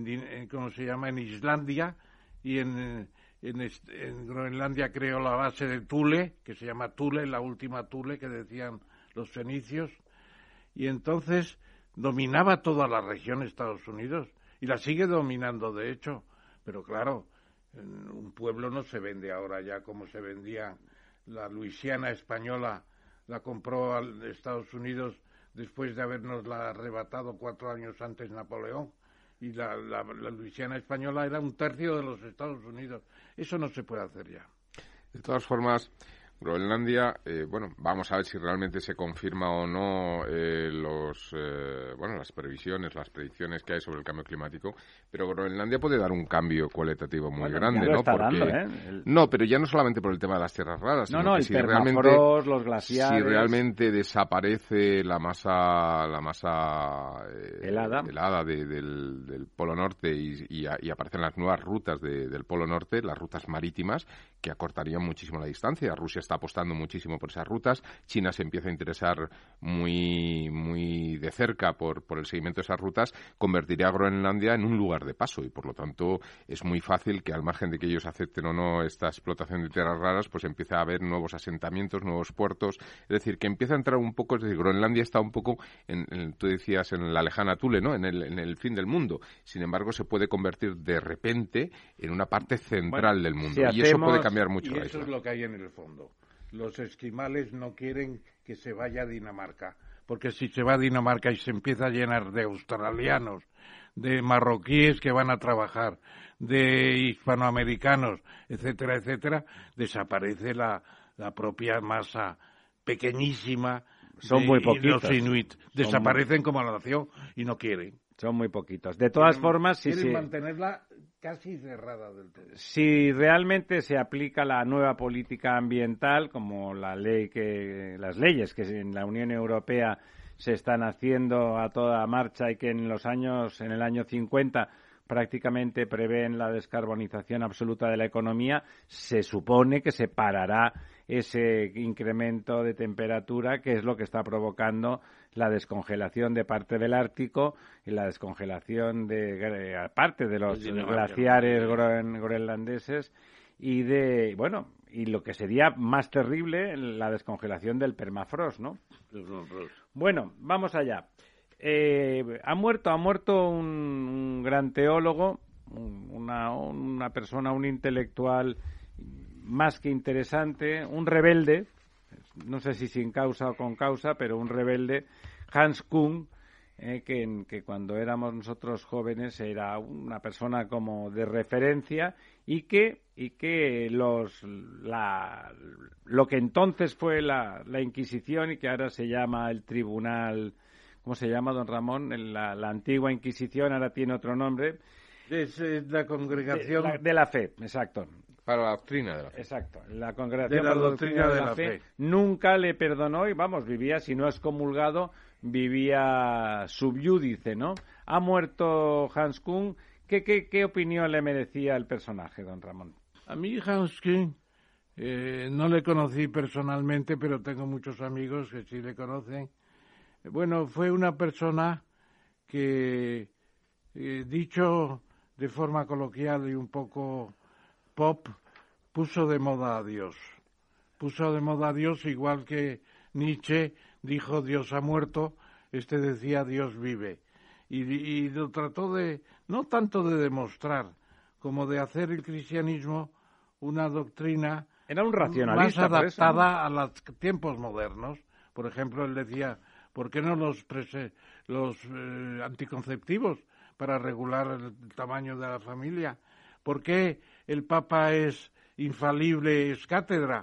Islandia, y en Groenlandia creó la base de Thule, que se llama Thule, la última Thule que decían los fenicios, y entonces dominaba toda la región Estados Unidos, y la sigue dominando de hecho, pero claro, un pueblo no se vende ahora ya como se vendían la Luisiana española la compró a Estados Unidos después de habernosla arrebatado 4 años antes Napoleón, y la Luisiana española era 1/3 de los Estados Unidos. Eso no se puede hacer ya. De todas formas, Groenlandia, vamos a ver si realmente se confirma o no las predicciones que hay sobre el cambio climático, pero Groenlandia puede dar un cambio cualitativo muy grande, ya lo ¿no? está Porque dando, no, pero ya no solamente por el tema de las tierras raras, sino que el si permafrost, los glaciares, si realmente desaparece la masa helada del Polo Norte y aparecen las nuevas rutas del Polo Norte, las rutas marítimas, que acortarían muchísimo la distancia. Rusia está apostando muchísimo por esas rutas. China se empieza a interesar muy, muy de cerca por el seguimiento de esas rutas. Convertiría a Groenlandia en un lugar de paso y, por lo tanto, es muy fácil que, al margen de que ellos acepten o no esta explotación de tierras raras, pues empiece a haber nuevos asentamientos, nuevos puertos. Es decir, que empieza a entrar un poco, es decir, Groenlandia está un poco, tú decías, en la lejana Thule, ¿no? En el fin del mundo. Sin embargo, se puede convertir de repente en una parte central del mundo. Y eso puede cambiar mucho la isla. Eso es lo que hay en el fondo. Los esquimales no quieren que se vaya a Dinamarca, porque si se va a Dinamarca y se empieza a llenar de australianos, de marroquíes que van a trabajar, de hispanoamericanos, etcétera, etcétera, desaparece la propia masa pequeñísima. Son muy poquitos. Los inuit desaparecen como nación y no quieren. Son muy poquitos. De todas formas, quieren mantenerla casi cerrada del todo. Si realmente se aplica la nueva política ambiental, como las leyes que en la Unión Europea se están haciendo a toda marcha y que en el año 50 prácticamente prevén la descarbonización absoluta de la economía, se supone que se parará ese incremento de temperatura, que es lo que está provocando la descongelación de parte del Ártico y la descongelación de parte de los glaciares groenlandeses y lo que sería más terrible, la descongelación del permafrost, ¿no? Bueno, vamos allá. Ha muerto un gran teólogo, una persona, un intelectual más que interesante, un rebelde, no sé si sin causa o con causa, pero un rebelde, Hans Kuhn, que cuando éramos nosotros jóvenes era una persona como de referencia y que lo que entonces fue la Inquisición y que ahora se llama el Tribunal, ¿cómo se llama, don Ramón? La antigua Inquisición ahora tiene otro nombre. Es la congregación de la fe, exacto. Para la doctrina de la fe. Exacto. La congregación de la doctrina de la fe nunca le perdonó y, vivía, si no es comulgado, vivía subyúdice, ¿no? Ha muerto Hans Kuhn. ¿Qué opinión le merecía el personaje, don Ramón? A mí Hans Kuhn no le conocí personalmente, pero tengo muchos amigos que sí le conocen. Bueno, fue una persona que, dicho de forma coloquial y un poco pop, puso de moda a Dios. Puso de moda a Dios igual que Nietzsche dijo Dios ha muerto, decía Dios vive. Y lo trató no tanto de demostrar, como de hacer el cristianismo una doctrina Era un racionalista, más adaptada a los tiempos modernos. Por ejemplo, él decía, ¿por qué no los anticonceptivos para regular el tamaño de la familia? ¿Por qué el Papa es infalible, es cátedra?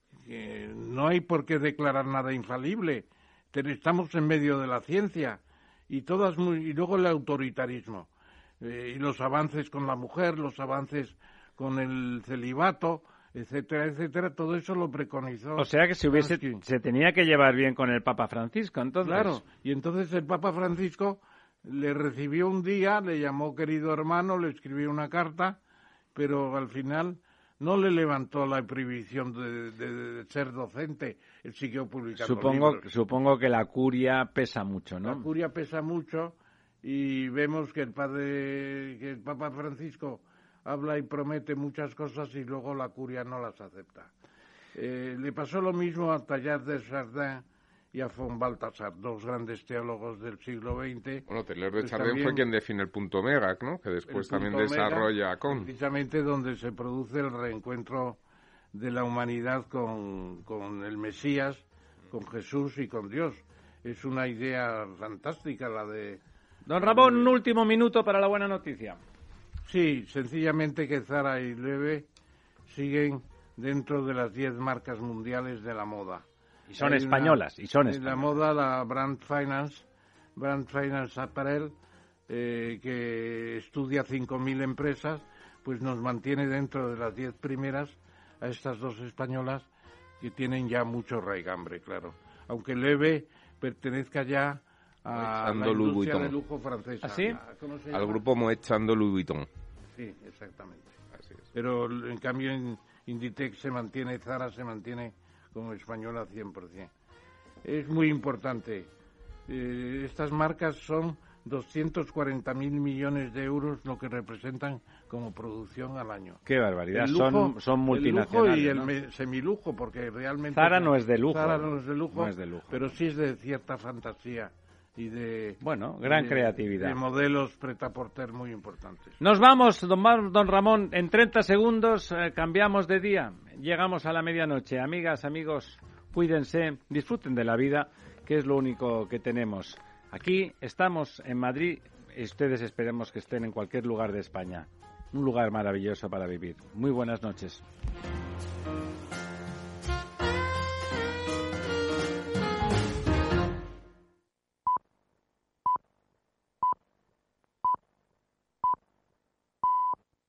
No hay por qué declarar nada infalible. Estamos en medio de la ciencia y luego el autoritarismo y los avances con la mujer, los avances con el celibato, etcétera, etcétera. Todo eso lo preconizó. O sea que se tenía que llevar bien con el Papa Francisco, entonces. Claro. Y entonces el Papa Francisco le recibió un día, le llamó querido hermano, le escribió una carta, pero al final no le levantó la prohibición de ser docente. Él siguió publicando libros. Supongo que la curia pesa mucho, ¿no? La curia pesa mucho y vemos que el Papa Francisco habla y promete muchas cosas y luego la curia no las acepta. Le pasó lo mismo a Teilhard de Chardin y a von Balthasar, dos grandes teólogos del siglo XX. Bueno, Teilhard de Chardin fue quien define el punto Megac, ¿no? Que después también desarrolla Kuhn. Precisamente donde se produce el reencuentro de la humanidad con el Mesías, con Jesús y con Dios. Es una idea fantástica la de... Don Ramón, un último minuto para la buena noticia. Sí, sencillamente que Zara y Loewe siguen dentro de las 10 marcas mundiales de la moda. Y son españolas. En la moda, la Brand Finance Apparel, que estudia 5.000 empresas, pues nos mantiene dentro de las 10 primeras a estas dos españolas que tienen ya mucho raigambre, claro. Aunque Loewe pertenezca ya a la industria de lujo francesa. ¿Ah, sí? Al grupo Moet Chandon Louis Vuitton. Sí, exactamente. Así es. Pero en cambio en Inditex Zara se mantiene como española 100%. Es muy importante. Estas marcas son 240.000 millones de euros lo que representan como producción al año. Qué barbaridad, lujo, son multinacionales. El lujo y el semilujo, porque realmente... Zara no es de lujo. Zara no es de lujo, no es de lujo, pero sí es de cierta fantasía y de... Bueno, gran creatividad. De modelos prêt-à-porter muy importantes. Nos vamos, don Ramón, en 30 segundos cambiamos de día, llegamos a la medianoche. Amigas, amigos, cuídense, disfruten de la vida, que es lo único que tenemos. Aquí estamos en Madrid, y ustedes esperemos que estén en cualquier lugar de España. Un lugar maravilloso para vivir. Muy buenas noches.